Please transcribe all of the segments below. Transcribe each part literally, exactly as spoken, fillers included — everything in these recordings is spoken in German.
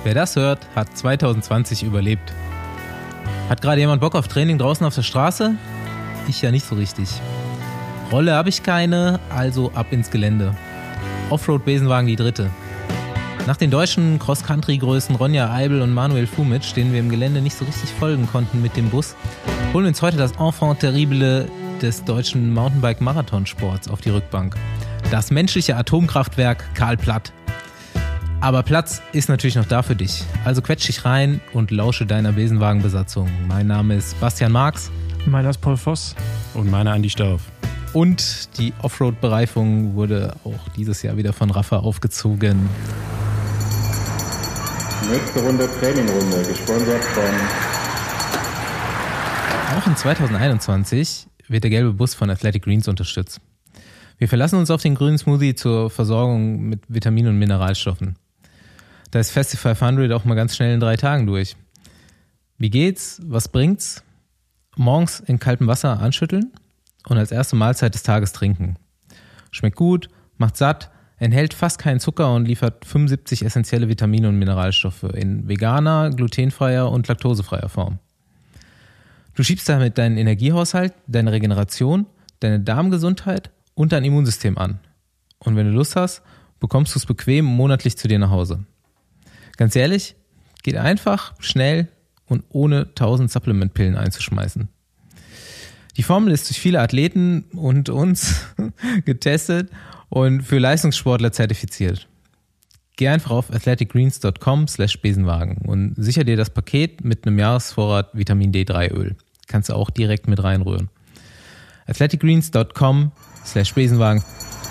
Wer das hört, hat zwanzig zwanzig überlebt. Hat gerade jemand Bock auf Training draußen auf der Straße? Ich ja nicht so richtig. Rolle habe ich keine, also ab ins Gelände. Offroad-Besenwagen die dritte. Nach den deutschen Cross-Country-Größen Ronja Eibel und Manuel Fumic, denen wir im Gelände nicht so richtig folgen konnten mit dem Bus, holen wir uns heute das Enfant terrible des deutschen Mountainbike-Marathonsports auf die Rückbank. Das menschliche Atomkraftwerk Karl Platt. Aber Platz ist natürlich noch da für dich. Also quetsch dich rein und lausche deiner Besenwagenbesatzung. Mein Name ist Bastian Marx. Meiner ist Paul Voss. Und meiner Andi Stauf. Und die Offroad-Bereifung wurde auch dieses Jahr wieder von Rafa aufgezogen. Nächste Runde Trainingrunde, gesponsert von... Auch in zwanzig einundzwanzig wird der gelbe Bus von Athletic Greens unterstützt. Wir verlassen uns auf den grünen Smoothie zur Versorgung mit Vitaminen und Mineralstoffen. Da ist Festival fünfhundert auch mal ganz schnell in drei Tagen durch. Wie geht's? Was bringt's? Morgens in kaltem Wasser anschütteln und als erste Mahlzeit des Tages trinken. Schmeckt gut, macht satt, enthält fast keinen Zucker und liefert fünfundsiebzig essentielle Vitamine und Mineralstoffe in veganer, glutenfreier und laktosefreier Form. Du schiebst damit deinen Energiehaushalt, deine Regeneration, deine Darmgesundheit und dein Immunsystem an. Und wenn du Lust hast, bekommst du es bequem monatlich zu dir nach Hause. Ganz ehrlich, geht einfach, schnell und ohne tausend Supplement-Pillen einzuschmeißen. Die Formel ist durch viele Athleten und uns getestet und für Leistungssportler zertifiziert. Geh einfach auf athleticgreens dot com slash Besenwagen und sicher dir das Paket mit einem Jahresvorrat Vitamin D drei Öl. Kannst du auch direkt mit reinrühren. athleticgreens dot com slash Besenwagen.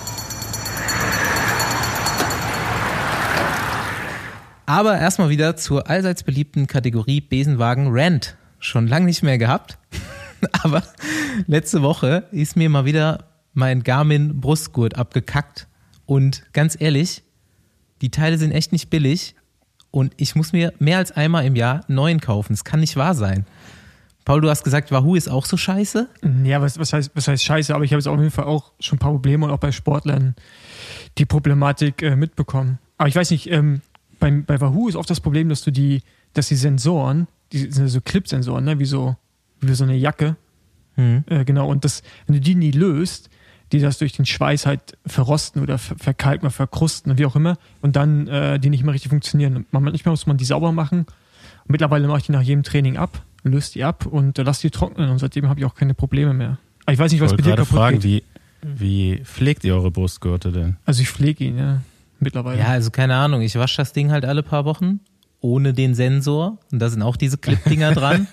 Aber erstmal wieder zur allseits beliebten Kategorie Besenwagen Rant. Schon lange nicht mehr gehabt, aber letzte Woche ist mir mal wieder mein Garmin Brustgurt abgekackt und ganz ehrlich, die Teile sind echt nicht billig und ich muss mir mehr als einmal im Jahr einen neuen kaufen. Das kann nicht wahr sein. Paul, du hast gesagt, Wahoo ist auch so scheiße? Ja, was, was, heißt, was heißt scheiße? Aber ich habe jetzt auf jeden Fall auch schon ein paar Probleme und auch bei Sportlern die Problematik äh, mitbekommen. Aber ich weiß nicht, ähm, bei, bei Wahoo ist oft das Problem, dass du die, dass die Sensoren, die sind so Clip-Sensoren, ne? wie, so, wie so eine Jacke. Hm. Äh, genau, und das, wenn du die nie löst, die das durch den Schweiß halt verrosten oder ver- verkalken oder verkrusten, wie auch immer, und dann äh, die nicht mehr richtig funktionieren. Manchmal muss man die sauber machen. Und mittlerweile mache ich die nach jedem Training ab, löse die ab und äh, lasse die trocknen und seitdem habe ich auch keine Probleme mehr. Aber ich weiß nicht, was ich bei dir gerade kaputt fragen, geht. Wie, wie pflegt ihr eure Brustgurte denn? Also ich pflege ihn, ja, mittlerweile. Ja, also keine Ahnung, ich wasche das Ding halt alle paar Wochen ohne den Sensor und da sind auch diese Clip-Dinger dran.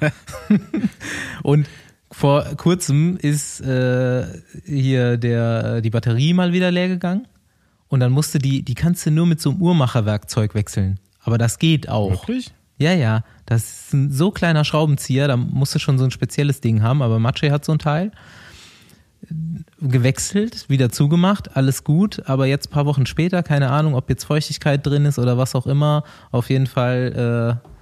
Und vor kurzem ist äh, hier der, die Batterie mal wieder leer gegangen und dann musste die, die kannst du nur mit so einem Uhrmacherwerkzeug wechseln. Aber das geht auch. Wirklich? Ja, ja, das ist ein so kleiner Schraubenzieher, da musst du schon so ein spezielles Ding haben, aber Maciej hat so ein Teil. Gewechselt, wieder zugemacht, alles gut, aber jetzt ein paar Wochen später, keine Ahnung, ob jetzt Feuchtigkeit drin ist oder was auch immer, auf jeden Fall äh,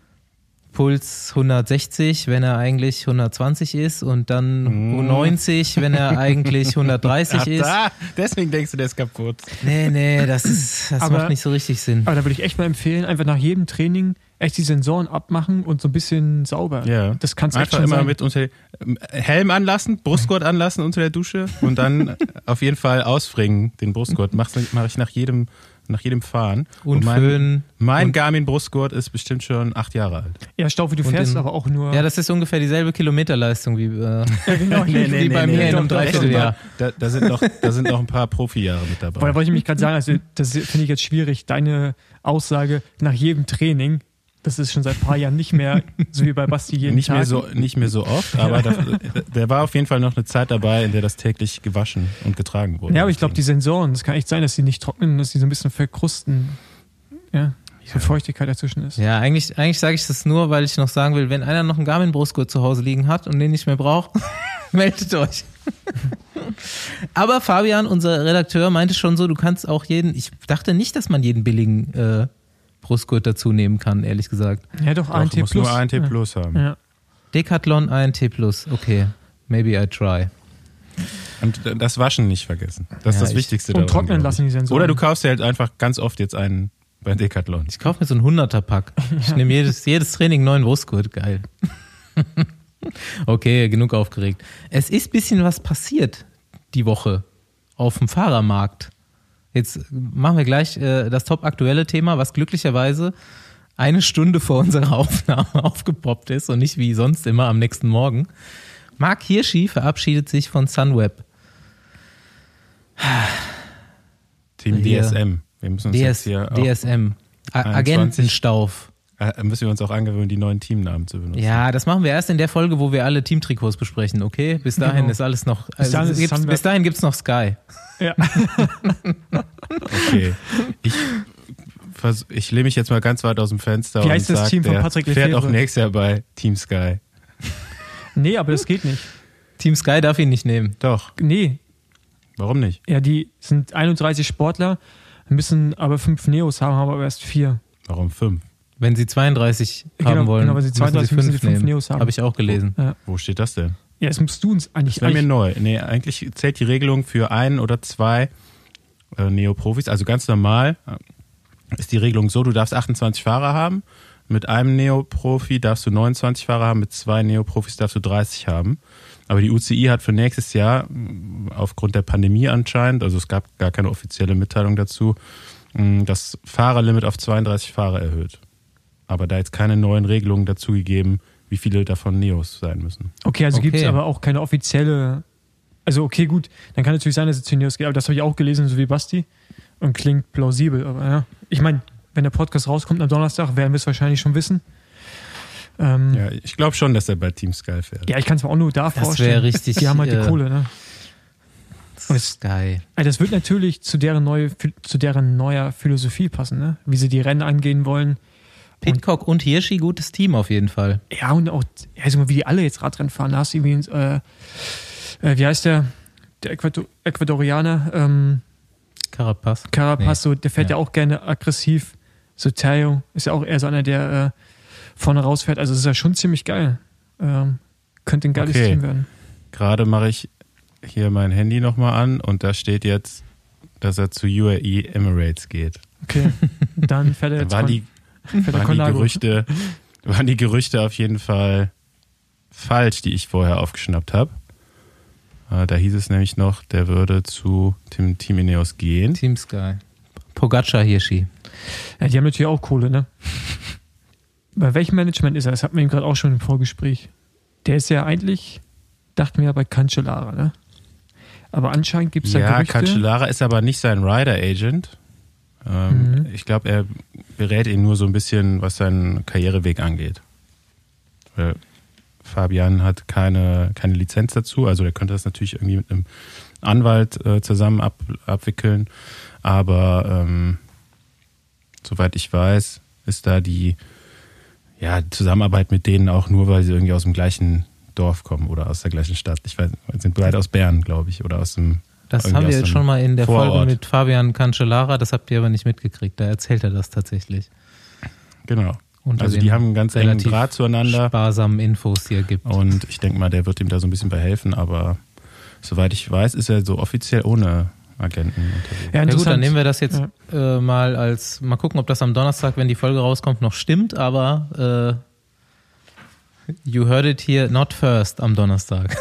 Puls hundertsechzig, wenn er eigentlich hundertzwanzig ist und dann mm. neunzig, wenn er eigentlich hundertdreißig Ach, ist. Da, deswegen denkst du, der ist kaputt. Nee, nee, das, ist, das aber, macht nicht so richtig Sinn. Aber da würde ich echt mal empfehlen, einfach nach jedem Training echt die Sensoren abmachen und so ein bisschen sauber. Ja. Das kann's echt einfach schon immer sein. mit unter Helm anlassen, Brustgurt anlassen unter der Dusche und dann auf jeden Fall ausfringen den Brustgurt. Mache mach ich nach jedem, nach jedem Fahren. Und, und mein, Föhn. mein und Garmin Brustgurt ist bestimmt schon acht Jahre alt. Ja, Staufe, du Und fährst in- aber auch nur... Ja, das ist ungefähr dieselbe Kilometerleistung wie, äh, Ja, genau, wie, wie bei mir in einem doch, doch, Dreivierteljahr. Da, da, sind noch, da sind noch ein paar Profijahre mit Weil da dabei. wollte ich mich gerade sagen, also das finde ich jetzt schwierig, deine Aussage nach jedem Training, das ist schon seit ein paar Jahren nicht mehr so wie bei Basti jeden Nicht Tag. mehr, so, nicht mehr so oft, aber da, da war auf jeden Fall noch eine Zeit dabei, in der das täglich gewaschen und getragen wurde. Ja, aber ich glaube, die Sensoren, das kann echt sein, dass die nicht trocknen, dass die so ein bisschen verkrusten. Ja, so Feuchtigkeit dazwischen ist. Ja, eigentlich, eigentlich sage ich das nur, weil ich noch sagen will, wenn einer noch einen Garmin-Brustgurt zu Hause liegen hat und den nicht mehr braucht, meldet euch. Aber Fabian, unser Redakteur, meinte schon so, du kannst auch jeden, ich dachte nicht, dass man jeden billigen äh, Brustgurt dazu nehmen kann, ehrlich gesagt. Ja, doch, Doch, A N du T musst Plus. nur A N T Ja. Plus haben. Ja. Decathlon A N T Plus, okay, maybe I try. Und das Waschen nicht vergessen. Das ist Ja, das ich- Wichtigste Und daran, trocknen glaub ich. lassen die Sensoren. Oder du kaufst dir halt einfach ganz oft jetzt einen bei Decathlon. Ich kaufe mir so einen hunderter-Pack. Ich ja. nehme jedes, jedes Training einen neuen Brustgurt. Geil. Okay, genug aufgeregt. Es ist ein bisschen was passiert die Woche auf dem Fahrermarkt. Jetzt machen wir gleich äh, das top aktuelle Thema, was glücklicherweise eine Stunde vor unserer Aufnahme aufgepoppt ist und nicht wie sonst immer am nächsten Morgen. Marc Hirschi verabschiedet sich von Sunweb. Team D S M. Wir müssen uns D S, jetzt hier D S M. A- Agentenstauf. Äh, müssen wir uns auch angewöhnen, die neuen Teamnamen zu benutzen. Ja, das machen wir erst in der Folge, wo wir alle Teamtrikots besprechen, okay? Bis dahin genau. ist alles noch. Bis dahin, also, gibt's, bis dahin gibt's noch Sky. Ja. Okay. Ich, vers- ich lehne mich jetzt mal ganz weit aus dem Fenster Wie und heißt das sag, Team von der Patrick fährt Lefebvre? auch nächstes Jahr bei Team Sky. Nee, aber das geht nicht. Team Sky darf ihn nicht nehmen. Doch. Nee. Warum nicht? Ja, die sind einunddreißig Sportler, müssen aber fünf Neos haben, haben aber erst vier. Warum fünf? Wenn sie zweiunddreißig Genau, haben wollen, genau, wenn sie zweiunddreißig müssen sie müssen fünf sie fünf nehmen. Neos haben. Habe ich auch gelesen. Ja, Wo steht das denn? ja das musst du uns eigentlich. Das wäre mir eigentlich neu. Nee, eigentlich zählt die Regelung für ein oder zwei äh, Neoprofis. Also ganz normal ist die Regelung so, du darfst achtundzwanzig Fahrer haben. Mit einem Neoprofi darfst du neunundzwanzig Fahrer haben, mit zwei Neoprofis darfst du dreißig haben. Aber die U C I hat für nächstes Jahr, aufgrund der Pandemie anscheinend, also es gab gar keine offizielle Mitteilung dazu, das Fahrerlimit auf zweiunddreißig Fahrer erhöht. Aber da jetzt keine neuen Regelungen dazu gegeben, wie viele davon Neos sein müssen. Okay, also Okay. gibt es aber auch keine offizielle. Also, okay, gut, dann kann natürlich sein, dass es zu Neos geht, aber das habe ich auch gelesen, so wie Basti. Und klingt plausibel, aber ja. Ich meine, wenn der Podcast rauskommt am Donnerstag, werden wir es wahrscheinlich schon wissen. Ähm, ja. Ja, ich glaube schon, dass er bei Team Sky fährt. ja, ich kann es mir auch nur da Das vorstellen. wäre richtig. Die haben halt die äh, Kohle, ne? Und es, Sky. also das wird natürlich zu deren, neue, zu deren neuer Philosophie passen, ne? Wie sie die Rennen angehen wollen. Pitcock und Hirschi, gutes Team auf jeden Fall. Ja, und auch, ja, also wie die alle jetzt Radrennen fahren. Da hast du irgendwie, äh, äh, wie heißt der? Der Äquator Äquatorianer, ähm, Carapaz. Carapaz, Nee. so, der fährt ja. Ja. auch gerne aggressiv. So Theo ist ja auch eher so einer, der äh, vorne rausfährt. Also es ist ja schon ziemlich geil. Ähm, könnte ein geiles Okay. Team werden. Gerade mache ich hier mein Handy nochmal an und da steht jetzt, dass er zu U A E Emirates geht. Okay, dann fährt er Da jetzt waren von, die, fährt er waren die Colnago. Gerüchte, waren die Gerüchte auf jeden Fall falsch, die ich vorher aufgeschnappt habe. Äh, Da hieß es nämlich noch, der würde zu Team, Team Ineos gehen. Team Sky. Pogacar, Hirschi. Ja, die haben natürlich auch Kohle, ne? Bei welchem Management ist er? Das hatten wir ihm gerade auch schon im Vorgespräch. Der ist ja eigentlich, dachten wir ja bei Cancellara, ne? Aber anscheinend gibt es da Ja, Gerüchte. Cancellara ist aber nicht sein Rider-Agent. Ähm, Mhm. Ich glaube, er berät ihn nur so ein bisschen, was seinen Karriereweg angeht. Weil Fabian hat keine, keine Lizenz dazu, also er könnte das natürlich irgendwie mit einem Anwalt äh, zusammen ab, abwickeln. Aber ähm, soweit ich weiß, ist da die ja, Zusammenarbeit mit denen auch nur, weil sie irgendwie aus dem gleichen Dorf kommen oder aus der gleichen Stadt. Ich weiß, sind beide aus Bern, glaube ich, oder aus dem. Das irgendwie haben wir aus jetzt dem schon mal in der Vorort. Folge mit Fabian Cancellara, das habt ihr aber nicht mitgekriegt, da erzählt er das tatsächlich. Genau. Unter Also den die haben einen ganz engen relativ Draht zueinander. sparsamen Infos, die er gibt. Und ich denke mal, der wird ihm da so ein bisschen bei helfen, aber soweit ich weiß, ist er so offiziell ohne Agenten unterwegs. Ja, Ja gut, dann interessant. nehmen wir das jetzt äh, mal als, mal gucken, ob das am Donnerstag, wenn die Folge rauskommt, noch stimmt, aber äh, you heard it here, not first am Donnerstag.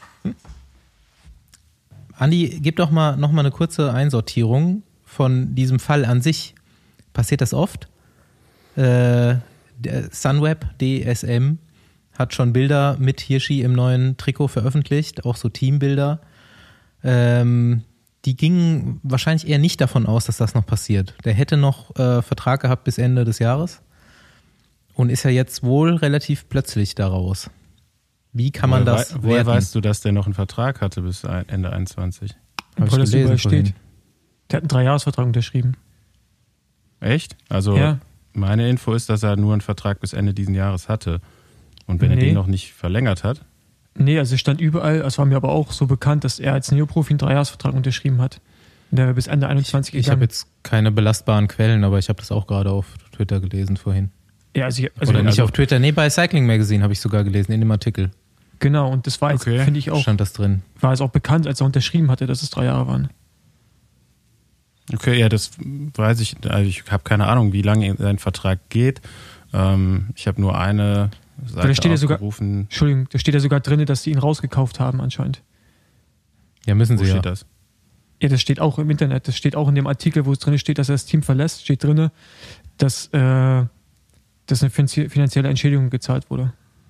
Andi, gib doch mal noch mal eine kurze Einsortierung von diesem Fall an sich. Passiert das oft? Äh, der Sunweb, D S M, hat schon Bilder mit Hirschi im neuen Trikot veröffentlicht, auch so Teambilder. Ähm, die gingen wahrscheinlich eher nicht davon aus, dass das noch passiert. Der hätte noch äh, Vertrag gehabt bis Ende des Jahres und ist ja jetzt wohl relativ plötzlich daraus. Wie kann man woher das wei- Woher werten? weißt du, dass der noch einen Vertrag hatte bis ein- Ende einundzwanzig? Hab ich Weil das gelesen überall vorhin. steht. Der hat einen Dreijahresvertrag unterschrieben. Echt? Also Ja. meine Info ist, dass er nur einen Vertrag bis Ende diesen Jahres hatte. Und wenn er Nee. den noch nicht verlängert hat, Nee, also es stand überall, es war mir aber auch so bekannt, dass er als Neoprofi einen Dreijahresvertrag unterschrieben hat. Und der wäre bis Ende einundzwanzig Ich habe gegangen. jetzt keine belastbaren Quellen, aber ich habe das auch gerade auf Twitter gelesen vorhin. Ja, also, ich- also, Oder nicht also auf Twitter, nee, bei Cycling Magazine habe ich sogar gelesen, in dem Artikel genau, und das war jetzt, Okay. finde ich auch, stand das drin. war es auch bekannt, als er unterschrieben hatte, dass es drei Jahre waren. Okay, ja, das weiß ich, also ich habe keine Ahnung, wie lange sein Vertrag geht. Ähm, ich habe nur eine Seite da steht ja sogar, aufgerufen. Entschuldigung, da steht ja sogar drin, dass sie ihn rausgekauft haben anscheinend. Ja, müssen Wo sie steht ja. das? Ja, das steht auch im Internet. Das steht auch in dem Artikel, wo es drin steht, dass er das Team verlässt, steht drin, dass, äh, dass eine finanzielle Entschädigung gezahlt wurde.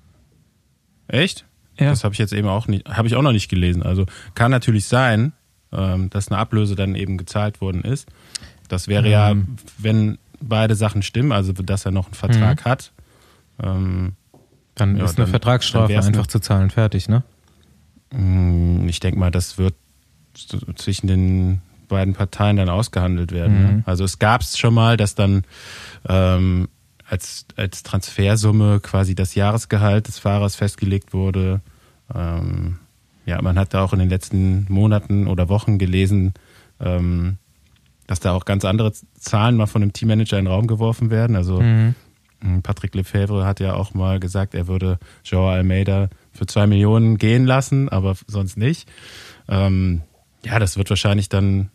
Echt? Ja. Das habe ich jetzt eben auch nicht, habe ich auch noch nicht gelesen. Also kann natürlich sein, ähm, dass eine Ablöse dann eben gezahlt worden ist. Das wäre mhm. ja, wenn beide Sachen stimmen, also dass er noch einen Vertrag mhm. hat. Ähm, dann ja, ist eine dann, Vertragsstrafe dann einfach eine, zu zahlen, fertig, ne? Ich denke mal, das wird zwischen den beiden Parteien dann ausgehandelt werden. Mhm. Ne? Also es gab es schon mal, dass dann ähm, als, als Transfersumme quasi das Jahresgehalt des Fahrers festgelegt wurde. Ähm, ja, man hat da auch in den letzten Monaten oder Wochen gelesen, ähm, dass da auch ganz andere Zahlen mal von dem Teammanager in den Raum geworfen werden. Also mhm. Patrick Lefebvre hat ja auch mal gesagt, er würde Joao Almeida für zwei Millionen gehen lassen, aber sonst nicht. Ähm, ja, das wird wahrscheinlich dann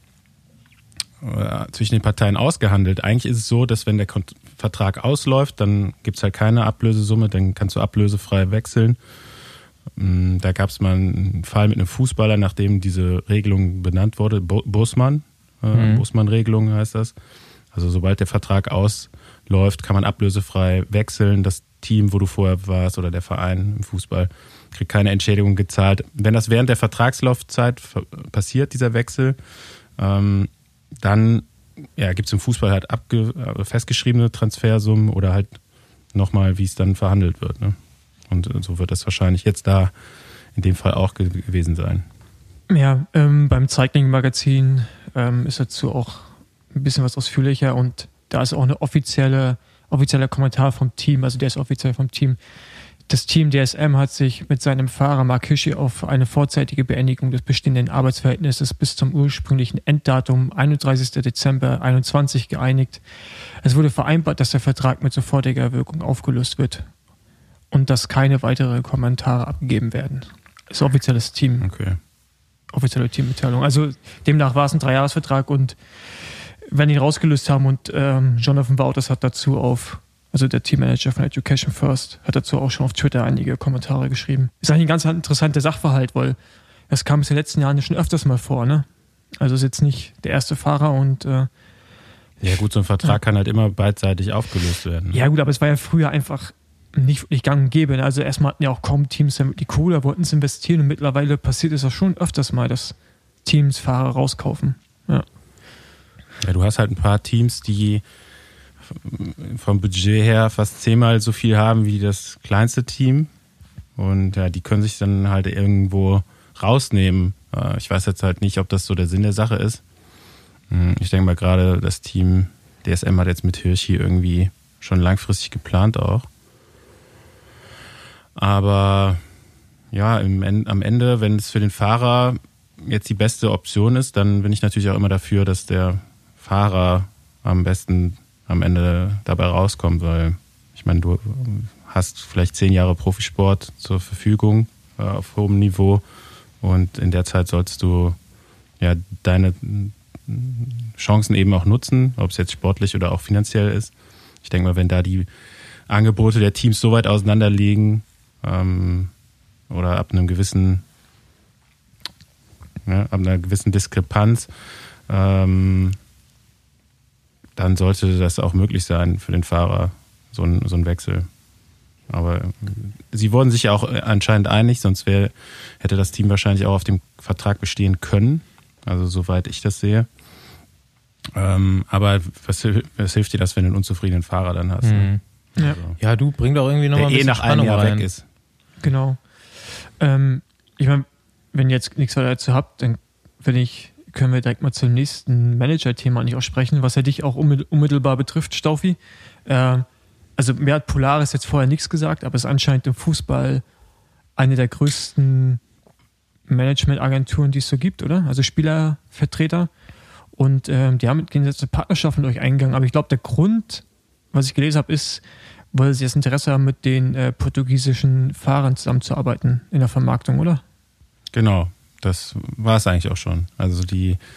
äh, zwischen den Parteien ausgehandelt. Eigentlich ist es so, dass wenn der Kont- Vertrag ausläuft, dann gibt es halt keine Ablösesumme, dann kannst du ablösefrei wechseln. Ähm, da gab es mal einen Fall mit einem Fußballer, nachdem diese Regelung benannt wurde, Bo- Bosman, äh, mhm. Bosman-Regelung heißt das. Also sobald der Vertrag ausläuft, kann man ablösefrei wechseln. Das Team, wo du vorher warst oder der Verein im Fußball, kriegt keine Entschädigung gezahlt. Wenn das während der Vertragslaufzeit passiert, dieser Wechsel, ähm, dann ja, gibt es im Fußball halt abge- festgeschriebene Transfersummen oder halt nochmal, wie es dann verhandelt wird. Ne? Und so wird das wahrscheinlich jetzt da in dem Fall auch ge- gewesen sein. Ja, ähm, beim Cycling-Magazin ähm, ist dazu auch ein bisschen was ausführlicher und da ist auch eine offizielle, offizieller Kommentar vom Team, also der ist offiziell vom Team. Das Team D S M hat sich mit seinem Fahrer Mark Hirschi auf eine vorzeitige Beendigung des bestehenden Arbeitsverhältnisses bis zum ursprünglichen Enddatum einunddreißigsten Dezember einundzwanzig geeinigt. Es wurde vereinbart, dass der Vertrag mit sofortiger Wirkung aufgelöst wird und dass keine weiteren Kommentare abgegeben werden. Das ist offizielles Team. Okay. Offizielle Teammitteilung. Also demnach war es ein Dreijahresvertrag und wenn die ihn rausgelöst haben und ähm, Jonathan Wouters hat dazu auf, also der Teammanager von Education First, hat dazu auch schon auf Twitter einige Kommentare geschrieben. Ist eigentlich ein ganz interessanter Sachverhalt, weil das kam in den letzten Jahren schon öfters mal vor, ne? Also ist jetzt nicht der erste Fahrer und äh, ja gut, so ein Vertrag ja. kann halt immer beidseitig aufgelöst werden. Ja gut, aber es war ja früher einfach nicht wirklich gang und gäbe. Ne? Also erstmal hatten ja auch kaum Teams die Kohle, wollten es investieren und mittlerweile passiert es auch schon öfters mal, dass Teams Fahrer rauskaufen. Ja. Ja, du hast halt ein paar Teams, die vom Budget her fast zehnmal so viel haben wie das kleinste Team. Und ja, die können sich dann halt irgendwo rausnehmen. Ich weiß jetzt halt nicht, ob das so der Sinn der Sache ist. Ich denke mal gerade, das Team D S M hat jetzt mit Hirschi irgendwie schon langfristig geplant auch. Aber ja, im, am Ende, wenn es für den Fahrer jetzt die beste Option ist, dann bin ich natürlich auch immer dafür, dass der Fahrer am besten am Ende dabei rauskommt, weil ich meine, du hast vielleicht zehn Jahre Profisport zur Verfügung äh, auf hohem Niveau und in der Zeit sollst du ja deine Chancen eben auch nutzen, ob es jetzt sportlich oder auch finanziell ist. Ich denke mal, wenn da die Angebote der Teams so weit auseinander liegen ähm, oder ab einem gewissen ja, ab einer gewissen Diskrepanz, ähm, dann sollte das auch möglich sein für den Fahrer, so ein, so ein Wechsel. Aber sie wurden sich ja auch anscheinend einig, sonst wär, hätte das Team wahrscheinlich auch auf dem Vertrag bestehen können. Also soweit ich das sehe. Ähm, aber was, was hilft dir das, wenn du einen unzufriedenen Fahrer dann hast? Mhm. Ja. Also, ja, du bring doch irgendwie nochmal ein bisschen eh nach Spannung einem Jahr rein. weg ist. Genau. Ähm, ich meine, wenn ihr jetzt nichts weiter dazu habt, dann wenn ich, können wir direkt mal zum nächsten Manager-Thema eigentlich auch sprechen, was ja dich auch unmittelbar betrifft, Staufi. Äh, also mir hat Polaris jetzt vorher nichts gesagt, aber es ist anscheinend im Fußball eine der größten Management-Agenturen, die es so gibt, oder? Also Spielervertreter. Und ähm, die haben mit gegensätzliche Partnerschaften durch eingegangen. Aber ich glaube, der Grund, was ich gelesen habe, ist, weil sie das Interesse haben, mit den äh, portugiesischen Fahrern zusammenzuarbeiten in der Vermarktung, oder? Genau, das war es eigentlich auch schon. Also die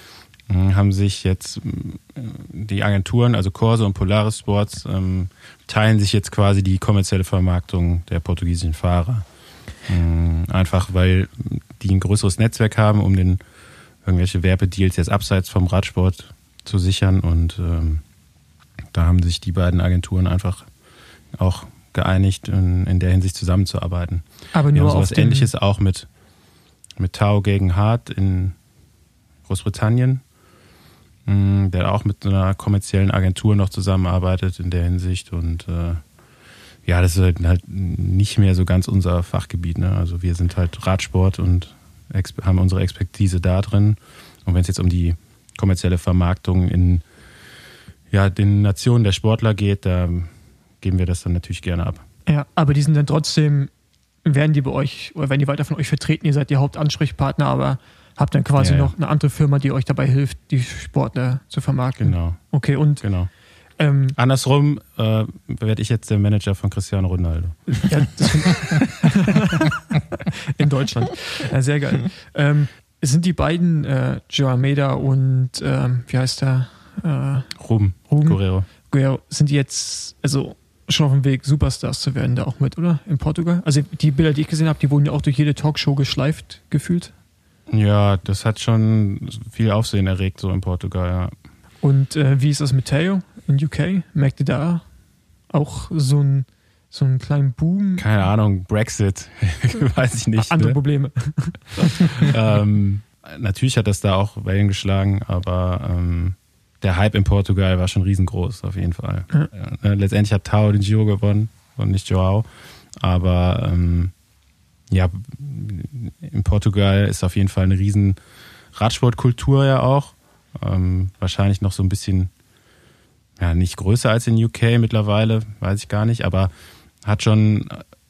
haben sich jetzt die Agenturen, also Corso und Polaris Sports, ähm, teilen sich jetzt quasi die kommerzielle Vermarktung der portugiesischen Fahrer. Ähm, einfach weil die ein größeres Netzwerk haben, um den irgendwelche Werbedeals jetzt abseits vom Radsport zu sichern, und ähm, da haben sich die beiden Agenturen einfach auch geeinigt, in, in der Hinsicht zusammenzuarbeiten. Aber Wir nur haben auf sowas den, Ähnliches auch mit, mit Tao gegen Hart in Großbritannien, mh, der auch mit einer kommerziellen Agentur noch zusammenarbeitet in der Hinsicht, und äh, ja, das ist halt, halt nicht mehr so ganz unser Fachgebiet, ne? Also wir sind halt Radsport und exp- haben unsere Expertise da drin, und wenn es jetzt um die kommerzielle Vermarktung in ja, den Nationen der Sportler geht, da geben wir das dann natürlich gerne ab. Ja, aber die sind dann trotzdem, werden die bei euch, oder werden die weiter von euch vertreten, ihr seid die Hauptansprechpartner, aber habt dann quasi Ja, ja. noch eine andere Firma, die euch dabei hilft, die Sportler zu vermarkten. Genau, Okay, und genau. ähm, Andersrum äh, werde ich jetzt der Manager von Cristiano Ronaldo. ja, das find- in Deutschland. Ja, sehr geil. Ähm, sind die beiden, äh, Joe Almeida und ähm, wie heißt der? Äh, Ruben, Ruben? Guerrero. Guerrero, sind die jetzt also schon auf dem Weg, Superstars zu werden, da auch mit, oder? In Portugal? Also die Bilder, die ich gesehen habe, die wurden ja auch durch jede Talkshow geschleift, gefühlt. Ja, das hat schon viel Aufsehen erregt, so in Portugal, ja. Und äh, wie ist das mit Theo in U K? Merkt ihr da auch so, ein, so einen kleinen Boom? Keine Ahnung, Brexit, weiß ich nicht. Andere Ne? Probleme. ähm, natürlich hat das da auch Wellen geschlagen, aber ähm, der Hype in Portugal war schon riesengroß, auf jeden Fall. Ja. Ja, letztendlich hat Tao den Giro gewonnen und nicht Joao, aber ähm, ja, in Portugal ist auf jeden Fall eine riesen Radsportkultur ja auch. Ähm, wahrscheinlich noch so ein bisschen, ja, nicht größer als in U K mittlerweile, weiß ich gar nicht, aber hat schon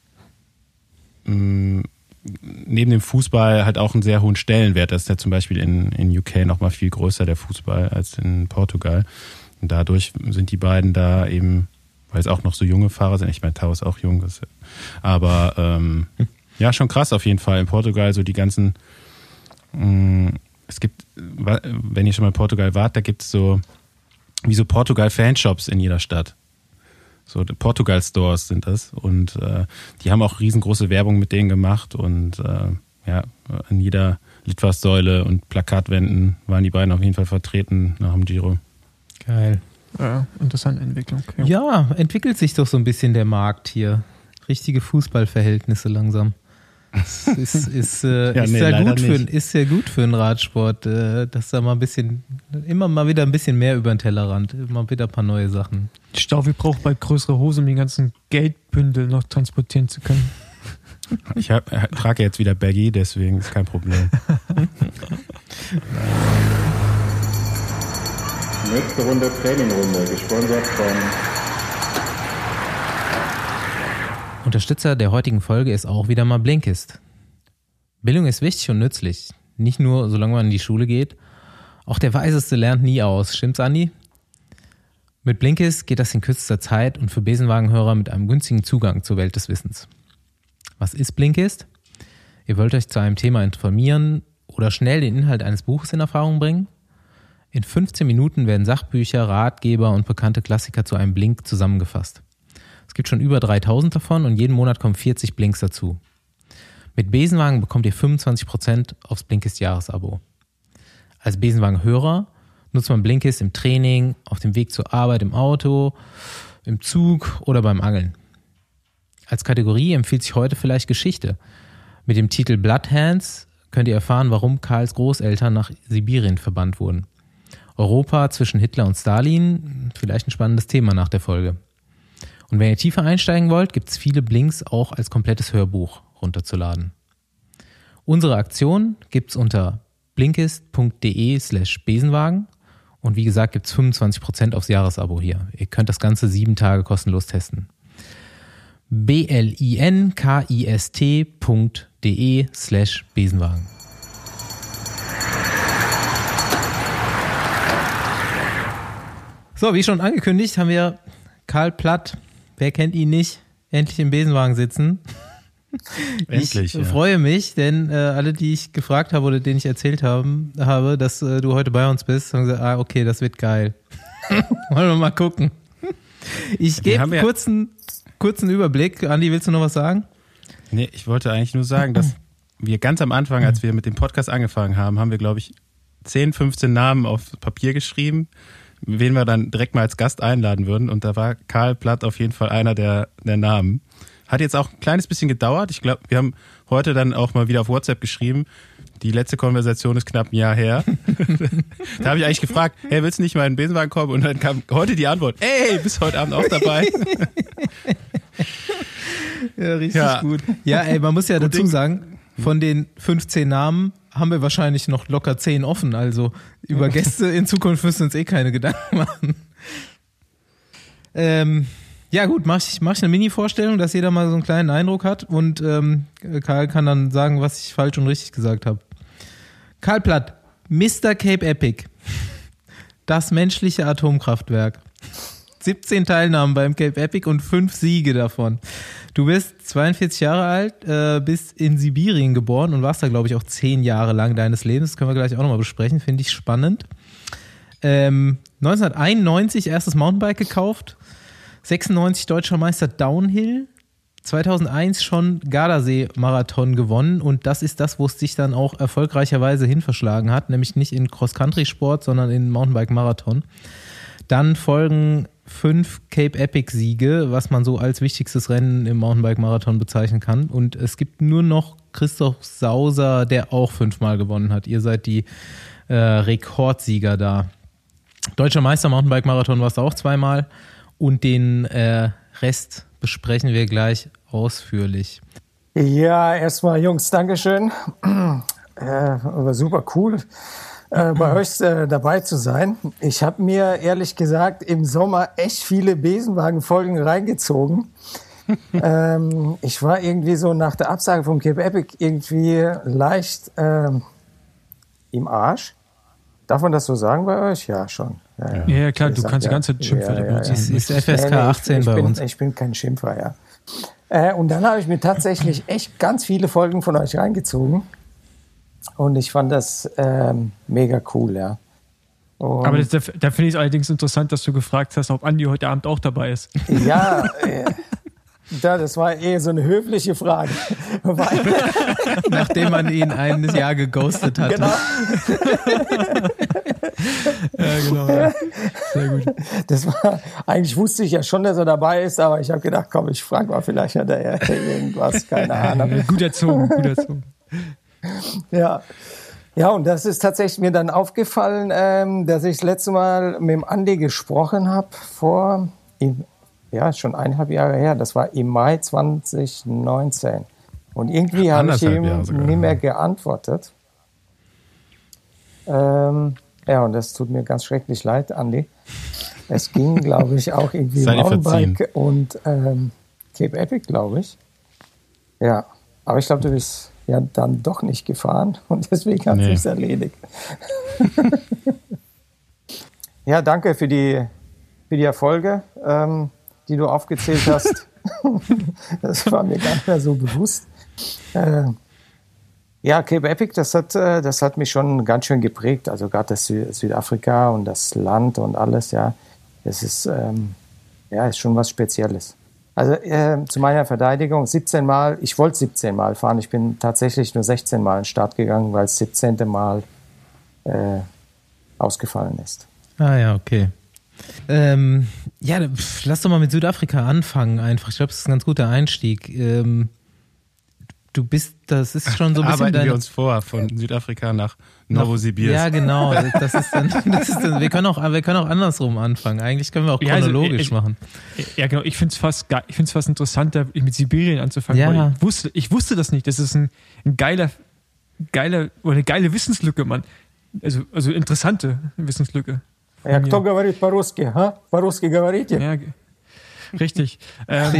ähm, neben dem Fußball halt auch einen sehr hohen Stellenwert. Das ist ja zum Beispiel in, in U K noch mal viel größer, der Fußball, als in Portugal. Und dadurch sind die beiden da eben, weil es auch noch so junge Fahrer sind, ich meine, Tao ist auch jung, das, aber ähm, ja, schon krass auf jeden Fall in Portugal, so die ganzen mh, es gibt, wenn ihr schon mal in Portugal wart, da gibt es so wie so Portugal-Fanshops in jeder Stadt. So Portugal-Stores sind das, und äh, die haben auch riesengroße Werbung mit denen gemacht, und äh, ja, an jeder Litfaßsäule und Plakatwänden waren die beiden auf jeden Fall vertreten nach dem Giro. Geil. Ja, interessante Entwicklung. Ja. Ja, entwickelt sich doch so ein bisschen der Markt hier. Richtige Fußballverhältnisse langsam. Das ist, ist, äh, Ja, ist, nee, sehr leider gut für, nicht. ist sehr gut für den Radsport, äh, dass da mal ein bisschen, immer mal wieder ein bisschen mehr über den Tellerrand, immer wieder ein paar neue Sachen. Staufi braucht bald größere Hosen, um den ganzen Geldbündel noch transportieren zu können. Ich hab, trage jetzt wieder Baggy, deswegen ist kein Problem. Nächste Runde Trainingrunde, gesponsert von Unterstützer der heutigen Folge ist auch wieder mal Blinkist. Bildung ist wichtig und nützlich. Nicht nur, solange man in die Schule geht. Auch der Weiseste lernt nie aus. Stimmt's, Andi? Mit Blinkist geht das in kürzester Zeit und für Besenwagenhörer mit einem günstigen Zugang zur Welt des Wissens. Was ist Blinkist? Ihr wollt euch zu einem Thema informieren oder schnell den Inhalt eines Buches in Erfahrung bringen? In fünfzehn Minuten werden Sachbücher, Ratgeber und bekannte Klassiker zu einem Blink zusammengefasst. Es gibt schon über dreitausend davon und jeden Monat kommen vierzig Blinks dazu. Mit Besenwagen bekommt ihr fünfundzwanzig Prozent aufs Blinkist-Jahresabo. Als Besenwagen-Hörer nutzt man Blinkist im Training, auf dem Weg zur Arbeit, im Auto, im Zug oder beim Angeln. Als Kategorie empfiehlt sich heute vielleicht Geschichte. Mit dem Titel Bloodhands könnt ihr erfahren, warum Karls Großeltern nach Sibirien verbannt wurden. Europa zwischen Hitler und Stalin, vielleicht ein spannendes Thema nach der Folge. Und wenn ihr tiefer einsteigen wollt, gibt es viele Blinks auch als komplettes Hörbuch runterzuladen. Unsere Aktion gibt es unter blinkist.de slash Besenwagen und wie gesagt gibt es fünfundzwanzig Prozent aufs Jahresabo hier. Ihr könnt das Ganze sieben Tage kostenlos testen. blinkist.de slash Besenwagen. So, wie schon angekündigt, haben wir Karl Platt, wer kennt ihn nicht, endlich im Besenwagen sitzen. Endlich, ich ja. freue mich, denn äh, alle, die ich gefragt habe oder denen ich erzählt haben, habe, dass äh, du heute bei uns bist, haben gesagt, ah, okay, das wird geil. Wollen wir mal gucken. Ich gebe einen ja kurzen, kurzen Überblick. Andi, willst du noch was sagen? Nee, ich wollte eigentlich nur sagen, dass wir ganz am Anfang, als wir mit dem Podcast angefangen haben, haben wir, glaube ich, zehn, fünfzehn Namen auf Papier geschrieben, wen wir dann direkt mal als Gast einladen würden. Und da war Karl Platt auf jeden Fall einer der, der Namen. Hat jetzt auch ein kleines bisschen gedauert. Ich glaube, wir haben heute dann auch mal wieder auf WhatsApp geschrieben. Die letzte Konversation ist knapp ein Jahr her. Da habe ich eigentlich gefragt, hey, willst du nicht mal in den Besenwagen kommen? Und dann kam heute die Antwort, ey, bist heute Abend auch dabei? Ja, richtig Ja. gut. Ja, ey, man muss ja dazu Ding. sagen, von den fünfzehn Namen haben wir wahrscheinlich noch locker zehn offen. Also über Gäste in Zukunft müssen wir uns eh keine Gedanken machen. Ähm, ja gut, mach ich, mach ich eine Mini-Vorstellung, dass jeder mal so einen kleinen Eindruck hat und ähm, Karl kann dann sagen, was ich falsch und richtig gesagt habe. Karl Platt, Mister Cape Epic, das menschliche Atomkraftwerk. siebzehn Teilnahmen beim Cape Epic und fünf Siege davon. Du bist zweiundvierzig Jahre alt, äh, bist in Sibirien geboren und warst da, glaube ich, auch zehn Jahre lang deines Lebens. Das können wir gleich auch nochmal besprechen, finde ich spannend. Ähm, neunzehnhunderteinundneunzig erstes Mountainbike gekauft, sechsundneunzig deutscher Meister Downhill, zweitausendeins schon Gardasee-Marathon gewonnen und das ist das, wo es dich dann auch erfolgreicherweise hin verschlagen hat, nämlich nicht in Cross-Country-Sport, sondern in Mountainbike-Marathon. Dann folgen fünf Cape Epic-Siege, was man so als wichtigstes Rennen im Mountainbike-Marathon bezeichnen kann. Und es gibt nur noch Christoph Sauser, der auch fünfmal gewonnen hat. Ihr seid die äh, Rekordsieger da. Deutscher Meister Mountainbike-Marathon warst du auch zweimal. Und den äh, Rest besprechen wir gleich ausführlich. Ja, erstmal Jungs, Dankeschön. Äh, war super cool, äh, bei euch äh, dabei zu sein. Ich habe mir ehrlich gesagt im Sommer echt viele Besenwagen-Folgen reingezogen. ähm, ich war irgendwie so nach der Absage vom Cape Epic irgendwie leicht ähm, im Arsch. Darf man das so sagen bei euch? Ja, schon. Ja, ja. Ja, klar, Ich du sag, kannst die ja. ganze Zeit Schimpfwörter Ja, ja, benutzen. Ist, ist F S Nee, K nee, ich- achtzehn ich bei bin, uns. Ich bin kein Schimpfer, ja. Äh, und dann habe ich mir tatsächlich echt ganz viele Folgen von euch reingezogen. Und ich fand das ähm, mega cool, ja. Und Aber das, da, da finde ich es allerdings interessant, dass du gefragt hast, ob Andi heute Abend auch dabei ist. ja, äh, da, das war eher so eine höfliche Frage. Weil, Nachdem man ihn ein Jahr geghostet hatte. genau, Ja, genau. Ja. Sehr gut. das war, eigentlich wusste ich ja schon, dass er dabei ist, aber ich habe gedacht, komm, ich frage mal, vielleicht hat er ja irgendwas, keine Ahnung. Gut erzogen, gut erzogen. Ja. Ja, und das ist tatsächlich mir dann aufgefallen, ähm, dass ich das letzte Mal mit dem Andi gesprochen habe vor, im, ja, schon eineinhalb Jahre her. Das war im Mai zwanzig neunzehn. Und irgendwie habe ich Anderthalb ihm Jahre sogar, nie mehr ja. geantwortet. Ähm, ja, und das tut mir ganz schrecklich leid, Andi. Es ging, glaube ich, auch irgendwie Sei dir Mountainbike und ähm, Cape Epic, glaube ich. Ja, aber ich glaube, du bist ja dann doch nicht gefahren und deswegen hat Nee. sich's erledigt. Ja, danke für die, für die Erfolge, ähm, die du aufgezählt hast. Das war mir gar nicht mehr so bewusst. Äh, ja, Cape Epic, das hat, äh, das hat mich schon ganz schön geprägt. Also gerade das Sü- Südafrika und das Land und alles, ja. Das ist, ähm, ja, ist schon was Spezielles. Also äh, zu meiner Verteidigung, siebzehn Mal, ich wollte siebzehn Mal fahren, ich bin tatsächlich nur sechzehn Mal in den Start gegangen, weil das siebzehnte Mal äh, ausgefallen ist. Ah ja, okay. Ähm, ja, pf, lass doch mal mit Südafrika anfangen einfach. Ich glaube, das ist ein ganz guter Einstieg. Ähm, du bist, das ist schon so ein bisschen Arbeiten deine... wir uns vor, von Südafrika nach Novosibirsk. Ja, genau. Das ist dann, das ist dann, wir können auch, wir können auch andersrum anfangen. Eigentlich können wir auch Ja, also, chronologisch ich- machen. Ja, genau. Ich finde es fast, ge- ich find's fast interessanter, mit Sibirien anzufangen. Ja. Weil ich, wusste, ich wusste das nicht. Das ist ein, ein geiler, geiler, oder eine geile Wissenslücke, Mann. Also, also interessante Wissenslücke. Ja, кто говорит по-русски, а? По-русски говорите? Ja, ge- richtig. Ähm,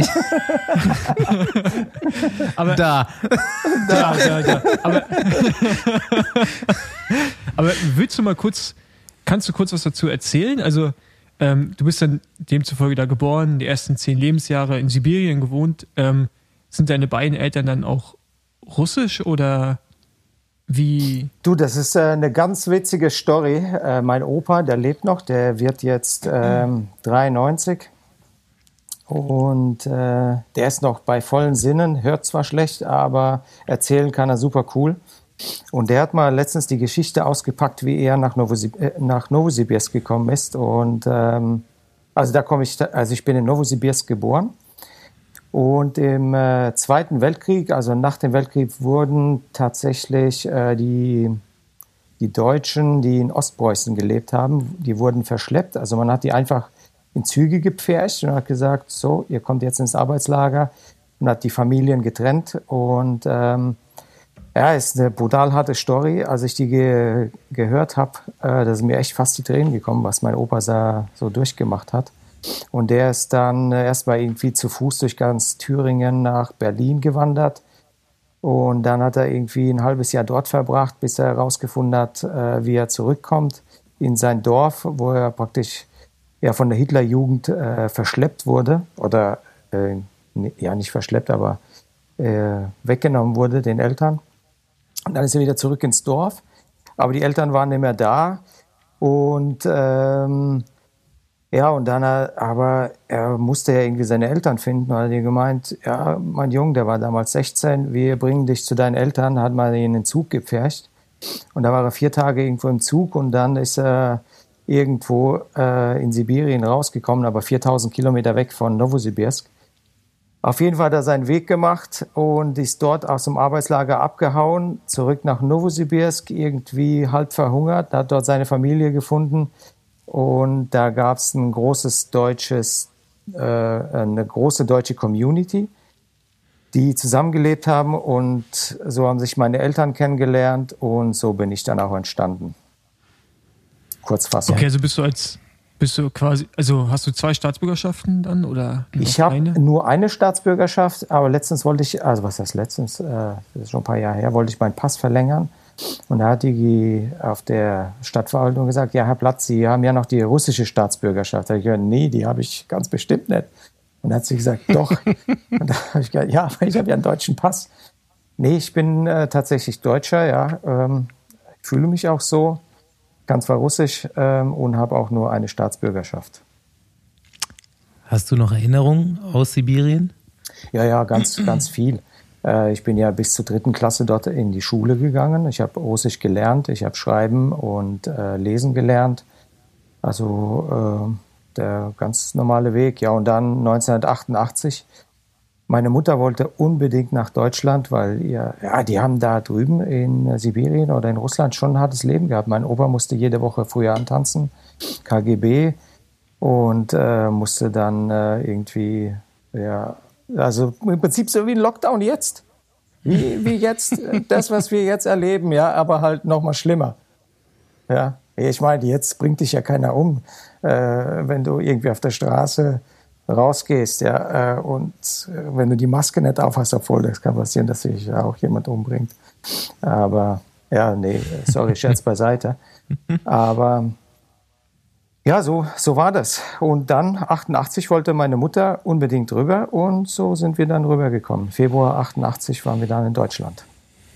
aber, Da. da, da, da. Aber, aber willst du mal kurz, kannst du kurz was dazu erzählen? Also, ähm, du bist dann demzufolge da geboren, die ersten zehn Lebensjahre in Sibirien gewohnt. Ähm, sind deine beiden Eltern dann auch russisch oder wie? Du, das ist äh, eine ganz witzige Story. Äh, mein Opa, der lebt noch, der wird jetzt ähm, dreiundneunzig und äh, der ist noch bei vollen Sinnen, hört zwar schlecht, aber erzählen kann er super cool. Und der hat mal letztens die Geschichte ausgepackt, wie er nach, Novosib- äh, nach Novosibirsk gekommen ist. Und ähm, also da komme ich, also ich bin in Novosibirsk geboren. Und im äh, Zweiten Weltkrieg, also nach dem Weltkrieg, wurden tatsächlich äh, die, die Deutschen, die in Ostpreußen gelebt haben, die wurden verschleppt. Also man hat die einfach in Züge gepfercht und hat gesagt, so, ihr kommt jetzt ins Arbeitslager, und hat die Familien getrennt. Und ähm, ja, ist eine brutal harte Story. Als ich die ge- gehört habe, äh, da sind mir echt fast die Tränen gekommen, was mein Opa da so durchgemacht hat. Und der ist dann erstmal irgendwie zu Fuß durch ganz Thüringen nach Berlin gewandert. Und dann hat er irgendwie ein halbes Jahr dort verbracht, bis er herausgefunden hat, wie er zurückkommt in sein Dorf, wo er praktisch ja, von der Hitlerjugend äh, verschleppt wurde. Oder, äh, ja, nicht verschleppt, aber äh, weggenommen wurde, den Eltern. Und dann ist er wieder zurück ins Dorf. Aber die Eltern waren nicht mehr da. Und ähm, ja, und dann, aber er musste ja irgendwie seine Eltern finden. Und hat er gemeint, ja, mein Junge, der war damals sechzehn, wir bringen dich zu deinen Eltern, hat mal ihn in den Zug gepfercht. Und da war er vier Tage irgendwo im Zug und dann ist er irgendwo äh, in Sibirien rausgekommen, aber viertausend Kilometer weg von Novosibirsk. Auf jeden Fall hat er seinen Weg gemacht und ist dort aus dem Arbeitslager abgehauen, zurück nach Novosibirsk, irgendwie halb verhungert, hat dort seine Familie gefunden. Und da gab es ein großes deutsches, äh, eine große deutsche Community, die zusammengelebt haben und so haben sich meine Eltern kennengelernt und so bin ich dann auch entstanden. Kurzfassung. Okay, also bist du als, bist du quasi, also hast du zwei Staatsbürgerschaften dann oder? Ich habe nur eine Staatsbürgerschaft, aber letztens wollte ich, also was heißt letztens, äh, das ist schon ein paar Jahre her, wollte ich meinen Pass verlängern. Und da hat die auf der Stadtverwaltung gesagt, ja, Herr Platz, Sie haben ja noch die russische Staatsbürgerschaft. Da habe ich gesagt, nee, die habe ich ganz bestimmt nicht. Und da hat sie gesagt, doch. Und da habe ich gesagt, ja, aber ich habe ja einen deutschen Pass. Nee, ich bin äh, tatsächlich Deutscher, ja. Ähm, ich fühle mich auch so, kann zwar Russisch ähm, und habe auch nur eine Staatsbürgerschaft. Hast du noch Erinnerungen aus Sibirien? Ja, ja, ganz, ganz viel. Ich bin ja bis zur dritten Klasse dort in die Schule gegangen. Ich habe Russisch gelernt, ich habe Schreiben und äh, Lesen gelernt. Also äh, der ganz normale Weg. Ja, und dann neunzehnhundertachtundachtzig. Meine Mutter wollte unbedingt nach Deutschland, weil ihr, ja, die haben da drüben in Sibirien oder in Russland schon ein hartes Leben gehabt. Mein Opa musste jede Woche früher antanzen, K G B, und äh, musste dann äh, irgendwie, ja, also im Prinzip so wie ein Lockdown jetzt. Wie, wie jetzt, das, was wir jetzt erleben, ja, aber halt noch mal schlimmer. Ja, ich meine, jetzt bringt dich ja keiner um, äh, wenn du irgendwie auf der Straße rausgehst, ja, äh, und äh, wenn du die Maske nicht aufhast, obwohl das kann passieren, dass sich ja auch jemand umbringt. Aber, ja, nee, sorry, Scherz beiseite. Aber ja, so, so war das. Und dann, achtundachtzig, wollte meine Mutter unbedingt rüber und so sind wir dann rübergekommen. Februar achtundachtzig waren wir dann in Deutschland.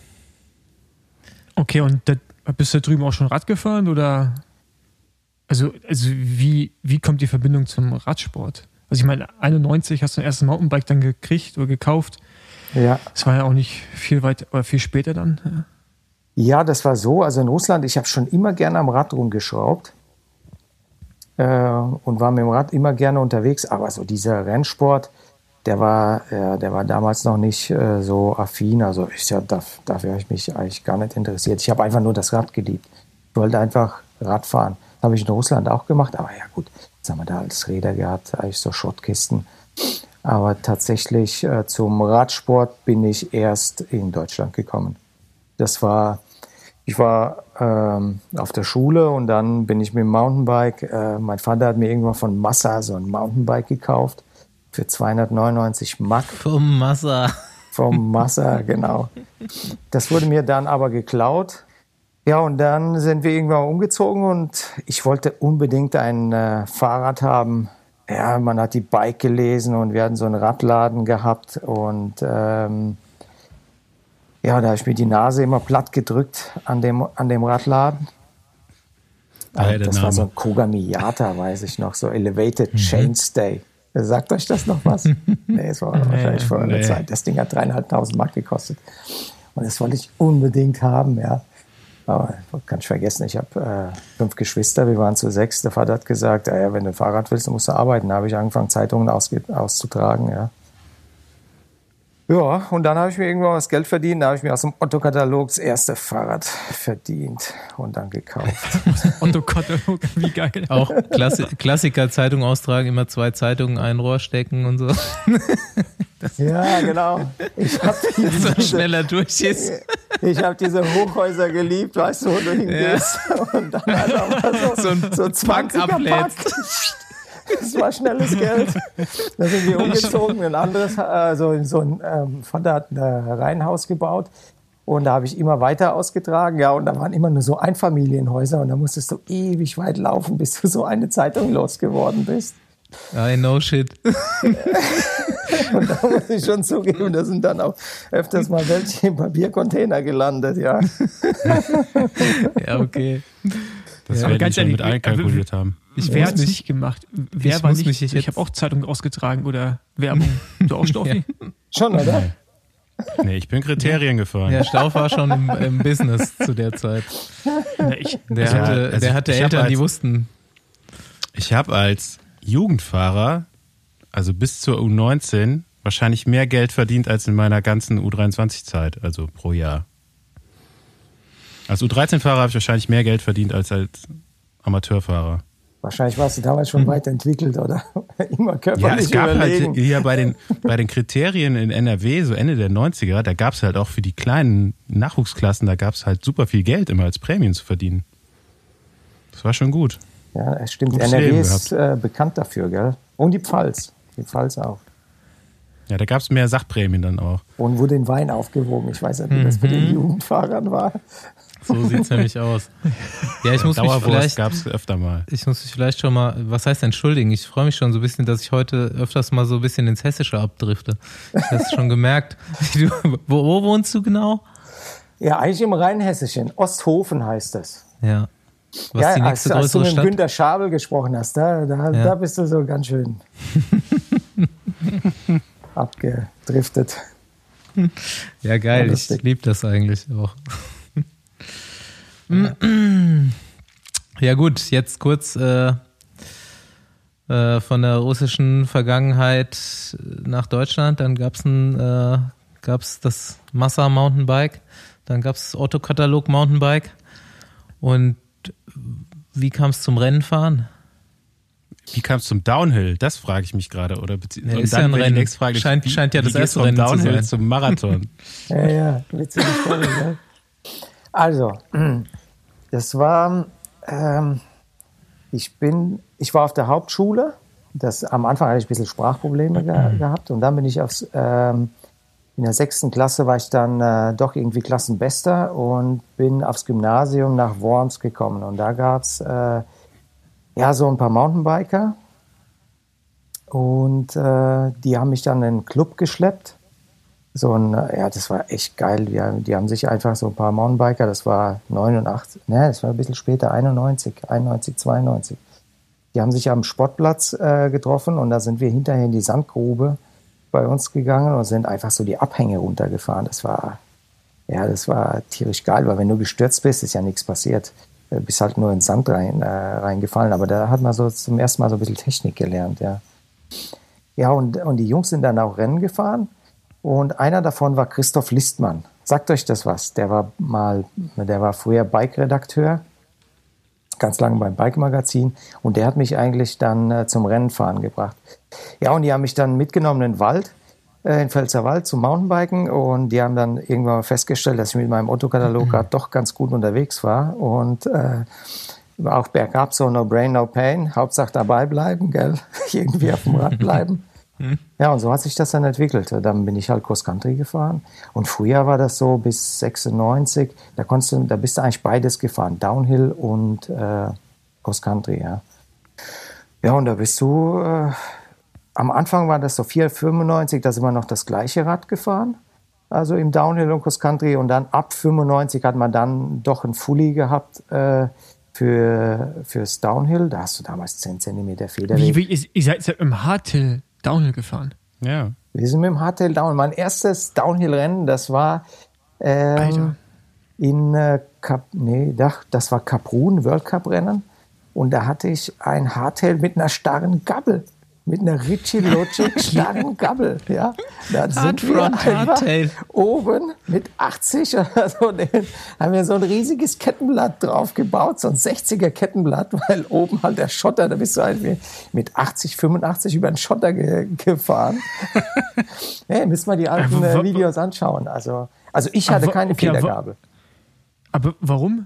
Okay, und da, bist du drüben auch schon Rad gefahren oder? Also, also wie, wie kommt die Verbindung zum Radsport? Also ich meine, einundneunzig hast du ein erstes Mountainbike dann gekriegt oder gekauft. Ja. Das war ja auch nicht viel weit, oder viel später dann. Ja, ja, das war so. Also in Russland, ich habe schon immer gerne am Rad rumgeschraubt. Und war mit dem Rad immer gerne unterwegs, aber so dieser Rennsport, der war, äh, der war damals noch nicht äh, so affin, also ich, ja, dafür, dafür habe ich mich eigentlich gar nicht interessiert. Ich habe einfach nur das Rad geliebt. Ich wollte einfach Rad fahren. Das habe ich in Russland auch gemacht, aber ja gut, jetzt haben wir da als Räder gehabt, eigentlich so Schrottkisten. Aber tatsächlich äh, zum Radsport bin ich erst in Deutschland gekommen. Das war... Ich war ähm, auf der Schule und dann bin ich mit dem Mountainbike, äh, mein Vater hat mir irgendwann von Massa so ein Mountainbike gekauft für zweihundertneunundneunzig Mark. Vom Massa. Vom Massa, genau. Das wurde mir dann aber geklaut. Ja, und dann sind wir irgendwann umgezogen und ich wollte unbedingt ein äh, Fahrrad haben, ja, man hat die Bike gelesen und wir hatten so einen Radladen gehabt und ähm, ja, da habe ich mir die Nase immer platt gedrückt an dem, an dem Radladen. Ah, ja, das Name. war so ein Koga Miata, weiß ich noch, so Elevated Chainstay. Sagt euch das noch was? Nee, es war wahrscheinlich vor einer nee. Zeit. Das Ding hat dreieinhalbtausend Mark gekostet. Und das wollte ich unbedingt haben, ja. Aber kann ich vergessen, ich habe äh, fünf Geschwister, wir waren zu sechs. Der Vater hat gesagt, ja, wenn du ein Fahrrad willst, dann musst du arbeiten. Da habe ich angefangen, Zeitungen ausge- auszutragen, ja. Ja, und dann habe ich mir irgendwann was Geld verdient. Da habe ich mir aus dem Otto-Katalog das erste Fahrrad verdient und dann gekauft. Otto-Katalog, wie geil. Auch Klassi- Klassiker, Zeitung austragen, immer zwei Zeitungen, ein Rohr stecken und so. Ja, genau. Ich habe So diese, schneller durch ist. ich hab diese Hochhäuser geliebt, weißt du, wo du hingehst. Und dann einfach mal so, So ein so zwanziger Pack Pack. ablädst. Das war schnelles Geld. Da sind wir umgezogen. Ein anderes, also so ein ähm, Vater hat ein Reihenhaus gebaut. Und da habe ich immer weiter ausgetragen. Ja, und da waren immer nur so Einfamilienhäuser. Und da musstest du ewig weit laufen, bis du so eine Zeitung losgeworden bist. I know shit. Und da muss ich schon zugeben, da sind dann auch öfters mal welche im Papiercontainer gelandet, ja. Ja, okay. Das Ja, werden die ganz schon ehrlich, mit einkalkuliert haben. Ich Wer muss hat es mich- nicht gemacht? Wer ich war muss nicht? mich Ich, jetzt- habe auch Zeitungen ausgetragen oder Werbung. Du auch, Stoffi? Schon, oder? Nee, ich bin Kriterien gefahren. Ja, Stauf war schon im, im Business zu der Zeit. Na, ich, Der Ja, hatte, also der hatte ich hab Eltern, die als- wussten. Ich habe als Jugendfahrer, also bis zur U neunzehn, wahrscheinlich mehr Geld verdient als in meiner ganzen U dreiundzwanzig-Zeit, also pro Jahr. Als U dreizehn-Fahrer habe ich wahrscheinlich mehr Geld verdient als als Amateurfahrer. Wahrscheinlich warst du damals schon weit entwickelt, oder? Immer körperlich Ja, es gab überlegen. halt hier bei den, bei den Kriterien in N R W, so Ende der neunziger, da gab es halt auch für die kleinen Nachwuchsklassen, da gab es halt super viel Geld immer als Prämien zu verdienen. Das war schon gut. Ja, es stimmt. Gutes N R W Leben ist äh, bekannt dafür, gell? Und die Pfalz. Die Pfalz auch. Ja, da gab es mehr Sachprämien dann auch. Und wurde in Wein aufgewogen. Ich weiß nicht, wie das mit den Jugendfahrern war. So sieht's nämlich aus. Ja, ich muss mich Dauerwurst vielleicht, gab es öfter mal. ich muss mich vielleicht schon mal, was heißt entschuldigen? Ich freue mich schon so ein bisschen, dass ich heute öfters mal so ein bisschen ins Hessische abdrifte. Ich habe es schon gemerkt. Du, wo, wo wohnst du genau? Ja, eigentlich im Rheinhessischen. Osthofen heißt es. Ja. Was ja, ist die nächste als, als du größere mit Stadt? Günter Schabel gesprochen hast, da, da, Ja. da bist du so ganz schön abgedriftet. Ja, geil, Ja, ich lustig. liebe das eigentlich auch. Ja gut, jetzt kurz äh, äh, von der russischen Vergangenheit nach Deutschland. Dann gab's ein, äh, gab's das Massa Mountainbike, dann gab's das Otto-Katalog Mountainbike. Und wie kam es zum Rennenfahren? Wie kam es zum Downhill? Das frage ich mich gerade. Oder bezie- Ja, und ist dann ja ein wäre die Rennen. nächste Frage, Scheint- wie, scheint ja das wie geht's erste vom Rennen zu Downhill sein. zum Marathon. Ja, ja, witzige Story, gell? Also, das war, ähm, ich bin, ich war auf der Hauptschule. Das, am Anfang hatte ich ein bisschen Sprachprobleme ge gehabt und dann bin ich aufs, ähm, in der sechsten Klasse war ich dann äh, doch irgendwie Klassenbester und bin aufs Gymnasium nach Worms gekommen und da gab's äh, ja so ein paar Mountainbiker und äh, die haben mich dann in einen Club geschleppt. So ein, ja, das war echt geil. Die, haben- die haben sich einfach so ein paar Mountainbiker, das war neunundachtzig, ne, das war ein bisschen später, einundneunzig, einundneunzig, zweiundneunzig. Die haben sich am Sportplatz äh, getroffen und da sind wir hinterher in die Sandgrube bei uns gegangen und sind einfach so die Abhänge runtergefahren. Das war, ja, das war tierisch geil, weil wenn du gestürzt bist, ist ja nichts passiert. Du bist halt nur in den Sand rein, äh, reingefallen, aber da hat man so zum ersten Mal so ein bisschen Technik gelernt, ja. Ja, und, und die Jungs sind dann auch Rennen gefahren. Und einer davon war Christoph Listmann. Sagt euch das was? Der war mal, der war früher Bike-Redakteur, ganz lange beim Bike-Magazin. Und der hat mich eigentlich dann äh, zum Rennenfahren gebracht. Ja, und die haben mich dann mitgenommen in den Wald, äh, in Pfälzerwald zum Mountainbiken. Und die haben dann irgendwann mal festgestellt, dass ich mit meinem Otto-Katalog gerade doch ganz gut unterwegs war. Und äh, auch bergab so no brain, no pain. Hauptsache dabei bleiben, gell? Irgendwie auf dem Rad bleiben. Ja, und so hat sich das dann entwickelt. Dann bin ich halt Cross-Country gefahren. Und früher war das so bis sechsundneunzig, da konntest du, da bist du eigentlich beides gefahren, Downhill und äh, Cross-Country, ja. Ja, und da bist du, äh, am Anfang war das so vier fünfundneunzig, da sind wir noch das gleiche Rad gefahren, also im Downhill und Cross Country. Und dann ab fünfundneunzig hat man dann doch ein Fully gehabt äh, für, fürs Downhill. Da hast du damals zehn Zentimeter Federweg. Wie, wie, ihr, ihr seid im Hardtail Downhill gefahren? Ja. Wir sind mit dem Hardtail Downhill. Mein erstes Downhill-Rennen, das war ähm, in äh, Kap, nee, das war Kaprun, World Cup-Rennen. Und da hatte ich ein Hardtail mit einer starren Gabel. Mit einer Ritchie Logic starren Gabel. Ja. Da sind wir einfach oben mit achtzig oder so, haben wir so ein riesiges Kettenblatt drauf gebaut, so ein sechziger Kettenblatt, weil oben halt der Schotter, da bist du halt mit achtzig, fünfundachtzig über den Schotter ge- gefahren. Hey, müssen wir die alten äh, Videos anschauen. Also, also ich hatte aber, keine okay, Federgabel. Aber, aber warum?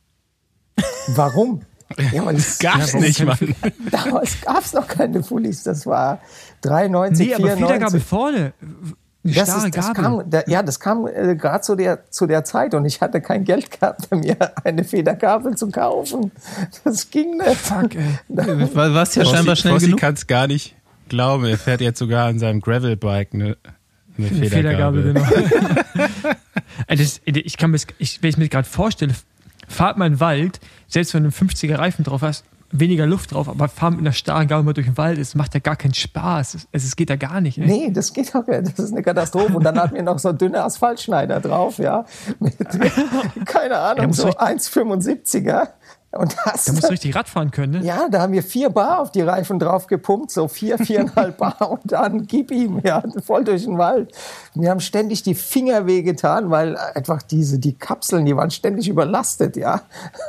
Warum? Ja, man, das gab's ja, nicht, Mann. Damals gab's noch keine Fullies. Das war dreiundneunzig, nee, aber vierundneunzig. Federgabel vorne. Eine das starre ist, das Gabel. kam, da, ja, das kam äh, gerade zu der, zu der Zeit und ich hatte kein Geld gehabt, mir eine Federgabel zu kaufen. Das ging nicht. Fuck, ey. Du warst ja Fossi, scheinbar schnell Fossi genug. kann es gar nicht glauben. Er fährt jetzt sogar an seinem Gravelbike eine, eine Federgabel. Federgabel genau. das, ich kann mir, ich, wenn ich mir gerade vorstelle, fahrt mal in den Wald, selbst wenn du einen fünfziger Reifen drauf hast, weniger Luft drauf, aber fahren mit einer starren Gabel mal durch den Wald, es macht ja gar keinen Spaß. Es, es geht ja gar nicht. Ey. Nee, das geht doch nicht. Das ist eine Katastrophe. Und dann hatten wir noch so dünne Asphaltschneider drauf, ja. Mit, keine Ahnung, so eins fünfundsiebziger. Und das, da musst du richtig Rad fahren können, ne? Ja, da haben wir vier Bar auf die Reifen drauf gepumpt, so vier, viereinhalb Bar und dann gib ihm, ja, voll durch den Wald. Wir haben ständig die Finger wehgetan, weil einfach diese, die Kapseln, die waren ständig überlastet, ja.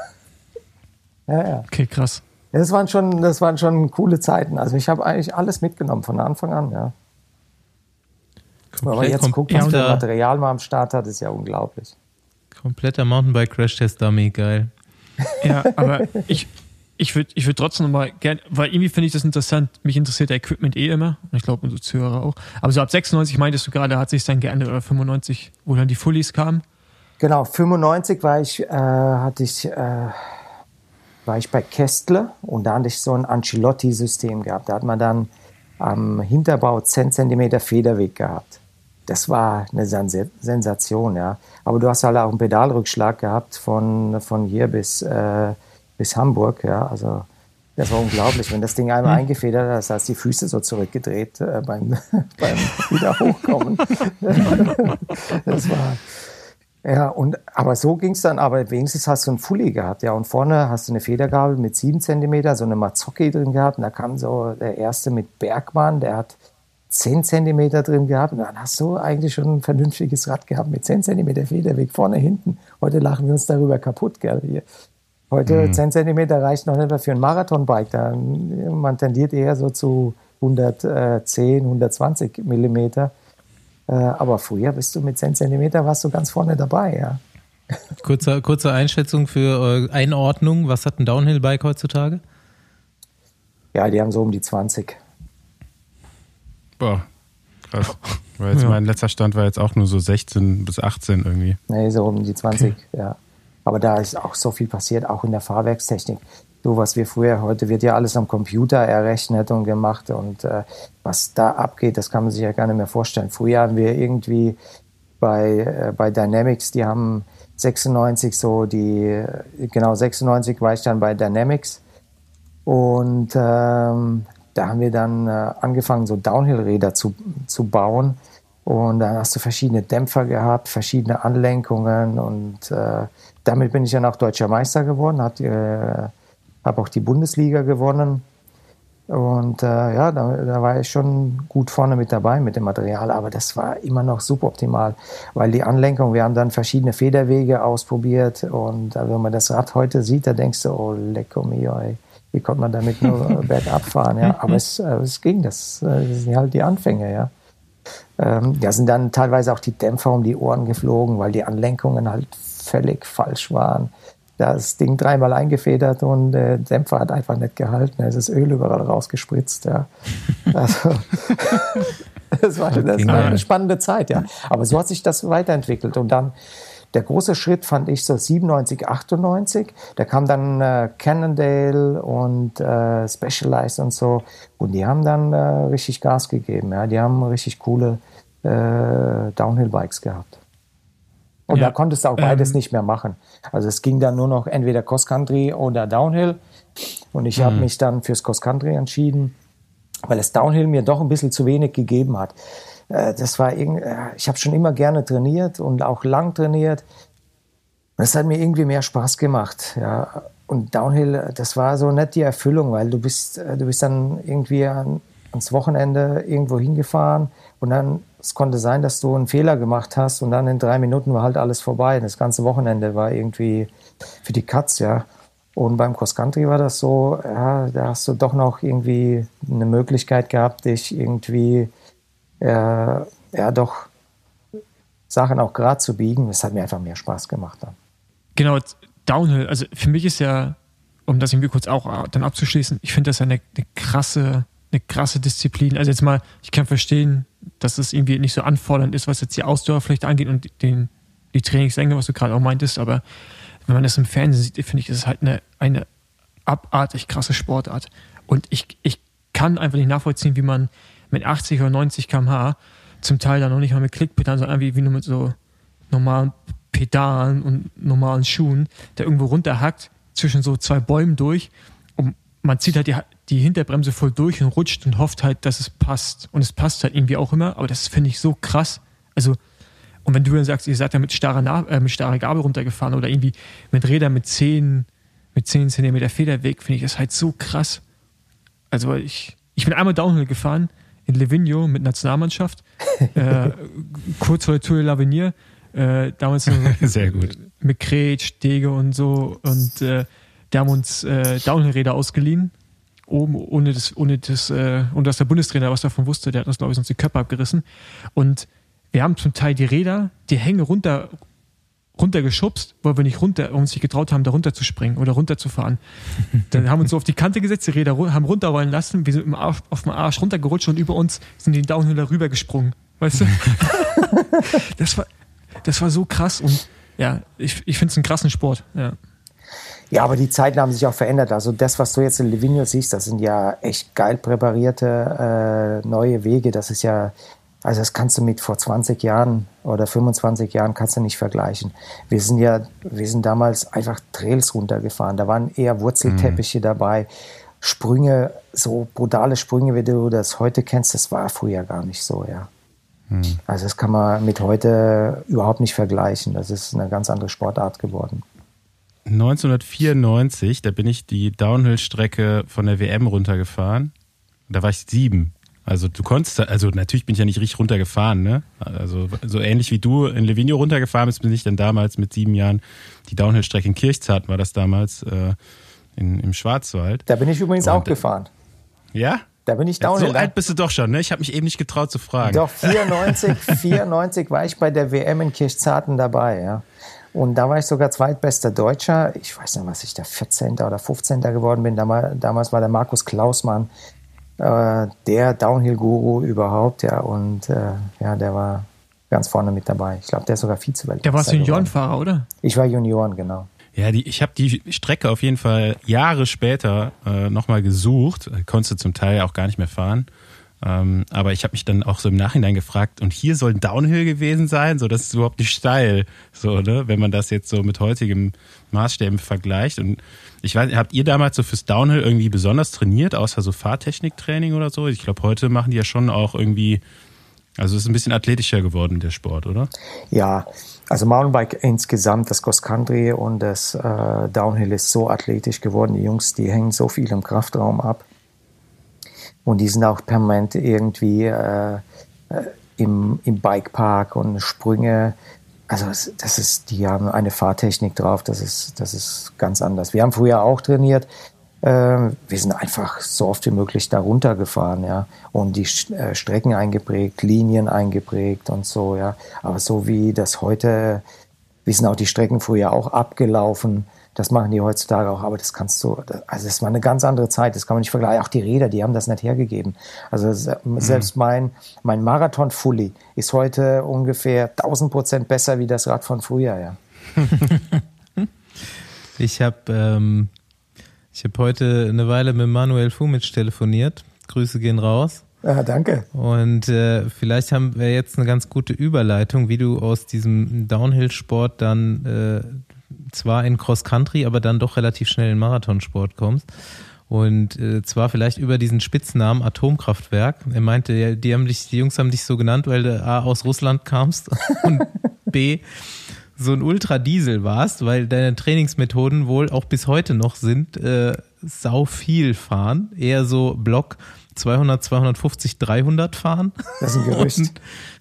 Ja, ja. Okay, krass. Das waren schon, das waren schon coole Zeiten. Also ich habe eigentlich alles mitgenommen von Anfang an, ja. Wenn man jetzt guckt, was für Material man am Start hat, ist ja unglaublich. Kompletter Mountainbike-Crash-Test-Dummy, geil. Ja, aber ich, ich würde ich würd trotzdem noch mal gerne, weil irgendwie finde ich das interessant, mich interessiert der Equipment eh immer und ich glaube unsere Zuhörer auch. Aber so ab sechsundneunzig meintest du gerade, hat sich dann geändert oder fünfundneunzig, wo dann die Fullies kamen? Genau, fünfundneunzig war ich, äh, hatte ich, äh, war ich bei Kästler und da hatte ich so ein Ancelotti-System gehabt. Da hat man dann am Hinterbau zehn Zentimeter Federweg gehabt. Das war eine Sensation, ja. Aber du hast halt auch einen Pedalrückschlag gehabt von, von hier bis, äh, bis Hamburg, ja. Also das war unglaublich. Wenn das Ding einmal hm. eingefedert hat, das heißt die Füße so zurückgedreht äh, beim, beim wieder hochkommen. Das war, ja, und, aber so ging es dann, aber wenigstens hast du einen Fully gehabt, ja. Und vorne hast du eine Federgabel mit sieben Zentimeter, so eine Mazzocchi drin gehabt. Und da kam so der erste mit Bergmann, der hat zehn Zentimeter drin gehabt und dann hast du eigentlich schon ein vernünftiges Rad gehabt mit zehn Zentimeter Federweg vorne, hinten. Heute lachen wir uns darüber kaputt, gell? Hier. Heute mhm. zehn Zentimeter reicht noch nicht mehr für ein Marathonbike. Da, man tendiert eher so zu hundertzehn, hundertzwanzig Millimeter. Äh, aber früher bist du mit zehn Zentimeter warst du ganz vorne dabei, ja. Kurze, kurze Einschätzung für äh, Einordnung. Was hat ein Downhill-Bike heutzutage? Ja, die haben so um die zwanzig. Boah, krass. Weil jetzt Ja. mein letzter Stand war jetzt auch nur so sechzehn bis achtzehn irgendwie. Nee, so um die zwanzig, Okay. ja. Aber da ist auch so viel passiert, auch in der Fahrwerkstechnik. So was wir früher, heute wird ja alles am Computer errechnet und gemacht und äh, was da abgeht, das kann man sich ja gar nicht mehr vorstellen. Früher haben wir irgendwie bei, äh, bei Dynamics, die haben sechsundneunzig so die, genau sechsundneunzig war ich dann bei Dynamics und ähm, da haben wir dann äh, angefangen, so Downhill-Räder zu, zu bauen. Und dann hast du verschiedene Dämpfer gehabt, verschiedene Anlenkungen. Und äh, damit bin ich dann auch deutscher Meister geworden, habe äh, hab auch die Bundesliga gewonnen. Und äh, ja, da, da war ich schon gut vorne mit dabei mit dem Material. Aber das war immer noch suboptimal, weil die Anlenkung, wir haben dann verschiedene Federwege ausprobiert. Und äh, wenn man das Rad heute sieht, da denkst du, oh, lecco mio, ey. Wie konnte man damit nur bergab fahren, ja. Aber es, es ging, das, das sind halt die Anfänge, ja. Ähm, da sind dann teilweise auch die Dämpfer um die Ohren geflogen, weil die Anlenkungen halt völlig falsch waren. Da ist das Ding dreimal eingefedert und der Dämpfer hat einfach nicht gehalten. Es ist Öl überall rausgespritzt, ja. Also, das war, das war eine spannende Zeit, ja. Aber so hat sich das weiterentwickelt und dann der große Schritt fand ich so siebenundneunzig, achtundneunzig. Da kam dann äh, Cannondale und äh, Specialized und so. Und die haben dann äh, richtig Gas gegeben. Ja? Die haben richtig coole äh, Downhill-Bikes gehabt. Und ja, da konntest du auch beides ähm, nicht mehr machen. Also es ging dann nur noch entweder Cross-Country oder Downhill. Und ich habe mich dann fürs Cross-Country entschieden, weil das Downhill mir doch ein bisschen zu wenig gegeben hat. Das war irgend, ich habe schon immer gerne trainiert und auch lang trainiert. Und das hat mir irgendwie mehr Spaß gemacht. Ja. Und Downhill, das war so nicht die Erfüllung, weil du bist, du bist dann irgendwie an, ans Wochenende irgendwo hingefahren und dann, es konnte sein, dass du einen Fehler gemacht hast und dann in drei Minuten war halt alles vorbei. Das ganze Wochenende war irgendwie für die Katz, ja. Und beim Cross-Country war das so, ja, da hast du doch noch irgendwie eine Möglichkeit gehabt, dich irgendwie Ja, ja, doch Sachen auch gerade zu biegen, das hat mir einfach mehr Spaß gemacht dann. Genau, Downhill, also für mich ist ja, um das irgendwie kurz auch dann abzuschließen, ich finde das ja eine, eine krasse, eine krasse Disziplin. Also jetzt mal, ich kann verstehen, dass es irgendwie nicht so anfordernd ist, was jetzt die Ausdauer vielleicht angeht und den, die Trainingslänge, was du gerade auch meintest, aber wenn man das im Fernsehen sieht, finde ich, ist es halt eine, eine abartig krasse Sportart. Und ich, ich kann einfach nicht nachvollziehen, wie man mit achtzig oder neunzig Kilometer pro Stunde, zum Teil dann noch nicht mal mit Klickpedalen, sondern irgendwie wie nur mit so normalen Pedalen und normalen Schuhen, der irgendwo runterhackt, zwischen so zwei Bäumen durch und man zieht halt die, die Hinterbremse voll durch und rutscht und hofft halt, dass es passt. Und es passt halt irgendwie auch immer, aber das finde ich so krass. Also, und wenn du dann sagst, ihr seid ja mit starrer, Na- äh, mit starrer Gabel runtergefahren oder irgendwie mit Rädern mit zehn, mit zehn Zentimeter Federweg, finde ich das halt so krass. Also ich, ich bin einmal Downhill gefahren, in Livigno mit Nationalmannschaft, äh, kurz vor der Tour de l'Avenir, äh, damals Sehr gut. mit Kret, Stege und so und äh, die haben uns äh, Downhill-Räder ausgeliehen, oben, ohne, das, ohne, das, äh, ohne dass der Bundestrainer was davon wusste, der hat uns, glaube ich, sonst die Köpfe abgerissen und wir haben zum Teil die Räder, die Hänge runter runtergeschubst, weil wir nicht runter, uns nicht getraut haben, da runter zu springen oder runterzufahren. Dann haben wir uns so auf die Kante gesetzt, die Räder haben runterrollen lassen, wir sind im Arsch, auf dem Arsch runtergerutscht und über uns sind die Downhiller rübergesprungen. Weißt du? das war, das war so krass und ja, ich, ich finde es einen krassen Sport. Ja. Ja, aber die Zeiten haben sich auch verändert. Also das, was du jetzt in Livigno siehst, das sind ja echt geil präparierte äh, neue Wege. Das ist ja Also das kannst du mit vor zwanzig Jahren oder fünfundzwanzig Jahren kannst du nicht vergleichen. Wir sind ja, wir sind damals einfach Trails runtergefahren. Da waren eher Wurzelteppiche mhm. dabei. Sprünge, so brutale Sprünge, wie du das heute kennst, das war früher gar nicht so, ja. Mhm. Also das kann man mit heute überhaupt nicht vergleichen. Das ist eine ganz andere Sportart geworden. neunzehnhundertvierundneunzig, da bin ich die Downhill-Strecke von der W M runtergefahren. Da war ich sieben. Also du konntest, also natürlich bin ich ja nicht richtig runtergefahren, ne? Also so ähnlich wie du in Livigno runtergefahren bist, bin ich dann damals mit sieben Jahren die Downhill-Strecke in Kirchzarten, war das damals äh, in, im Schwarzwald. Da bin ich übrigens Und, auch gefahren. Ja? Da bin ich ja, Downhill. So alt bist du doch schon, ne? Ich habe mich eben nicht getraut zu fragen. Doch, vierundneunzig, vierundneunzig war ich bei der W M in Kirchzarten dabei, ja. Und da war ich sogar zweitbester Deutscher. Ich weiß nicht, was ich da vierzehnter oder fünfzehnter geworden bin. Damals, damals war der Markus Klausmann äh, der Downhill-Guru überhaupt, ja. Und äh, ja, der war ganz vorne mit dabei. Ich glaube, der ist sogar Vizeweltmeister. Der war Juniorenfahrer, oder? Ich war Junioren, genau. Ja, die, ich habe die Strecke auf jeden Fall Jahre später äh, nochmal gesucht. Konntest du zum Teil auch gar nicht mehr fahren. Ähm, aber ich habe mich dann auch so im Nachhinein gefragt, und hier soll ein Downhill gewesen sein? So, das ist überhaupt nicht steil, so, ne? Wenn man das jetzt so mit heutigem Maßstäben vergleicht. Und ich weiß, habt ihr damals so fürs Downhill irgendwie besonders trainiert, außer so Fahrtechniktraining oder so? Ich glaube, heute machen die ja schon auch irgendwie, also es ist ein bisschen athletischer geworden, der Sport, oder? Ja, also Mountainbike insgesamt, das Cross Country und das äh, Downhill ist so athletisch geworden. Die Jungs, die hängen so viel im Kraftraum ab. Und die sind auch permanent irgendwie äh, im, im Bikepark und Sprünge. Also das ist, die haben eine Fahrtechnik drauf, das ist, das ist ganz anders. Wir haben früher auch trainiert. Äh, wir sind einfach so oft wie möglich da runtergefahren, ja. Und die äh, Strecken eingeprägt, Linien eingeprägt und so, ja. Aber so wie das heute, wie sind auch die Strecken früher auch abgelaufen. Das machen die heutzutage auch, aber das kannst du, also das war eine ganz andere Zeit, das kann man nicht vergleichen. Auch die Räder, die haben das nicht hergegeben. Also selbst mein, mein Marathon-Fully ist heute ungefähr tausend Prozent besser wie das Rad von früher, ja. Ich habe ähm, ich hab heute eine Weile mit Manuel Fumic telefoniert. Grüße gehen raus. Ja, danke. Und äh, vielleicht haben wir jetzt eine ganz gute Überleitung, wie du aus diesem Downhill-Sport dann äh, zwar in Cross-Country, aber dann doch relativ schnell in Marathonsport kommst. Und äh, zwar vielleicht über diesen Spitznamen Atomkraftwerk. Er meinte, ja, die haben dich, die Jungs haben dich so genannt, weil du A aus Russland kamst und B so ein Ultradiesel warst, weil deine Trainingsmethoden wohl auch bis heute noch sind, äh, sau viel fahren, eher so Block zweihundert, zweihundertfünfzig, dreihundert fahren. Das ist ein Gerücht.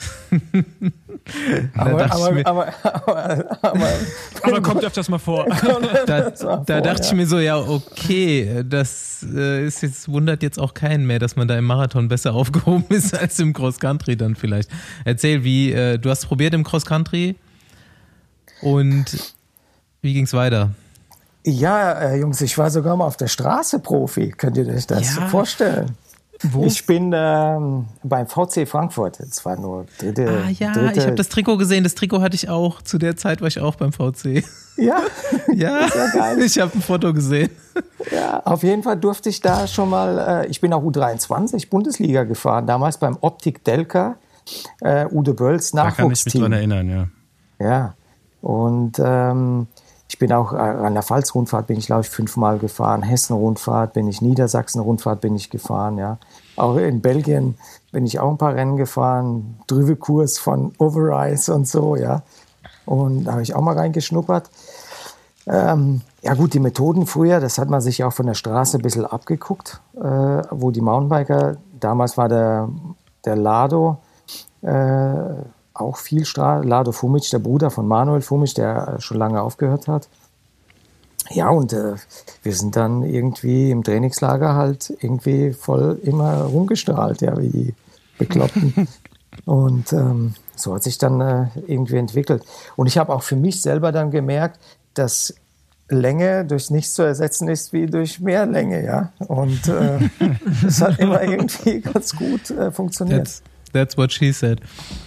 aber, aber, mir, aber, aber, aber, aber kommt öfters mal vor. Da, da dachte ich mir so, ja, okay, das äh, ist jetzt, wundert jetzt auch keinen mehr, dass man da im Marathon besser aufgehoben ist als im Cross-Country dann vielleicht. Erzähl, wie, äh, du hast probiert im Cross-Country und wie ging's weiter? Ja, äh, Jungs, ich war sogar mal auf der Straße Profi. Könnt ihr euch das Ja. vorstellen? Wo? Ich bin ähm, beim V C Frankfurt. Das war nur dritte. Ah ja, dritte, ich habe das Trikot gesehen. Das Trikot hatte ich auch. Zu der Zeit war ich auch beim V C. Ja, Ja, ja geil. Ich habe ein Foto gesehen. Ja, auf jeden Fall durfte ich da schon mal, äh, ich bin auch U dreiundzwanzig Bundesliga gefahren, damals beim Optik Delka, äh, Ude Bölls Da kann ich mich dran Nachwuchsteam. erinnern, ja. Ja, und ähm, ich bin auch äh, an der Pfalz-Rundfahrt bin ich, glaube ich, fünfmal gefahren, Hessen-Rundfahrt bin ich, Niedersachsen-Rundfahrt bin ich gefahren, ja. Auch in Belgien bin ich auch ein paar Rennen gefahren, Drüve-Kurs von Overijse und so, ja. Und da habe ich auch mal reingeschnuppert. Ähm, ja gut, die Methoden früher, das hat man sich auch von der Straße ein bisschen abgeguckt, äh, wo die Mountainbiker, damals war der, der Lado äh, auch viel Straße, Lado Fumic, der Bruder von Manuel Fumic, der schon lange aufgehört hat. Ja, und äh, wir sind dann irgendwie im Trainingslager halt irgendwie voll immer rumgestrahlt, ja, wie die Bekloppten. Und ähm, so hat sich dann äh, irgendwie entwickelt. Und ich habe auch für mich selber dann gemerkt, dass Länge durch nichts zu ersetzen ist wie durch mehr Länge, ja. Und äh, das hat immer irgendwie ganz gut äh, funktioniert. That's, that's what she said.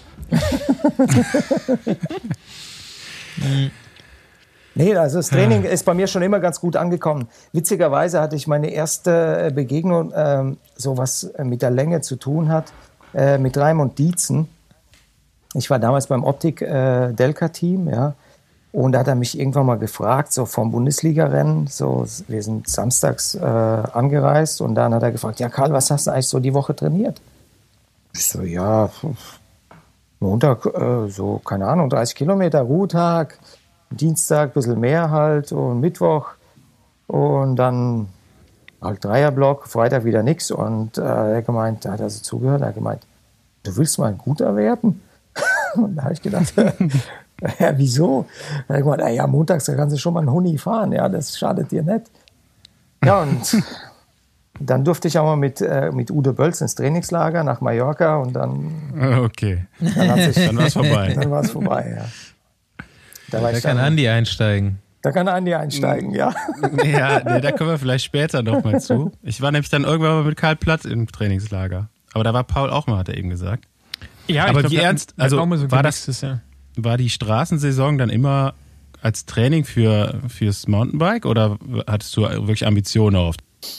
Nee, also das Training ist bei mir schon immer ganz gut angekommen. Witzigerweise hatte ich meine erste Begegnung, ähm, so was mit der Länge zu tun hat, äh, mit Raimund Dietzen. Ich war damals beim Optik äh, Delka-Team, ja. Und da hat er mich irgendwann mal gefragt, so vom Bundesliga-Rennen, so, wir sind samstags äh, angereist und dann hat er gefragt, ja Karl, was hast du eigentlich so die Woche trainiert? Ich so, ja, Montag, äh, so, keine Ahnung, dreißig Kilometer, Ruhetag, Dienstag ein bisschen mehr halt und Mittwoch und dann halt Dreierblock, Freitag wieder nix und äh, er hat gemeint, da hat er so zugehört, er hat gemeint, du willst mal ein Guter werden? Und da habe ich gedacht, ja, wieso? Da habe ich gemeint, ja, montags, da kannst du schon mal einen Huni fahren, ja, das schadet dir nicht. Ja, und dann durfte ich auch mal mit, äh, mit Ude Bölls ins Trainingslager nach Mallorca und dann, Okay, dann, hat sich, dann war es vorbei. dann war es vorbei, ja. Da, war Da ich kann dann, Andi einsteigen. da kann Andi einsteigen, ja. Ja, nee, da kommen wir vielleicht später noch mal zu. Ich war nämlich dann irgendwann mal mit Karl Platt im Trainingslager. Aber da war Paul auch mal, hat er eben gesagt. Ja, Aber ich glaub, wie wir ernst, hatten- wir also hatten auch mal so war das, gemixtes, ja. war die Straßensaison dann immer als Training für fürs Mountainbike oder hattest du wirklich Ambitionen auf?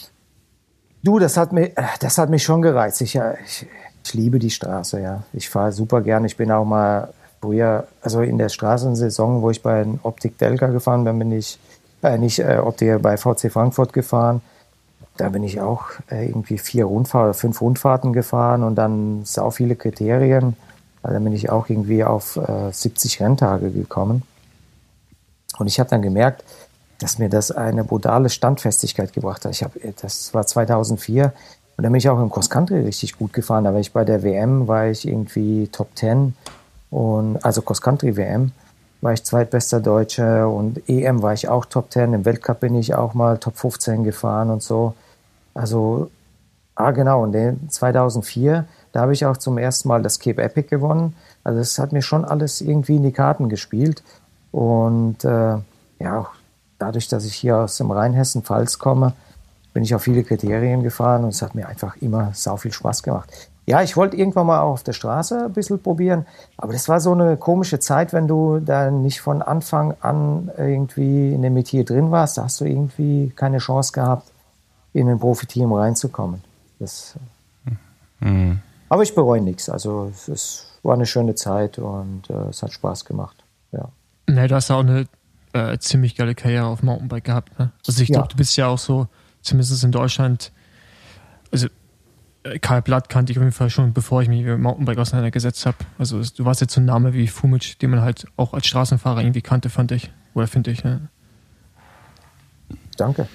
Du, das hat mich, das hat mich schon gereizt. Ich, ja, ich, ich liebe die Straße, ja. Ich fahre super gern. Ich bin auch mal früher, also in der Straßensaison, wo ich bei Optik Delka gefahren bin, bin ich äh, nicht äh, Optik bei V C Frankfurt gefahren. Da bin ich auch äh, irgendwie vier Rundfahrten, fünf Rundfahrten gefahren und dann sau viele Kriterien. Also dann bin ich auch irgendwie auf äh, siebzig Renntage gekommen. Und ich habe dann gemerkt, dass mir das eine brutale Standfestigkeit gebracht hat. Ich hab, das war zweitausendvier und dann bin ich auch im Cross-Country richtig gut gefahren. Da war ich bei der W M, war ich irgendwie Top zehn und also Cross-Country-W M war ich zweitbester Deutscher und E M war ich auch Top zehn. Im Weltcup bin ich auch mal Top fünfzehn gefahren und so. Also, ah genau, und den zweitausendvier, da habe ich auch zum ersten Mal das Cape Epic gewonnen. Also es hat mir schon alles irgendwie in die Karten gespielt und äh, ja, dadurch, dass ich hier aus dem Rheinhessen-Pfalz komme, bin ich auf viele Kriterien gefahren und es hat mir einfach immer sau viel Spaß gemacht. Ja, ich wollte irgendwann mal auch auf der Straße ein bisschen probieren, aber das war so eine komische Zeit, wenn du da nicht von Anfang an irgendwie in dem Metier drin warst, da hast du irgendwie keine Chance gehabt, in ein Profiteam reinzukommen. Das, mhm. Aber ich bereue nichts, also es, es war eine schöne Zeit und äh, es hat Spaß gemacht. Ja. Ne, du hast ja auch eine äh, ziemlich geile Karriere auf Mountainbike gehabt. Ne? Also ich glaube, ja. Du bist ja auch so, zumindest in Deutschland, also Karl Platt kannte ich auf jeden Fall schon, bevor ich mich mit Mountainbike auseinandergesetzt habe. Also du warst jetzt so ein Name wie Fumic, den man halt auch als Straßenfahrer irgendwie kannte, fand ich. Oder finde ich. Ne? Danke.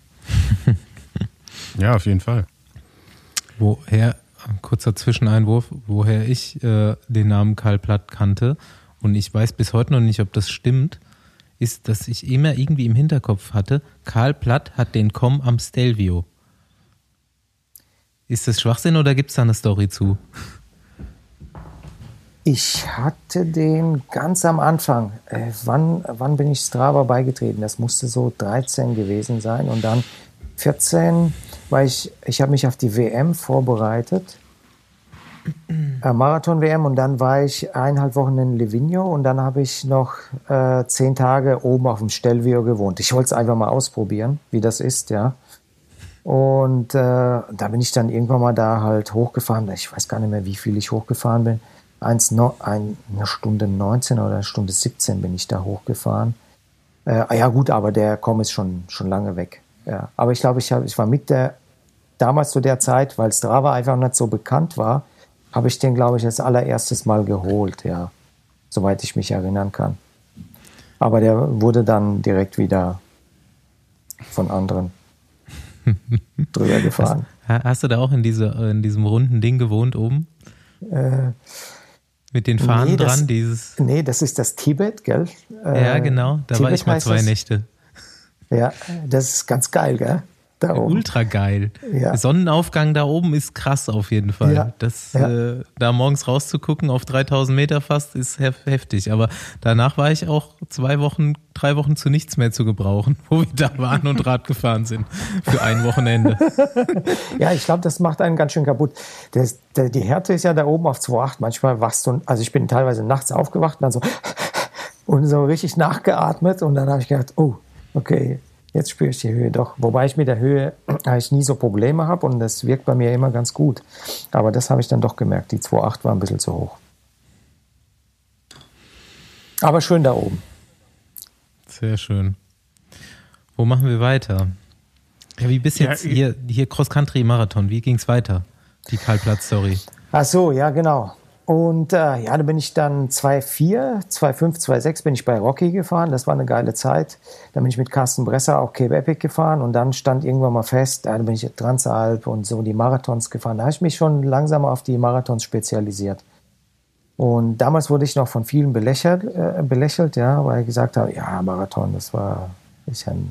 Ja, auf jeden Fall. Woher, kurzer Zwischeneinwurf, woher ich äh, den Namen Karl Platt kannte, und ich weiß bis heute noch nicht, ob das stimmt, ist, dass ich immer irgendwie im Hinterkopf hatte, Karl Platt hat den Komm am Stelvio. Ist das Schwachsinn oder gibt es da eine Story zu? Ich hatte den ganz am Anfang. Äh, wann, wann bin ich Strava beigetreten? Das musste so dreizehn gewesen sein. Und dann vierzehn, weil ich, ich habe mich auf die W M vorbereitet. Äh, Marathon-W M. Und dann war ich eineinhalb Wochen in Livigno. Und dann habe ich noch äh, zehn Tage oben auf dem Stelvio gewohnt. Ich wollte es einfach mal ausprobieren, wie das ist, ja. Und äh, da bin ich dann irgendwann mal da halt hochgefahren. Ich weiß gar nicht mehr, wie viel ich hochgefahren bin. Eins, no, ein, eine Stunde neunzehn oder eine Stunde siebzehn bin ich da hochgefahren. Äh, ja gut, aber der Komm ist schon, schon lange weg. Ja. Aber ich glaube, ich, hab, ich war mit der, damals zu der Zeit, weil Strava einfach nicht so bekannt war, habe ich den, glaube ich, als allererstes Mal geholt, ja. Soweit ich mich erinnern kann. Aber der wurde dann direkt wieder von anderen drüber gefahren. Hast, hast du da auch in, diese, in diesem runden Ding gewohnt oben? Äh, Mit den Fahnen nee, das, dran? Dieses nee, das ist das Tibet, gell? Äh, ja, genau. Da Tibet war ich mal zwei Nächte. Ja, das ist ganz geil, gell? Da oben. Ultra geil. Ja. Der Sonnenaufgang da oben ist krass auf jeden Fall. Ja. Das, ja. Äh, da morgens rauszugucken auf dreitausend Meter fast ist hef- heftig. Aber danach war ich auch zwei Wochen, drei Wochen zu nichts mehr zu gebrauchen, wo wir da waren und Rad gefahren sind für ein Wochenende. Ja, ich glaube, das macht einen ganz schön kaputt. Das, der, die Härte ist ja da oben auf zwei Komma acht. Manchmal wachst du, also ich bin teilweise nachts aufgewacht und dann so und so richtig nachgeatmet und dann habe ich gedacht, oh, okay, jetzt spüre ich die Höhe doch. Wobei ich mit der Höhe eigentlich nie so Probleme habe und das wirkt bei mir immer ganz gut. Aber das habe ich dann doch gemerkt. Die zwei Komma acht war ein bisschen zu hoch. Aber schön da oben. Sehr schön. Wo machen wir weiter? Ja, wie bist jetzt ja, hier, hier Cross-Country-Marathon? Wie ging es weiter? Die Karl-Platt-Story. Ach so, ja genau. Und äh, ja, da bin ich dann zwei Komma vier, zwei Komma fünf, zwei Komma sechs bin ich bei Rocky gefahren. Das war eine geile Zeit. Dann bin ich mit Carsten Bresser auch Cape Epic gefahren. Und dann stand irgendwann mal fest, da bin ich Transalp und so die Marathons gefahren. Da habe ich mich schon langsam auf die Marathons spezialisiert. Und damals wurde ich noch von vielen belächelt, äh, belächelt ja, weil ich gesagt habe, ja, Marathon, das war ist ja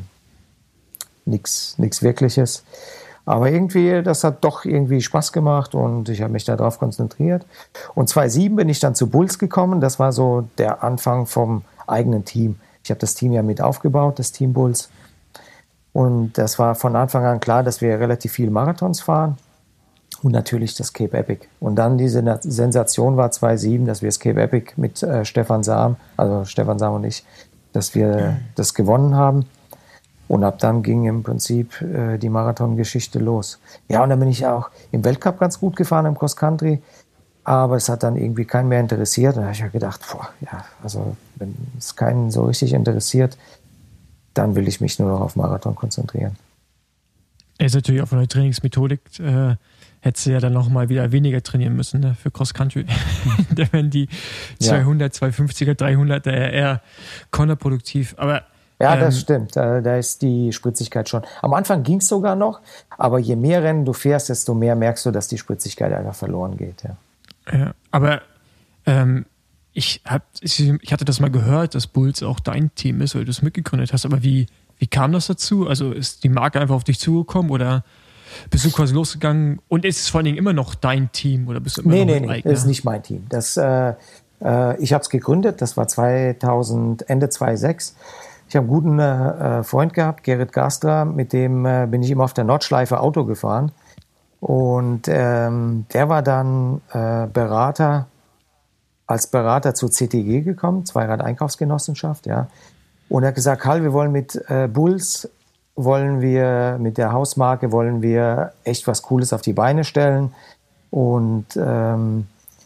nichts nichts Wirkliches. Aber irgendwie, das hat doch irgendwie Spaß gemacht und ich habe mich darauf konzentriert. Und zwei Komma sieben bin ich dann zu Bulls gekommen. Das war so der Anfang vom eigenen Team. Ich habe das Team ja mit aufgebaut, das Team Bulls. Und das war von Anfang an klar, dass wir relativ viele Marathons fahren. Und natürlich das Cape Epic. Und dann diese Sensation war zwei Komma sieben, dass wir das Cape Epic mit äh, Stefan Sam, also Stefan Sam und ich, dass wir das gewonnen haben. Und ab dann ging im Prinzip äh, die Marathon-Geschichte los. Ja, und dann bin ich auch im Weltcup ganz gut gefahren im Cross-Country. Aber es hat dann irgendwie keinen mehr interessiert. Und da habe ich ja gedacht, boah, ja, also wenn es keinen so richtig interessiert, dann will ich mich nur noch auf Marathon konzentrieren. Ist natürlich auch von der Trainingsmethodik, äh, hättest du ja dann noch mal wieder weniger trainieren müssen, ne, für Cross-Country. Da wären die zweihundert, ja. zweihundertfünfziger, dreihunderter eher kontraproduktiv. Aber ja, das ähm, stimmt. Da ist die Spritzigkeit schon. Am Anfang ging es sogar noch, aber je mehr Rennen du fährst, desto mehr merkst du, dass die Spritzigkeit einfach verloren geht. Ja, ja aber ähm, ich, hab, ich hatte das mal gehört, dass Bulls auch dein Team ist, weil du es mitgegründet hast. Aber wie, wie kam das dazu? Also ist die Marke einfach auf dich zugekommen oder bist du quasi losgegangen? Und ist es vor allen Dingen immer noch dein Team? Oder bist du immer nee, noch nee, nee, Eigner? das ist nicht mein Team. Das, äh, äh, ich habe es gegründet, das war zweitausend, Ende zweitausendsechs. ich habe einen guten äh, Freund gehabt, Gerrit Gastra, mit dem äh, bin ich immer auf der Nordschleife Auto gefahren. Und ähm, der war dann äh, Berater, als Berater zur C T G gekommen, Zweirad-Einkaufsgenossenschaft, ja. Und er hat gesagt, Karl, wir wollen mit äh, Bulls, wollen wir mit der Hausmarke, wollen wir echt was Cooles auf die Beine stellen. Und ähm,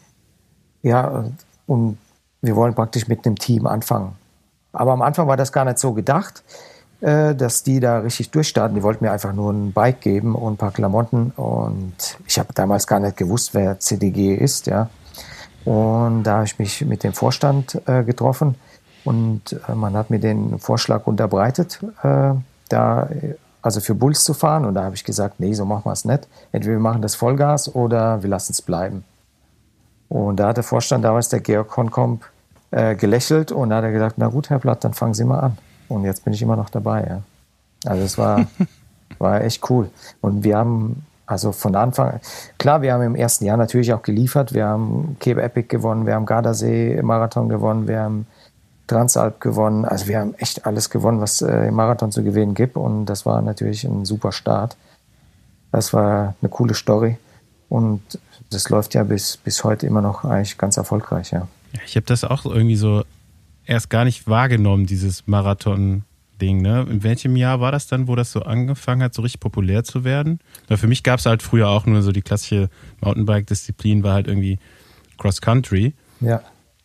ja, und wir wollen praktisch mit einem Team anfangen. Aber am Anfang war das gar nicht so gedacht, äh, dass die da richtig durchstarten. Die wollten mir einfach nur ein Bike geben und ein paar Klamotten. Und ich habe damals gar nicht gewusst, wer C T G ist, ja. Und da habe ich mich mit dem Vorstand äh, getroffen und äh, man hat mir den Vorschlag unterbreitet, äh, da also für Bulls zu fahren. Und da habe ich gesagt, nee, so machen wir es nicht. Entweder wir machen das Vollgas oder wir lassen es bleiben. Und da hat der Vorstand damals, der Georg Honkomp, äh, gelächelt und da hat er gesagt, na gut, Herr Blatt, dann fangen Sie mal an. Und jetzt bin ich immer noch dabei. Ja. Also es war, war echt cool. Und wir haben also von Anfang, klar, wir haben im ersten Jahr natürlich auch geliefert. Wir haben Cape Epic gewonnen, wir haben Gardasee-Marathon gewonnen, wir haben Transalp gewonnen. Also wir haben echt alles gewonnen, was äh, im Marathon zu gewinnen gibt. Und das war natürlich ein super Start. Das war eine coole Story. Und das läuft ja bis, bis heute immer noch eigentlich ganz erfolgreich, ja. Ja, ich habe das auch irgendwie so erst gar nicht wahrgenommen, dieses Marathon-Ding, ne? In welchem Jahr war das dann, wo das so angefangen hat, so richtig populär zu werden? Weil für mich gab es halt früher auch nur so die klassische Mountainbike-Disziplin, war halt irgendwie Cross-Country. Ja.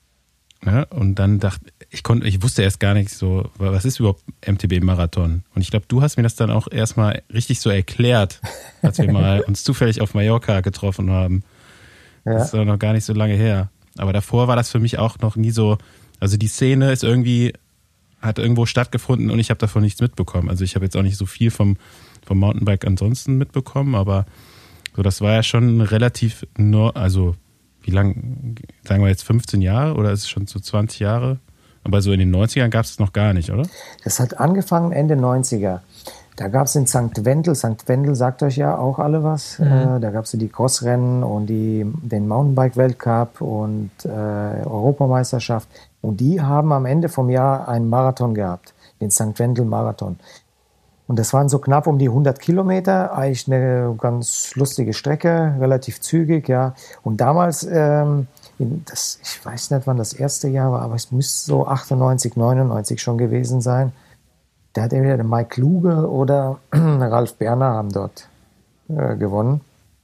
Ja, und dann dachte ich, konnte, ich wusste erst gar nicht so, was ist überhaupt M T B-Marathon? Und ich glaube, du hast mir das dann auch erstmal richtig so erklärt, als wir mal uns zufällig auf Mallorca getroffen haben. Ja. Das ist doch noch gar nicht so lange her. Aber davor war das für mich auch noch nie so, also die Szene ist irgendwie, hat irgendwo stattgefunden und ich habe davon nichts mitbekommen. Also ich habe jetzt auch nicht so viel vom, vom Mountainbike ansonsten mitbekommen, aber so, das war ja schon relativ, no, also wie lang, sagen wir jetzt fünfzehn Jahre oder ist es schon so zwanzig Jahre? Aber so in den neunzigern gab es es noch gar nicht, oder? Das hat angefangen Ende neunziger. Da gab es in Sankt Wendel, Sankt Wendel sagt euch ja auch alle was, mhm. äh, da gab es die Crossrennen und die, den Mountainbike-Weltcup und äh, Europameisterschaft und die haben am Ende vom Jahr einen Marathon gehabt, den Sankt Wendel-Marathon. Und das waren so knapp um die hundert Kilometer, eigentlich eine ganz lustige Strecke, relativ zügig, ja. Und damals, ähm, in das, ich weiß nicht, wann das erste Jahr war, aber es müsste so achtundneunzig, neunundneunzig schon gewesen sein. Da hat entweder der Mike Kluge oder Ralf Berner haben dort äh, gewonnen.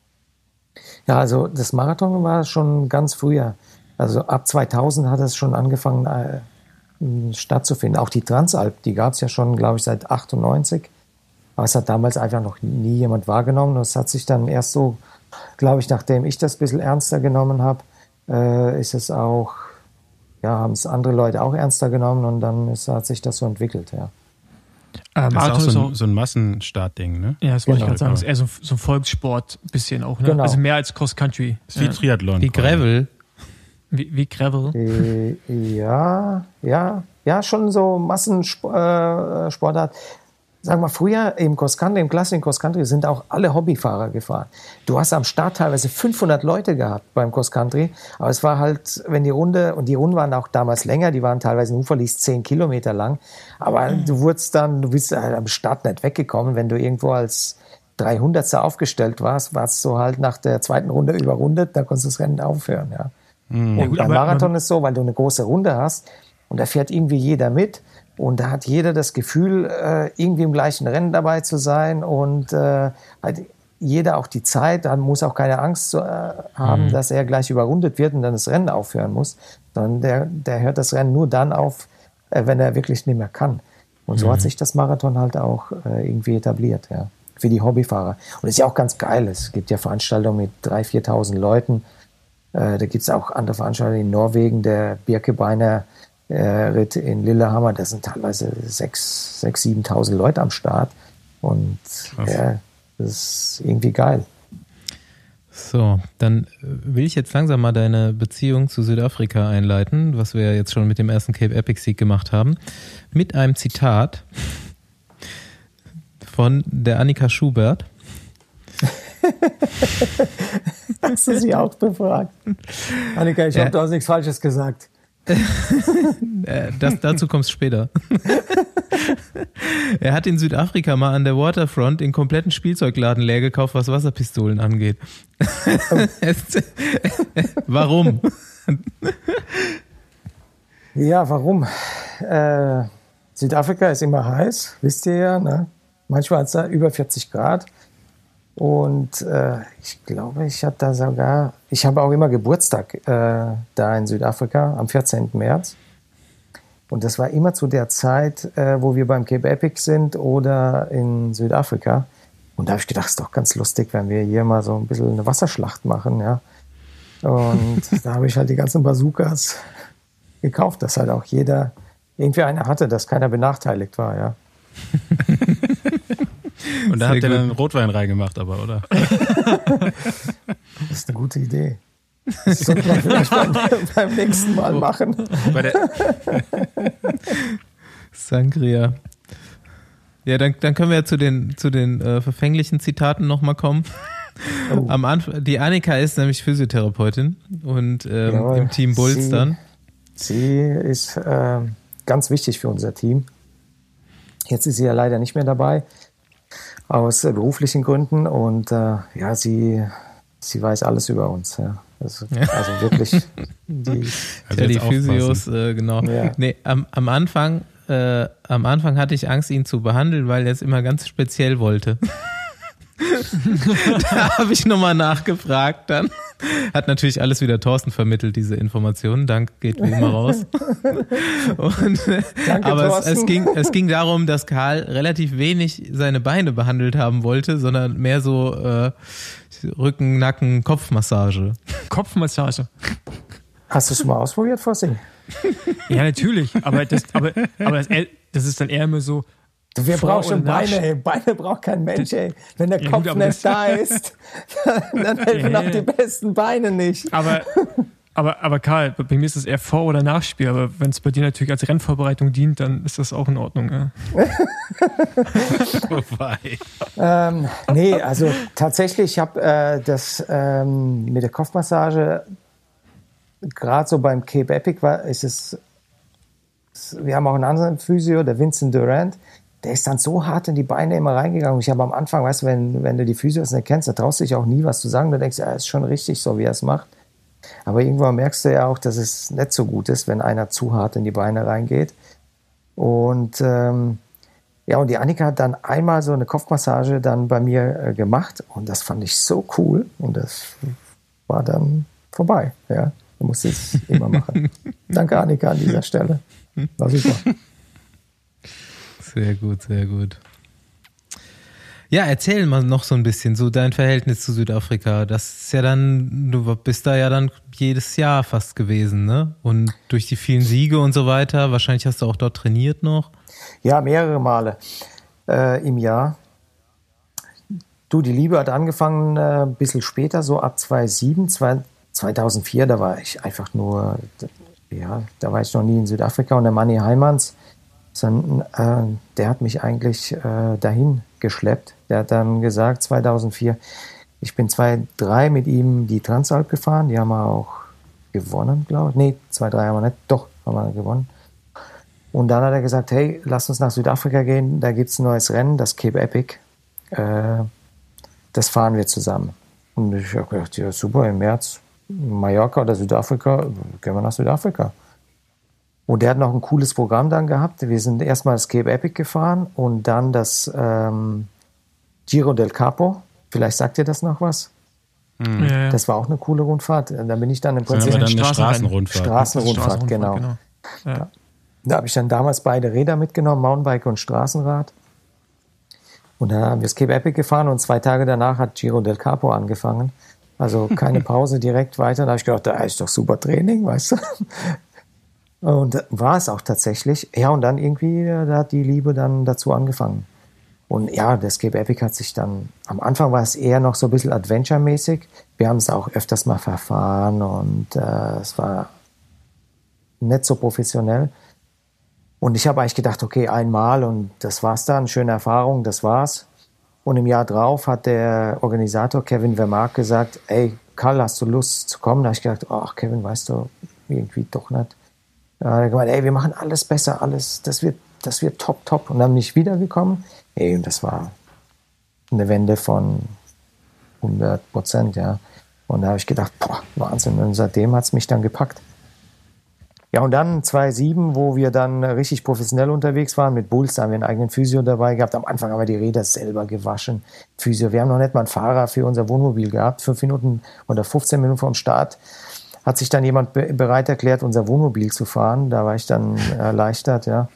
Ja, also das Marathon war schon ganz früher. Also ab zweitausend hat es schon angefangen äh, stattzufinden. Auch die Transalp, die gab es ja schon, glaube ich, seit achtundneunzig. Aber es hat damals einfach noch nie jemand wahrgenommen. Das hat sich dann erst so, glaube ich, nachdem ich das ein bisschen ernster genommen habe, äh, ist es auch, ja, haben es andere Leute auch ernster genommen und dann ist, hat sich das so entwickelt, ja. Äh, das ist auch so ein, so ein Massenstartding, ne? Ja, das wollte genau. ich gerade sagen. Das ist eher so, so ein Volkssport bisschen auch, ne? Genau. Also mehr als Cross-Country. Das ist wie ja. Triathlon. Wie Gravel. Wie, wie Gravel. Äh, ja, ja, ja, schon so Massensportart. Sag mal, früher im Cross-Country, im klassischen Cross-Country sind auch alle Hobbyfahrer gefahren. Du hast am Start teilweise fünfhundert Leute gehabt beim Cross-Country, aber es war halt, wenn die Runde, und die Runden waren auch damals länger, die waren teilweise ein Uferlies zehn Kilometer lang, aber mhm. du wurdest dann, du bist halt am Start nicht weggekommen, wenn du irgendwo als dreihundertster aufgestellt warst, warst du halt nach der zweiten Runde überrundet, dann konntest du das Rennen aufhören, ja. Mhm. Und beim Marathon ist so, weil du eine große Runde hast und da fährt irgendwie jeder mit, und da hat jeder das Gefühl, äh, irgendwie im gleichen Rennen dabei zu sein und äh, halt jeder auch die Zeit, dann muss auch keine Angst zu, äh, haben, mhm. dass er gleich überrundet wird und dann das Rennen aufhören muss, sondern der, der hört das Rennen nur dann auf, äh, wenn er wirklich nicht mehr kann. Und so mhm. hat sich das Marathon halt auch äh, irgendwie etabliert, ja, für die Hobbyfahrer. Und das ist ja auch ganz geil. Es gibt ja Veranstaltungen mit dreitausend, viertausend Leuten. Äh, da gibt es auch andere Veranstaltungen in Norwegen, der Birkebeiner äh, Ritt in Lillehammer, da sind teilweise sechstausend, siebentausend Leute am Start und ja, das ist irgendwie geil. So, dann will ich jetzt langsam mal deine Beziehung zu Südafrika einleiten, was wir jetzt schon mit dem ersten Cape Epic Sieg gemacht haben, mit einem Zitat von der Annika Schubert. Hast du sie auch befragt? Annika, ich ja. habe da nichts Falsches gesagt. das, dazu kommst später. Er hat in Südafrika mal an der Waterfront den kompletten Spielzeugladen leer gekauft, was Wasserpistolen angeht. Warum? Ja, warum? Äh, Südafrika ist immer heiß, wisst ihr ja. Ne? Manchmal hat es da über vierzig Grad. Und äh, ich glaube, ich hatte da sogar, ich habe auch immer Geburtstag äh, da in Südafrika am vierzehnten März. Und das war immer zu der Zeit, äh, wo wir beim Cape Epic sind oder in Südafrika. Und da habe ich gedacht, es ist doch ganz lustig, wenn wir hier mal so ein bisschen eine Wasserschlacht machen. Ja. Und da habe ich halt die ganzen Bazookas gekauft, dass halt auch jeder irgendwie eine hatte, dass keiner benachteiligt war. Ja. Und da Sehr habt ihr gut. dann Rotwein reingemacht, aber, oder? Das ist eine gute Idee. Das sollte man vielleicht beim, beim nächsten Mal machen. Bei der, Sangria. Ja, dann, dann können wir ja zu den, zu den äh, verfänglichen Zitaten nochmal kommen. Oh. Am Anfang, die Annika ist nämlich Physiotherapeutin und ähm, Jawohl. im Team Bulls Sie- dann. Sie ist äh, ganz wichtig für unser Team. Jetzt ist sie ja leider nicht mehr dabei, aus äh, beruflichen Gründen. Und äh, ja, sie, sie weiß alles über uns. Ja. Also, also wirklich, die, also Ja, die jetzt aufpassen. Physios, äh, genau. Ja. Nee, am, am Anfang, äh, am Anfang hatte ich Angst, ihn zu behandeln, weil er es immer ganz speziell wollte. Da habe ich nochmal nachgefragt dann. Hat natürlich alles wieder Thorsten vermittelt, diese Informationen. Dank geht wie immer raus. Und, äh, Danke, aber es, Thorsten. es, ging, es ging darum, dass Karl relativ wenig seine Beine behandelt haben wollte, sondern mehr so äh, Rücken, Nacken, Kopfmassage. Kopfmassage. hast du es schon mal ausprobiert, Fossi? Ja, natürlich. Aber das, aber, aber das, das ist dann eher immer so. Du, wir Vor- brauchen schon oder nach- Beine, ey. Beine braucht kein Mensch, ey. Wenn der Ja, Kopf gut, aber nicht das- da ist, dann helfen Ja, auch ja. die besten Beine nicht. Aber, aber, aber Karl, bei mir ist das eher Vor- oder Nachspiel. Aber wenn es bei dir natürlich als Rennvorbereitung dient, dann ist das auch in Ordnung. Ja. Wobei. Ähm, nee, also tatsächlich, ich habe äh, das ähm, mit der Kopfmassage, gerade so beim Cape Epic, war, ist es, wir haben auch einen anderen Physio, der Vincent Durant, der ist dann so hart in die Beine immer reingegangen. Und ich habe am Anfang, weißt du, wenn, wenn du die Physios nicht kennst, da traust du dich auch nie was zu sagen. Du denkst, ja, ist schon richtig so, wie er es macht. Aber irgendwann merkst du ja auch, dass es nicht so gut ist, wenn einer zu hart in die Beine reingeht. Und ähm, ja, und die Annika hat dann einmal so eine Kopfmassage dann bei mir äh, gemacht und das fand ich so cool und das war dann vorbei. Ja, du musst es immer machen. Danke, Annika, an dieser Stelle. War super. Sehr gut, sehr gut. Ja, erzähl mal noch so ein bisschen so dein Verhältnis zu Südafrika. Das ist ja dann, du bist da ja dann jedes Jahr fast gewesen, ne? Und durch die vielen Siege und so weiter, wahrscheinlich hast du auch dort trainiert noch. Ja, mehrere Male äh, im Jahr. Du, die Liebe hat angefangen äh, ein bisschen später, so ab zweitausendsieben, zweitausendvier, da war ich einfach nur, ja, da war ich noch nie in Südafrika und der Manni Heimans, sondern, äh, der hat mich eigentlich äh, dahin geschleppt. Der hat dann gesagt, zweitausendvier, ich bin zweitausenddrei mit ihm die Transalp gefahren, die haben wir auch gewonnen, glaube ich. Nee, zweitausenddrei haben wir nicht, doch, haben wir gewonnen. Und dann hat er gesagt, hey, lass uns nach Südafrika gehen, da gibt es ein neues Rennen, das Cape Epic. Äh, das fahren wir zusammen. Und ich habe gedacht, ja super, im März Mallorca oder Südafrika, gehen wir nach Südafrika. Und der hat noch ein cooles Programm dann gehabt. Wir sind erstmal das Cape Epic gefahren und dann das ähm, Giro del Capo. Vielleicht sagt ihr das noch was? Ja, ja. Das war auch eine coole Rundfahrt. Da bin ich dann im Das ist Prinzip aber dann eine Straßenrennen. Straßenrundfahrt. Straßenrundfahrt, genau. Ja. Da habe ich dann damals beide Räder mitgenommen, Mountainbike und Straßenrad. Und dann haben wir das Cape Epic gefahren und zwei Tage danach hat Giro del Capo angefangen. Also keine Pause, direkt weiter. Da habe ich gedacht, da ist doch super Training, weißt du. Und war es auch tatsächlich. Ja, und dann irgendwie, da hat die Liebe dann dazu angefangen. Und ja, das Cape Epic hat sich dann, am Anfang war es eher noch so ein bisschen Adventure-mäßig. Wir haben es auch öfters mal verfahren und äh, es war nicht so professionell. Und ich habe eigentlich gedacht, okay, einmal und das war's dann, schöne Erfahrung, das war's. Und im Jahr drauf hat der Organisator Kevin Vermaak gesagt, ey, Karl, hast du Lust zu kommen? Da habe ich gedacht, ach Kevin, weißt du, irgendwie doch nicht. Da hat er gemeint, ey, wir machen alles besser, alles, das wird das wird top, top. Und dann bin ich wiedergekommen. Ey, und das war eine Wende von hundert Prozent, ja. Und da habe ich gedacht, boah, Wahnsinn. Und seitdem hat es mich dann gepackt. Ja, und dann zweitausendsieben, wo wir dann richtig professionell unterwegs waren mit Bulls, da haben wir einen eigenen Physio dabei gehabt. Am Anfang haben wir die Räder selber gewaschen. Physio, wir haben noch nicht mal einen Fahrer für unser Wohnmobil gehabt. Fünf Minuten oder fünfzehn Minuten vor dem Start hat sich dann jemand be- bereit erklärt, unser Wohnmobil zu fahren. Da war ich dann erleichtert, ja.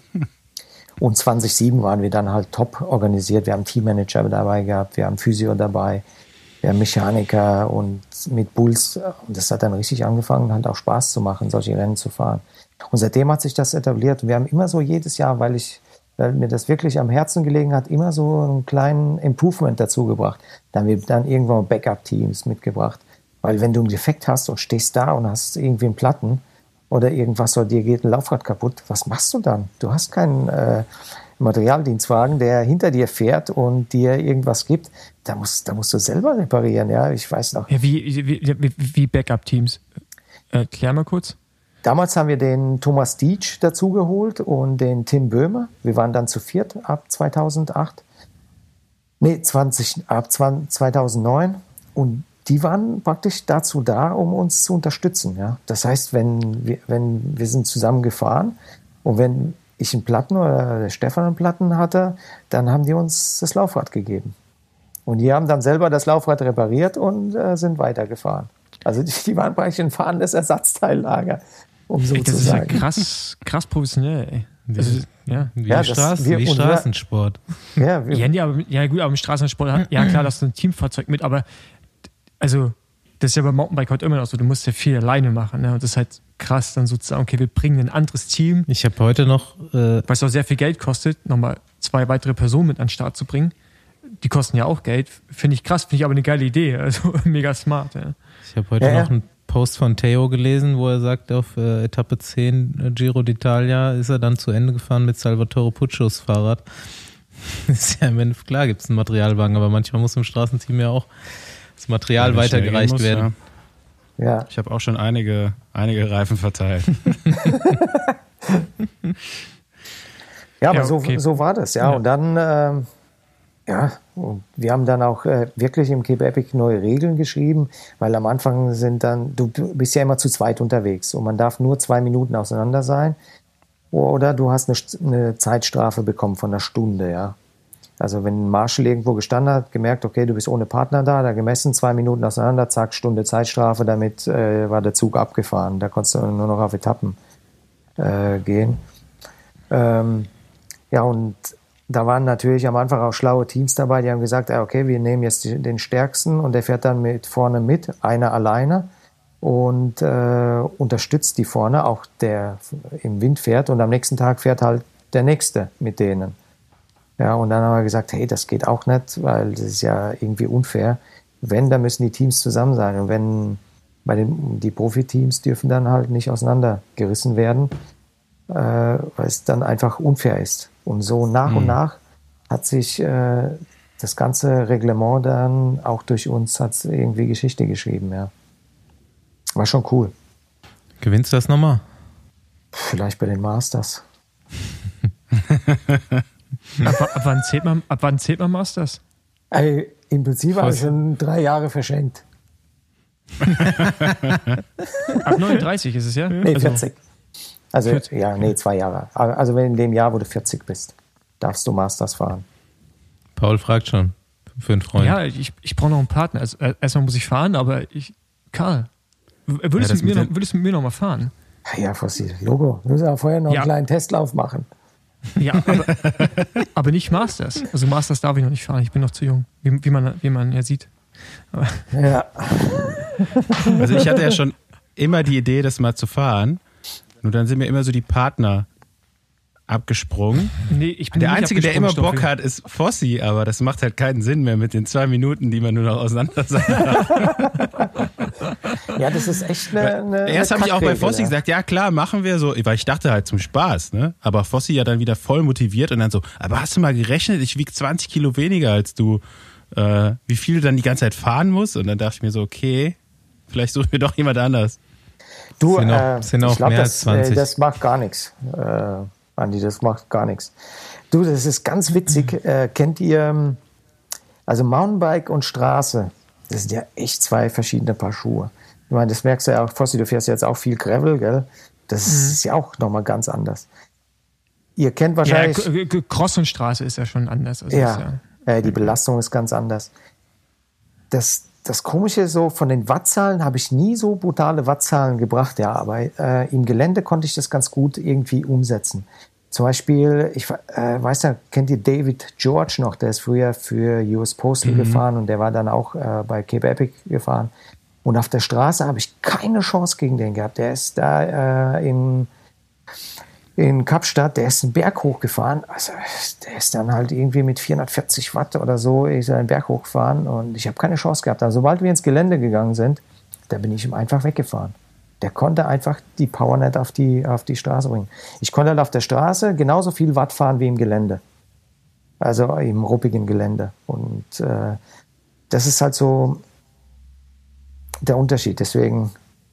Und zweitausendsieben waren wir dann halt top organisiert. Wir haben Teammanager dabei gehabt, wir haben Physio dabei, wir haben Mechaniker und mit Bulls. Und das hat dann richtig angefangen, halt auch Spaß zu machen, solche Rennen zu fahren. Und seitdem hat sich das etabliert. Und wir haben immer so jedes Jahr, weil ich, weil mir das wirklich am Herzen gelegen hat, immer so einen kleinen Improvement dazu gebracht. Dann haben wir dann irgendwann Backup-Teams mitgebracht. Weil wenn du einen Defekt hast und stehst da und hast irgendwie einen Platten oder irgendwas, oder dir geht ein Laufrad kaputt, was machst du dann? Du hast keinen äh, Materialdienstwagen, der hinter dir fährt und dir irgendwas gibt. Da musst, da musst du selber reparieren, ja, ich weiß noch. Ja, wie, wie, wie, wie Backup-Teams? Erklär mal kurz. Damals haben wir den Thomas Dietsch dazugeholt und den Tim Böhmer. Wir waren dann zu viert ab zweitausendacht. Nee, zwanzig, ab zweitausendneun. Und die waren praktisch dazu da, um uns zu unterstützen. Ja? Das heißt, wenn wir, wenn wir sind zusammen gefahren und wenn ich einen Platten oder der Stefan einen Platten hatte, dann haben die uns das Laufrad gegeben. Und die haben dann selber das Laufrad repariert und äh, sind weitergefahren. Also die, die waren praktisch ein fahrendes Ersatzteillager, um so Ey, das zu ist sagen. ja krass, krass professionell, ey. Also, ja. Wie, Ja, das- Straßen, wir- wie und wir- Straßensport. Ja, wir, Ja, nee, aber, ja gut, aber im Straßensport hat, ja klar, das ist ein Teamfahrzeug mit, aber also das ist ja beim Mountainbike heute immer noch so, du musst ja viel alleine machen, ne? Und das ist halt krass, dann sozusagen, okay, wir bringen ein anderes Team, Ich habe heute noch, äh, was auch sehr viel Geld kostet, nochmal zwei weitere Personen mit an den Start zu bringen. Die kosten ja auch Geld, finde ich krass, finde ich aber eine geile Idee, also mega smart, ja. ich habe heute Ja, ja. noch einen Post von Theo gelesen, wo er sagt, auf äh, Etappe zehn äh, Giro d'Italia ist er dann zu Ende gefahren mit Salvatore Puccios Fahrrad. Ist ja im Endeffekt klar, gibt es einen Materialwagen, aber manchmal muss im Straßenteam ja auch das Material Ja, wenn schnell weitergereicht gehen muss, werden. Ja. ja. Ich habe auch schon einige, einige Reifen verteilt. Ja, aber Ja, so, okay. so war das, ja. Ja. Und dann, ähm, ja, und wir haben dann auch äh, wirklich im Cape Epic neue Regeln geschrieben, weil am Anfang sind dann, du, du bist ja immer zu zweit unterwegs und man darf nur zwei Minuten auseinander sein oder du hast eine, eine Zeitstrafe bekommen von einer Stunde, ja. Also wenn ein Marshall irgendwo gestanden hat, gemerkt, okay, du bist ohne Partner da, da gemessen, zwei Minuten auseinander, zack, Stunde Zeitstrafe, damit äh, war der Zug abgefahren. Da konntest du nur noch auf Etappen äh, gehen. Ähm, ja, und da waren natürlich am Anfang auch schlaue Teams dabei, die haben gesagt, ah, okay, wir nehmen jetzt die, den Stärksten und der fährt dann mit vorne mit, einer alleine und äh, unterstützt die vorne, auch der im Wind fährt und am nächsten Tag fährt halt der Nächste mit denen. Ja, und dann haben wir gesagt, hey, das geht auch nicht, weil das ist ja irgendwie unfair. Wenn, dann müssen die Teams zusammen sein. Und wenn bei den die Profiteams dürfen dann halt nicht auseinandergerissen werden, äh, weil es dann einfach unfair ist. Und so nach und nach hat sich äh, das ganze Reglement dann auch durch uns hat irgendwie Geschichte geschrieben, ja. War schon cool. Gewinnst du das nochmal? Vielleicht bei den Masters. Ab, ab, wann zählt man, ab wann zählt man Masters? Ey, im Prinzip war Was? es schon drei Jahre verschenkt. Ab neununddreißig ist es ja? Nee, Also, vierzig. Also, vierzig, ja, nee, zwei Jahre. Also, wenn in dem Jahr, wo du vierzig bist, darfst du Masters fahren. Paul fragt schon. Für einen Freund. ja, ich, ich brauche noch einen Partner. Also, äh, erstmal muss ich fahren, aber ich, Karl, w- würdest, Ja, du, das mit mir mit noch, den- würdest du mit mir noch mal fahren? Ja, Fossil, Logo. Wir müssen ja vorher noch Ja. einen kleinen Testlauf machen. Ja, aber, aber nicht Masters. Also Masters darf ich noch nicht fahren, ich bin noch zu jung, wie, wie, man, wie man ja sieht. Ja, Also ich hatte ja schon immer die Idee, das mal zu fahren. Nur dann sind mir immer so die Partner abgesprungen. Nee, ich bin Der nicht Einzige, der immer abgesprungen, Bock Stoffi. hat, ist Fossi, aber das macht halt keinen Sinn mehr mit den zwei Minuten, die man nur noch auseinander sein darf. ja, das ist echt eine. eine Erst habe ich auch bei Kackregel, Fossi ja. gesagt, ja klar, machen wir so, weil ich dachte halt zum Spaß, ne? Aber Fossi ja dann wieder voll motiviert und dann so, aber hast du mal gerechnet, ich wiege zwanzig Kilo weniger als du, äh, wie viel du dann die ganze Zeit fahren musst? Und dann dachte ich mir so, okay, vielleicht suchen wir doch jemand anders. Du, Sind auch- äh, sind auch ich glaube, mehr das, als zwanzig. äh, das macht gar nichts. Äh, Andi, das macht gar nichts. Du, das ist ganz witzig. Äh, kennt ihr, also Mountainbike und Straße, das sind ja echt zwei verschiedene Paar Schuhe. Ich meine, das merkst du ja auch, Fossi, du fährst ja jetzt auch viel Gravel, gell? Das mhm. ist ja auch nochmal ganz anders. Ihr kennt wahrscheinlich... Ja, Cross und Straße ist ja schon anders. Also ja, ist ja, äh, die Belastung ist ganz anders. Das, das Komische ist so, von den Wattzahlen habe ich nie so brutale Wattzahlen gebracht, ja, aber äh, im Gelände konnte ich das ganz gut irgendwie umsetzen. Zum Beispiel, ich äh, weiß ja, kennt ihr David George noch? Der ist früher für U S Postal mhm. gefahren und der war dann auch äh, bei Cape Epic gefahren. Und auf der Straße habe ich keine Chance gegen den gehabt. Der ist da äh, in, in Kapstadt, der ist einen Berg hochgefahren. Also der ist dann halt irgendwie mit vierhundertvierzig Watt oder so ist er einen Berg hochgefahren und ich habe keine Chance gehabt. Also sobald wir ins Gelände gegangen sind, da bin ich ihm einfach weggefahren. Der konnte einfach die Power nicht auf die, auf die Straße bringen. Ich konnte halt auf der Straße genauso viel Watt fahren wie im Gelände. Also im ruppigen Gelände. Und äh, das ist halt so der Unterschied. Deswegen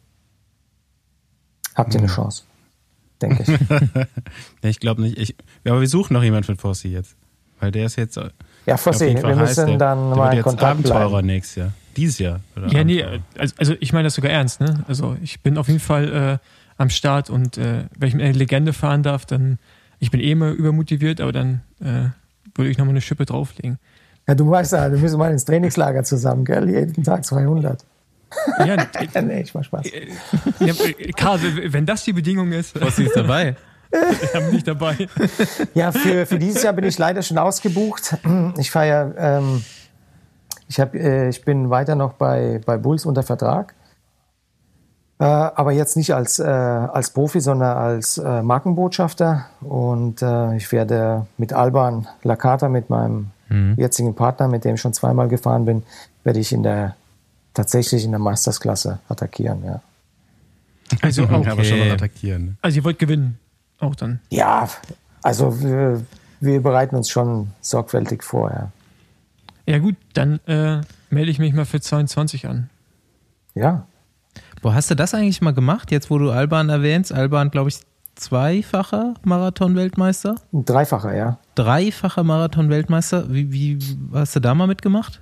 habt ihr eine Chance, denke ich. Nee, ich glaube nicht. Ich, aber wir suchen noch jemanden für Fossi jetzt. Weil der ist jetzt... Ja, Fossi, wir müssen heißt, der, dann der mal in jetzt Kontakt Abenteurer bleiben. nächstes Jahr. Dieses Jahr. Oder ja, nee, also, also ich meine das sogar ernst. Ne? Also ich bin auf jeden Fall äh, am Start und äh, wenn ich mit einer Legende fahren darf, dann, ich bin eh immer übermotiviert, aber dann äh, würde ich nochmal eine Schippe drauflegen. Ja, du weißt ja, wir müssen mal ins Trainingslager zusammen, gell? Jeden Tag zweihundert. Ja, nee, ich mach Spaß. Ja, Karl, wenn das die Bedingung ist. Fossi ist dabei. Ich bin nicht dabei. Ja, für, für dieses Jahr bin ich leider schon ausgebucht. Ich fahre ja, ähm, ich, hab, äh, ich bin weiter noch bei, bei Bulls unter Vertrag. Äh, aber jetzt nicht als, äh, als Profi, sondern als äh, Markenbotschafter. Und äh, ich werde mit Alban Lakata, mit meinem mhm. jetzigen Partner, mit dem ich schon zweimal gefahren bin, werde ich in der, tatsächlich in der Meistersklasse attackieren. Ja. Also okay. Aber schon mal attackieren. Also ihr wollt gewinnen. Auch dann. Ja, also wir, wir bereiten uns schon sorgfältig vor, ja. Ja gut, dann äh, melde ich mich mal für zweiundzwanzig an. Ja. Wo hast du das eigentlich mal gemacht, jetzt wo du Alban erwähnst? Alban, glaube ich, zweifacher Marathon-Weltmeister? Ein Dreifacher, ja. Dreifacher Marathon-Weltmeister? Wie, wie hast du da mal mitgemacht?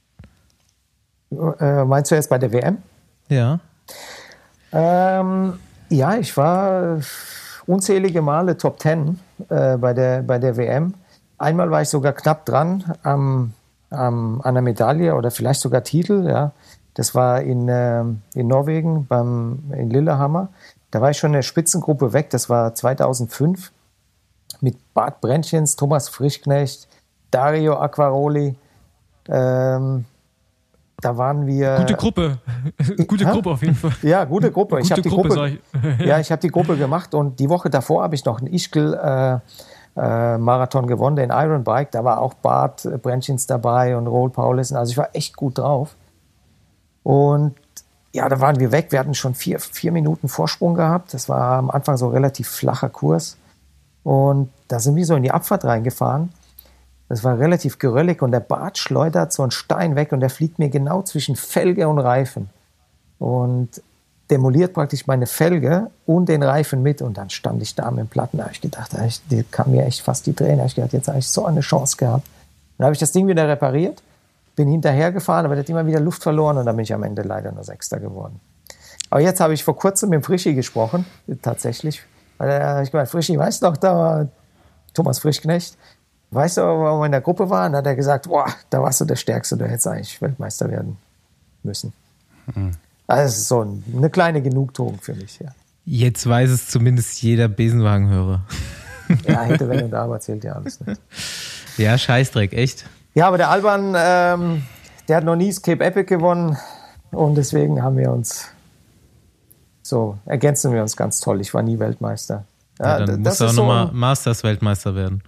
Äh, meinst du jetzt bei der W M? Ja. Ähm, ja, ich war unzählige Male Top Ten äh, bei, der, bei der W M. Einmal war ich sogar knapp dran am, am, an der Medaille oder vielleicht sogar Titel. Ja. Das war in, äh, in Norwegen beim, in Lillehammer. Da war ich schon in der Spitzengruppe weg. Das war zweitausendfünf mit Bart Brentjens, Thomas Frischknecht, Dario Acquaroli. Ähm, Da waren wir. Gute Gruppe. Gute ha? Gruppe auf jeden Fall. Ja, gute Gruppe. Gute ich habe die Gruppe, Gruppe. ich. Ja, ich habe die Gruppe gemacht und die Woche davor habe ich noch einen Ischgl äh, äh, Marathon gewonnen, den Iron Bike. Da war auch Bart Brentjens dabei und Roel Paulsen. Also ich war echt gut drauf. Und ja, da waren wir weg. Wir hatten schon vier, vier Minuten Vorsprung gehabt. Das war am Anfang so ein relativ flacher Kurs. Und da sind wir so in die Abfahrt reingefahren. Das war relativ geröllig und der Bart schleudert so einen Stein weg und der fliegt mir genau zwischen Felge und Reifen und demoliert praktisch meine Felge und den Reifen mit und dann stand ich da mit dem Platten. Da habe ich gedacht, da kam mir echt fast die Tränen. Da habe ich gedacht, jetzt habe ich so eine Chance gehabt. Dann habe ich das Ding wieder repariert, bin hinterher gefahren, aber der hat immer wieder Luft verloren und dann bin ich am Ende leider nur Sechster geworden. Aber jetzt habe ich vor kurzem mit dem Frischi gesprochen, tatsächlich. Weil er, ich meine, Frischi, weißt du noch, da war Thomas Frischknecht. Weißt du, warum wir in der Gruppe waren? Da hat er gesagt, boah, da warst du der Stärkste, du hättest eigentlich Weltmeister werden müssen. Mhm. Also das ist so eine kleine Genugtuung für mich, ja. Jetzt weiß es zumindest jeder Besenwagenhörer. Ja, hätte, wenn und aber zählt ja alles nicht. Ja, Scheißdreck, echt. Ja, aber der Alban, ähm, der hat noch nie das Cape Epic gewonnen und deswegen haben wir uns, so ergänzen wir uns ganz toll. Ich war nie Weltmeister. Ja, ja, dann musst du auch so nochmal Masters-Weltmeister werden.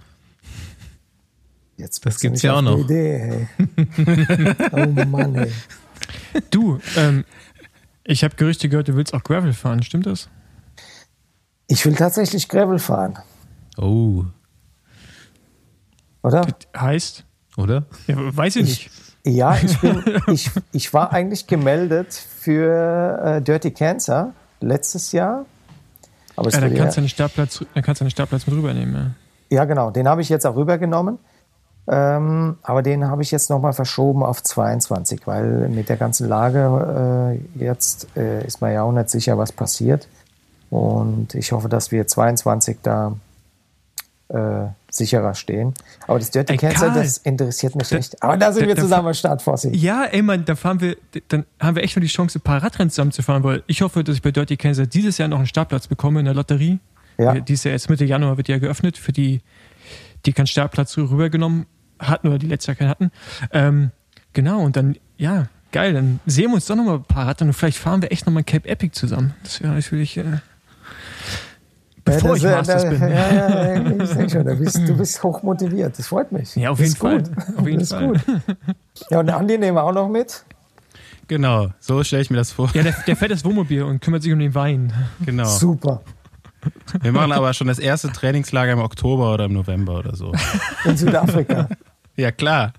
Jetzt das gibt's ja auch noch. Idee, hey. Oh Mann, ey. Du, ähm, ich habe Gerüchte gehört, du willst auch Gravel fahren, stimmt das? Ich will tatsächlich Gravel fahren. Oh. Oder? Das heißt? Oder? Ja, weiß ich nicht. Ich, ja, ich, bin, ich, ich war eigentlich gemeldet für äh, Dirty Cancer letztes Jahr. Aber es Ja, dann würde kannst du ja, den Startplatz, dann kannst du den Startplatz mit rübernehmen. Ja. ja, genau, den habe ich jetzt auch rübergenommen. Ähm, aber den habe ich jetzt nochmal verschoben auf zweiundzwanzig, weil mit der ganzen Lage äh, jetzt äh, ist man ja auch nicht sicher, was passiert. Und ich hoffe, dass wir zweiundzwanzig da äh, sicherer stehen. Aber das Dirty Ey, Cancer, Karl, das interessiert mich echt. Aber da sind da- wir da- zusammen am Start, Fossi. Ja, ey, Mann, da fahren wir, dann haben wir echt noch die Chance, ein paar Radrennen zusammen zu fahren, weil ich hoffe, dass ich bei Dirty Kansas dieses Jahr noch einen Startplatz bekomme in der Lotterie. Ja. Die ist ja jetzt Mitte Januar wird die ja geöffnet, für die, die keinen Startplatz rübergenommen hatten oder die letztes Jahr keinen hatten. Ähm, genau, und dann, ja, geil, dann sehen wir uns doch noch mal ein paar Radrennen und vielleicht fahren wir echt noch mal Cape Epic zusammen. Das wäre natürlich, äh, bevor Ja, ich das, Masters äh, bin. Ja, ja, ja, ich sehe schon, du bist, du bist hochmotiviert. Das freut mich. Ja, auf Das jeden ist Fall. Gut. Auf jeden das ist Fall. gut. Ja, und Andi nehmen wir auch noch mit. Genau, so stelle ich mir das vor. Ja, der, der fährt das Wohnmobil und kümmert sich um den Wein. Genau. Super. Wir machen aber schon das erste Trainingslager im Oktober oder im November oder so. In Südafrika. Ja, klar.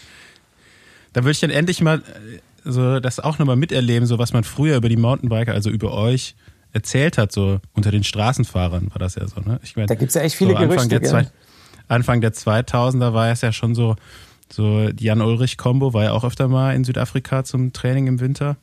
Da würde ich dann endlich mal äh, so das auch nochmal miterleben, so was man früher über die Mountainbiker, also über euch, erzählt hat, so unter den Straßenfahrern war das ja so, ne? Ich mein, Da gibt es ja echt viele so Anfang Gerüchte. der, Gell? zwei, Anfang der zweitausender war es ja schon so, so die Jan-Ulrich-Kombo war ja auch öfter mal in Südafrika zum Training im Winter.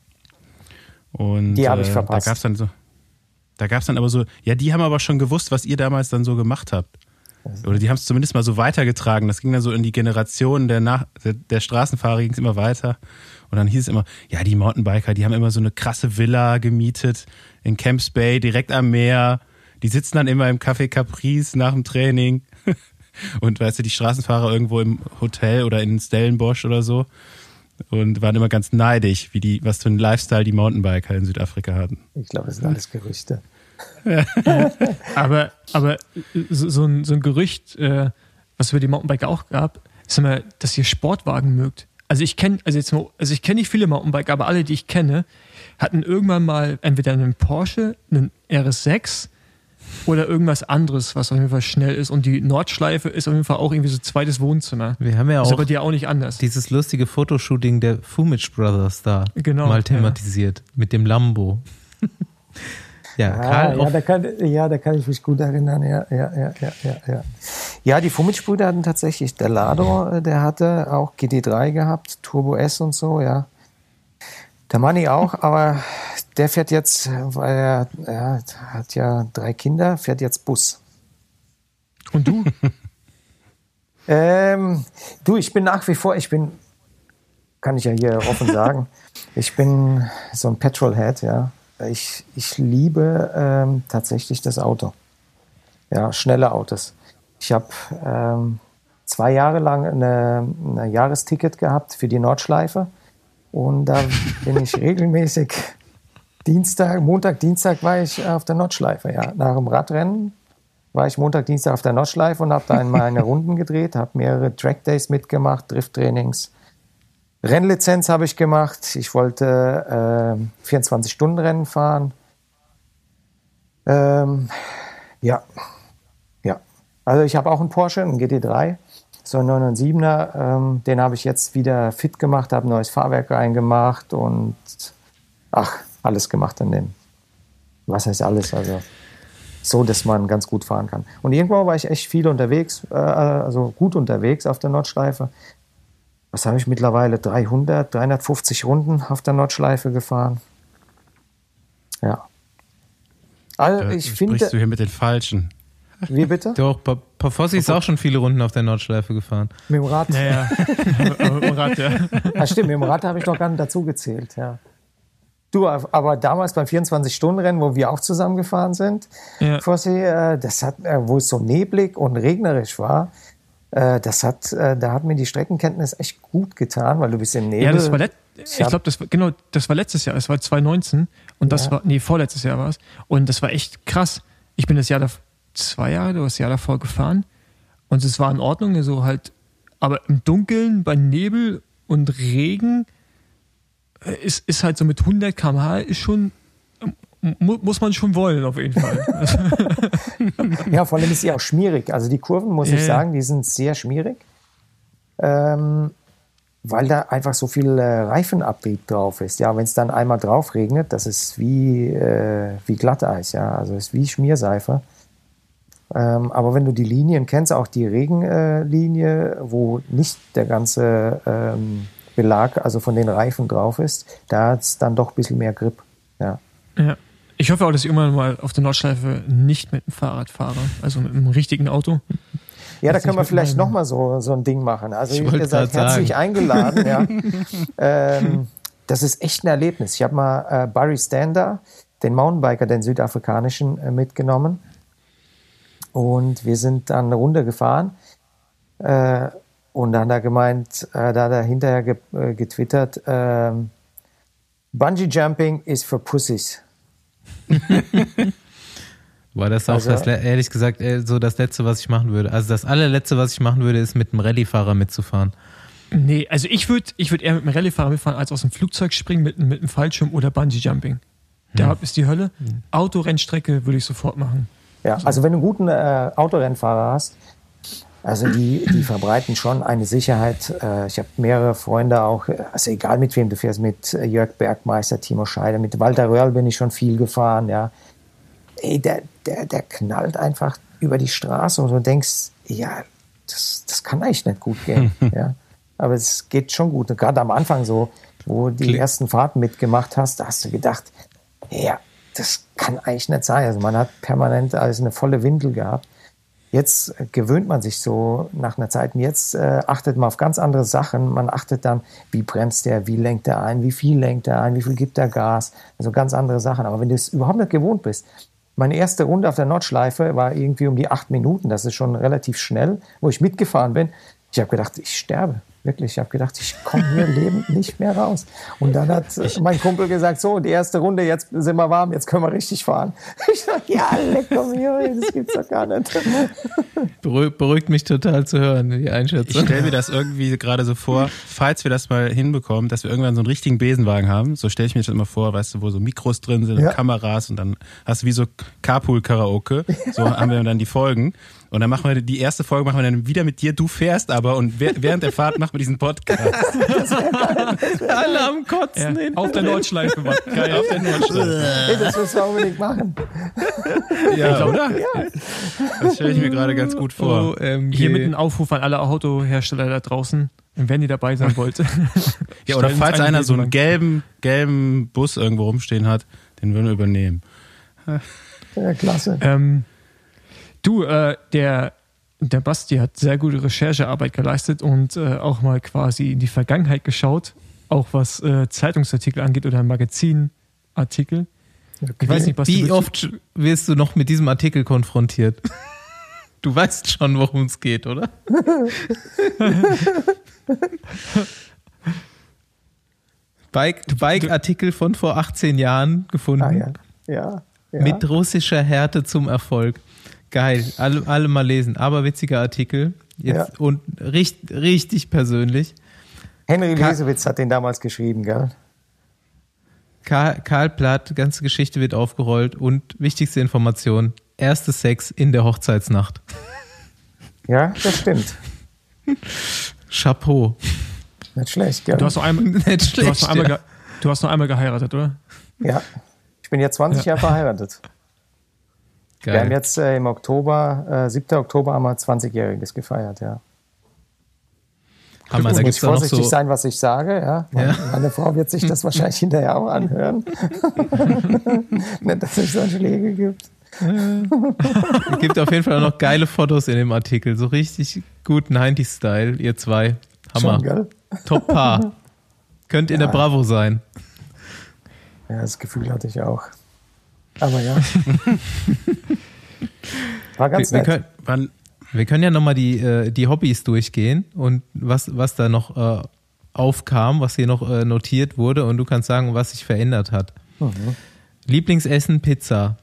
Und Die habe ich äh, verpasst. Da gab's dann so, da gab's dann aber so, ja, die haben aber schon gewusst, was ihr damals dann so gemacht habt. Oder die haben es zumindest mal so weitergetragen. Das ging dann so in die Generation der, Nach der, der Straßenfahrer, ging es immer weiter. Und dann hieß es immer, ja, die Mountainbiker, die haben immer so eine krasse Villa gemietet in Camps Bay, direkt am Meer. Die sitzen dann immer im Café Caprice nach dem Training. Und weißt du, die Straßenfahrer irgendwo im Hotel oder in Stellenbosch oder so. Und waren immer ganz neidisch, wie die, was für einen Lifestyle die Mountainbiker in Südafrika hatten. Ich glaube, das sind alles Gerüchte. Aber, aber so, so, ein, so ein Gerücht, äh, was es über die Mountainbiker auch gab, ist immer, dass ihr Sportwagen mögt. Also ich kenne, also jetzt mal, also ich kenne nicht viele Mountainbiker, aber alle, die ich kenne, hatten irgendwann mal entweder einen Porsche, einen R S sechs oder irgendwas anderes, was auf jeden Fall schnell ist. Und die Nordschleife ist auf jeden Fall auch irgendwie so zweites Wohnzimmer. Wir haben ja Ist auch aber dir auch nicht anders. dieses lustige Fotoshooting der Fumich Brothers da Genau, mal thematisiert. Mit dem Lambo. ja, Ah, Karl, ja, auch, da kann, ja, da kann ich mich gut erinnern. Ja, ja, ja, ja, ja. Ja, ja die Fumitsch-Brüder hatten tatsächlich, der Lado, äh, der hatte auch G T drei gehabt, Turbo S und so, ja. Der Manni auch, aber der fährt jetzt, weil er, er hat ja drei Kinder, fährt jetzt Bus. Und du? Ähm, du, ich bin nach wie vor, ich bin, kann ich ja hier offen sagen, ich bin so ein Petrolhead, ja. Ich, ich liebe ähm, tatsächlich das Auto. Ja, schnelle Autos. Ich habe ähm, zwei Jahre lang eine, eine Jahresticket gehabt für die Nordschleife und da bin ich regelmäßig Dienstag, Montag, Dienstag war ich auf der Nordschleife. Ja. Nach dem Radrennen war ich Montag, Dienstag auf der Nordschleife und habe da meine Runden gedreht, habe mehrere Trackdays mitgemacht, Drifttrainings. Rennlizenz habe ich gemacht. Ich wollte äh, vierundzwanzig-Stunden-Rennen fahren. Ähm, ja, ja. Also ich habe auch einen Porsche, einen G T drei, so einen neunhundertsiebener. Ähm, den habe ich jetzt wieder fit gemacht, habe ein neues Fahrwerk reingemacht und ach, alles gemacht an dem. Was heißt alles? Also so, dass man ganz gut fahren kann. Und irgendwann war ich echt viel unterwegs, äh, also gut unterwegs auf der Nordschleife. Was habe ich mittlerweile? dreihundert, dreihundertfünfzig Runden auf der Nordschleife gefahren. Ja. Also Da ich sprichst finde. du hier mit den Falschen. Wie bitte? doch, Pa- Pafossi ist auch schon viele Runden auf der Nordschleife gefahren. Mit dem Rad. Naja, aber mit dem Rad, ja. Ah, stimmt, mit dem Rad habe ich noch gar nicht dazu gezählt, ja. Du, aber damals beim vierundzwanzig-Stunden-Rennen, wo wir auch zusammengefahren sind, Ja. Fossi, äh, das hat, äh, wo es so neblig und regnerisch war, äh, das hat, äh, da hat mir die Streckenkenntnis echt gut getan, weil du bist im Nebel. Ja, das war let ich hab- glaube, das war genau, das war letztes Jahr, das war zwanzig neunzehn und das Ja. war, nee, vorletztes Jahr war es. Und das war echt krass. Ich bin das Jahr davor, zwei Jahre oder das Jahr davor gefahren und es war in Ordnung, so halt, aber im Dunkeln, bei Nebel und Regen äh, ist, ist halt so mit hundert Kilometer pro Stunde ist schon, mu muss man schon wollen, auf jeden Fall. Also, Ja, vor allem ist sie auch schmierig. Also die Kurven, muss Ja, ich ja. sagen, die sind sehr schmierig. Ähm, weil da einfach so viel äh, Reifenabrieb drauf ist. Ja, wenn es dann einmal drauf regnet, das ist wie, äh, wie Glatteis, ja, also ist wie Schmierseife. Ähm, aber wenn du die Linien kennst, auch die Regenlinie, äh, wo nicht der ganze ähm, Belag, also von den Reifen drauf ist, da hat es dann doch ein bisschen mehr Grip. Ja. Ja. Ich hoffe auch, dass ich irgendwann mal auf der Nordschleife nicht mit dem Fahrrad fahre, also mit einem richtigen Auto. Ja, da können wir vielleicht nochmal so, so ein Ding machen. Also Ich wollte ihr seid grad herzlich sagen. eingeladen. Ja. ähm, das ist echt ein Erlebnis. Ich habe mal äh, Barry Stander, den Mountainbiker, den südafrikanischen, äh, mitgenommen. Und wir sind dann eine Runde gefahren. Äh, und dann hat er gemeint, äh, da hat er hinterher ge äh, getwittert, äh, Bungee Jumping ist für Pussys. War das auch Also- das, le- ehrlich gesagt, äh, so das Letzte, was ich machen würde. Also das allerletzte, was ich machen würde, ist mit einem Rallye-Fahrer mitzufahren. Nee, also ich würde ich würd eher mit einem Rallyefahrer mitfahren, als aus dem Flugzeug springen mit, mit einem Fallschirm oder Bungee-Jumping. Da ist die Hölle. Autorennstrecke würde ich sofort machen. Ja, also wenn du einen guten äh, Autorennfahrer hast, also die, die verbreiten schon eine Sicherheit. Äh, ich habe mehrere Freunde auch, äh, also egal mit wem du fährst, mit äh, Jörg Bergmeister, Timo Scheider, mit Walter Röhrl bin ich schon viel gefahren, ja. Ey, der, der, der knallt einfach über die Straße und du denkst, ja, das, das kann eigentlich nicht gut gehen, ja. Aber es geht schon gut. Und gerade am Anfang so, wo du die Klingt- ersten Fahrten mitgemacht hast, da hast du gedacht, ja, das kann eigentlich nicht sein. Also man hat permanent alles eine volle Windel gehabt. Jetzt gewöhnt man sich so nach einer Zeit. Und jetzt äh, achtet man auf ganz andere Sachen. Man achtet dann, wie bremst der, wie lenkt er ein, wie viel lenkt er ein, wie viel gibt er Gas. Also ganz andere Sachen. Aber wenn du es überhaupt nicht gewohnt bist. Meine erste Runde auf der Nordschleife war irgendwie um die acht Minuten. Das ist schon relativ schnell, wo ich mitgefahren bin. Ich habe gedacht, ich sterbe. Wirklich, ich habe gedacht, ich komme hier lebend nicht mehr raus. Und dann hat mein Kumpel gesagt, so, die erste Runde, jetzt sind wir warm, jetzt können wir richtig fahren. Ich sage, ja, leck doch mir, das gibt's doch gar nicht. Berü- Beruhigt mich total zu hören, die Ich Einschätzung. stelle mir das irgendwie gerade so vor, falls wir das mal hinbekommen, dass wir irgendwann so einen richtigen Besenwagen haben. So stelle ich mir das immer vor, weißt du, wo so Mikros drin sind, Ja. und Kameras und dann hast du wie so Carpool-Karaoke. So haben wir dann die Folgen. Und dann machen wir die erste Folge machen wir dann wieder mit dir, du fährst aber und während der Fahrt machen wir diesen Podcast. Alle am Kotzen. Ja, auf der Nordschleife, Mann. Geil. Auf der Nordschleife. Ey, das müssen wir unbedingt machen. Ja, oder? Das stelle ich mir gerade ganz gut vor. O M G. Hiermit ein Aufruf an alle Autohersteller da draußen, wenn ihr dabei sein wollt. Ja, oder Stellen falls uns einen einer so einen Besenwagen. gelben, gelben Bus irgendwo rumstehen hat, den würden wir übernehmen. Ja, klasse. Ähm, du, äh, der, der Basti hat sehr gute Recherchearbeit geleistet und äh, auch mal quasi in die Vergangenheit geschaut, auch was äh, Zeitungsartikel angeht oder Magazinartikel. Ich weiß nicht, Basti, Wie willst du- oft wirst du noch mit diesem Artikel konfrontiert? Du weißt schon, worum es geht, oder? Bike, Bike-Artikel von vor achtzehn Jahren gefunden. Ah, ja. Ja, ja. Mit russischer Härte zum Erfolg. Geil, alle, alle mal lesen. Aber witziger Artikel. Jetzt Ja. und richtig, richtig persönlich. Henry Ka- Lesewitz hat den damals geschrieben, gell? Karl, Karl Platt, ganze Geschichte wird aufgerollt und wichtigste Information: erste Sex in der Hochzeitsnacht. Ja, das stimmt. Chapeau. Nicht schlecht, gell? Du hast noch einmal, Nicht du hast schlecht. noch einmal, ja. ge- du hast noch einmal geheiratet, oder? Ja. Ich bin jetzt zwanzig Jahre verheiratet. Wir haben Geil. jetzt äh, im Oktober, äh, siebten Oktober haben wir zwanzigjähriges gefeiert, ja. Hammer, da Muss ich gibt's doch noch vorsichtig so, sein, was ich sage, ja. Meine, Ja. meine Frau wird sich das wahrscheinlich hinterher auch anhören. Nicht, dass es so Schläge gibt. es gibt auf jeden Fall auch noch geile Fotos in dem Artikel. So richtig gut neunziger-Style, ihr zwei. Hammer. Schon, gell? Top Paar. Könnt in der Bravo sein. Ja, das Gefühl hatte ich auch. Aber ja. War ganz Wir, wir, nett. können, Wann, wir können ja nochmal die, äh, die Hobbys durchgehen und was, was da noch äh, aufkam, was hier noch äh, notiert wurde und du kannst sagen, was sich verändert hat. Mhm. Lieblingsessen, Pizza.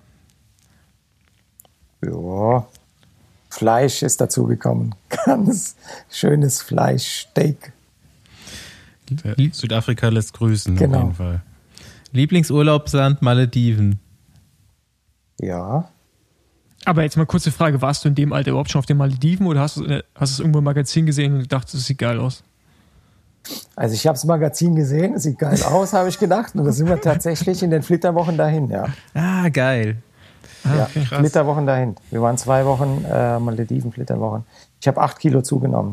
Ja. Fleisch ist dazugekommen. Ganz schönes Fleischsteak. der Südafrika lässt grüßen, Genau. auf jeden Fall. Lieblingsurlaubsland, Malediven. Ja. Aber jetzt mal kurze Frage, warst du in dem Alter überhaupt schon auf den Malediven oder hast du, äh, hast du es irgendwo im Magazin gesehen und gedacht, das sieht geil aus? Also ich habe das Magazin gesehen, es sieht geil aus, habe ich gedacht. Und da sind wir tatsächlich in den Flitterwochen dahin, ja. Ah, geil. Ah, Ja, okay. Flitterwochen dahin. Wir waren zwei Wochen äh, Malediven-Flitterwochen. Ich habe acht Kilo zugenommen.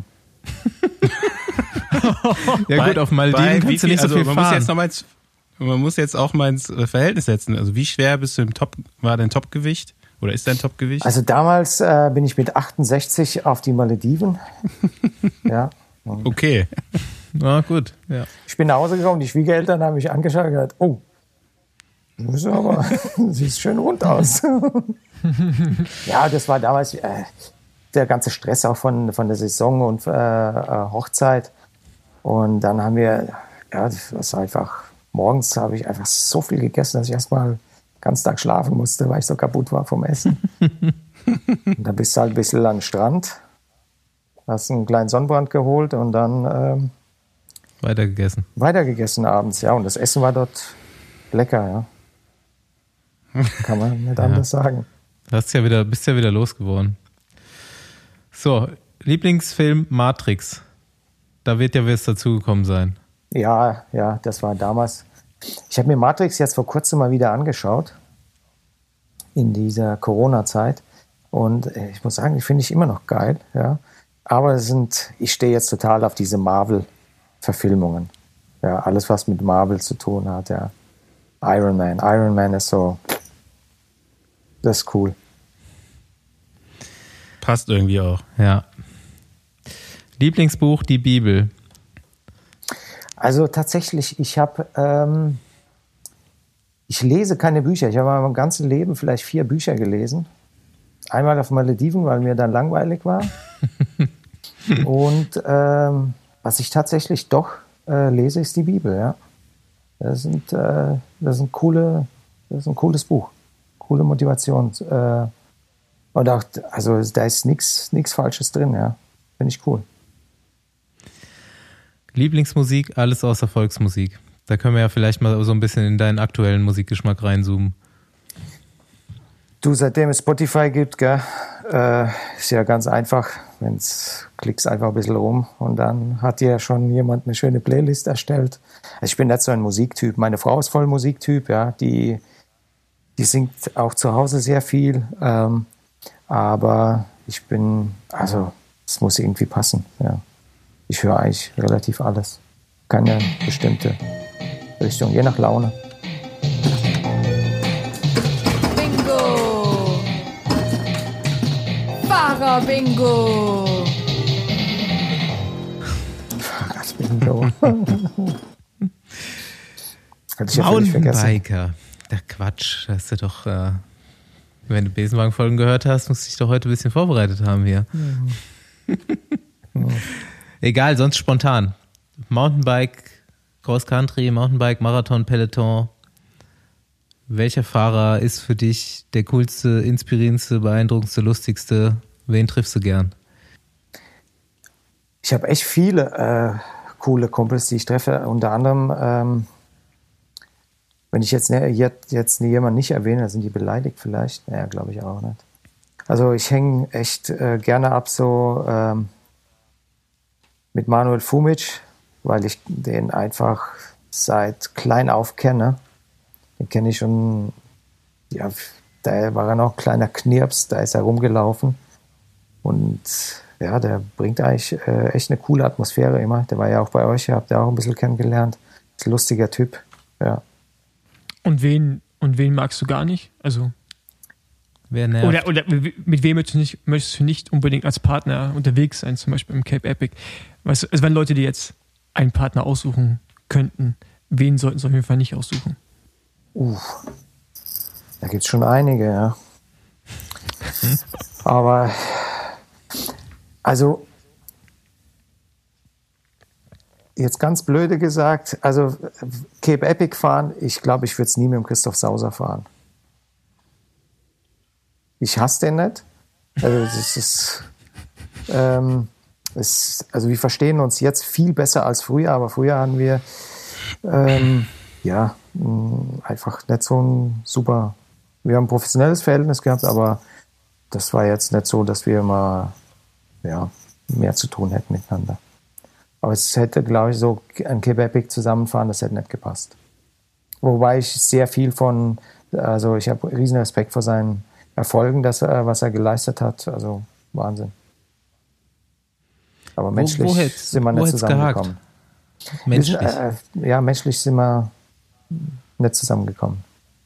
Ja Bei- gut, auf Malediven bei kannst wie du nicht so also viel man muss fahren. jetzt noch mal ins, man muss jetzt auch mal ins äh, Verhältnis setzen. Also wie schwer bist du im Top, war dein Topgewicht? Oder ist dein Topgewicht? Also damals äh, bin ich mit achtundsechzig auf die Malediven. Ja. Okay. Ah, gut, ja. Ich bin nach Hause gekommen, die Schwiegereltern haben mich angeschaut und gesagt, oh, du bist aber, siehst schön rund aus. Ja, das war damals äh, der ganze Stress auch von, von der Saison und äh, äh, Hochzeit. Und dann haben wir, ja, das war einfach, morgens habe ich einfach so viel gegessen, dass ich erstmal ganz Tag schlafen musste, weil ich so kaputt war vom Essen. Und dann bist du halt ein bisschen an den Strand, hast einen kleinen Sonnenbrand geholt und dann ähm, Weitergegessen. weitergegessen abends. Ja, und das Essen war dort lecker, ja. Kann man nicht anders sagen. Du hast ja wieder, bist ja wieder losgeworden. So, Lieblingsfilm Matrix. Da wird ja was dazugekommen sein. Ja, ja, das war damals. Ich habe mir Matrix jetzt vor kurzem mal wieder angeschaut. In dieser Corona-Zeit. Und äh, ich muss sagen, die finde ich immer noch geil. Ja. Aber es sind, ich stehe jetzt total auf diese Marvel-Verfilmungen. Ja, alles, was mit Marvel zu tun hat. Ja. Iron Man. Iron Man ist so, das ist cool. Passt irgendwie auch. Ja. Lieblingsbuch, die Bibel. Also tatsächlich, ich habe, ähm, ich lese keine Bücher. Ich habe in meinem ganzen Leben vielleicht vier Bücher gelesen. Einmal auf Malediven, weil mir dann langweilig war. Und ähm, was ich tatsächlich doch äh, lese, ist die Bibel. Ja, das sind, äh, das ist ein coole, das ist ein cooles Buch, coole Motivation. Äh, und auch, also da ist nichts, nichts Falsches drin. Ja, finde ich cool. Lieblingsmusik, alles außer Volksmusik. Da können wir ja vielleicht mal so ein bisschen in deinen aktuellen Musikgeschmack reinzoomen. Du, seitdem es Spotify gibt, gell, äh, ist ja ganz einfach, wenn es klickst einfach ein bisschen rum und dann hat dir schon jemand eine schöne Playlist erstellt. Also ich bin nicht so ein Musiktyp. Meine Frau ist voll Musiktyp, ja, die, die singt auch zu Hause sehr viel, ähm, aber ich bin, also es muss irgendwie passen, ja. Ich höre eigentlich relativ alles. Keine bestimmte Richtung, je nach Laune. Bingo! Fahrer-Bingo! Das Bingo. Hatte ich ja völlig vergessen. Mountainbiker. Der Quatsch. Hast du doch, äh, wenn du Besenwagen-Folgen gehört hast, musst du dich doch heute ein bisschen vorbereitet haben hier. Egal, sonst spontan. Mountainbike, Cross Country, Mountainbike, Marathon, Peloton. Welcher Fahrer ist für dich der coolste, inspirierendste, beeindruckendste, lustigste? Wen triffst du gern? Ich habe echt viele äh, coole Kumpels, die ich treffe. Unter anderem, ähm, wenn ich jetzt, ne, jetzt, jetzt jemanden nicht erwähne, dann sind die beleidigt vielleicht. Naja, glaube ich auch nicht. Also ich hänge echt äh, gerne ab so ähm, mit Manuel Fumic, weil ich den einfach seit klein auf kenne. Den kenne ich schon, ja, da war er noch ein kleiner Knirps, da ist er rumgelaufen. Und ja, der bringt eigentlich äh, echt eine coole Atmosphäre immer. Der war ja auch bei euch, ihr habt ja auch ein bisschen kennengelernt. Ist ein lustiger Typ, ja. Und wen, und wen magst du gar nicht? Also, Wer nervt? oder, oder mit wem möchtest du, nicht, möchtest du nicht unbedingt als Partner unterwegs sein, zum Beispiel im Cape Epic? Weißt du, also wenn Leute dir jetzt einen Partner aussuchen könnten, wen sollten sie auf jeden Fall nicht aussuchen? Uh, da gibt es schon einige, ja. Aber, also, jetzt ganz blöde gesagt, also Cape Epic fahren, ich glaube, ich würde es nie mit dem Christoph Sauser fahren. Ich hasse den nicht. Also, das ist, ähm, es, also wir verstehen uns jetzt viel besser als früher, aber früher hatten wir, ähm, ja, mh, einfach nicht so ein super, wir haben ein professionelles Verhältnis gehabt, aber das war jetzt nicht so, dass wir mal, ja, mehr zu tun hätten miteinander. Aber es hätte, glaube ich, so ein Cape Epic zusammenfahren, das hätte nicht gepasst. Wobei ich sehr viel von, also ich habe riesen Respekt vor seinen Erfolgen, dass er, was er geleistet hat. Also Wahnsinn. Aber menschlich wo, wo hätt, sind wir nicht zusammengekommen. Menschlich? Wir sind, äh, ja, menschlich sind wir nicht zusammengekommen.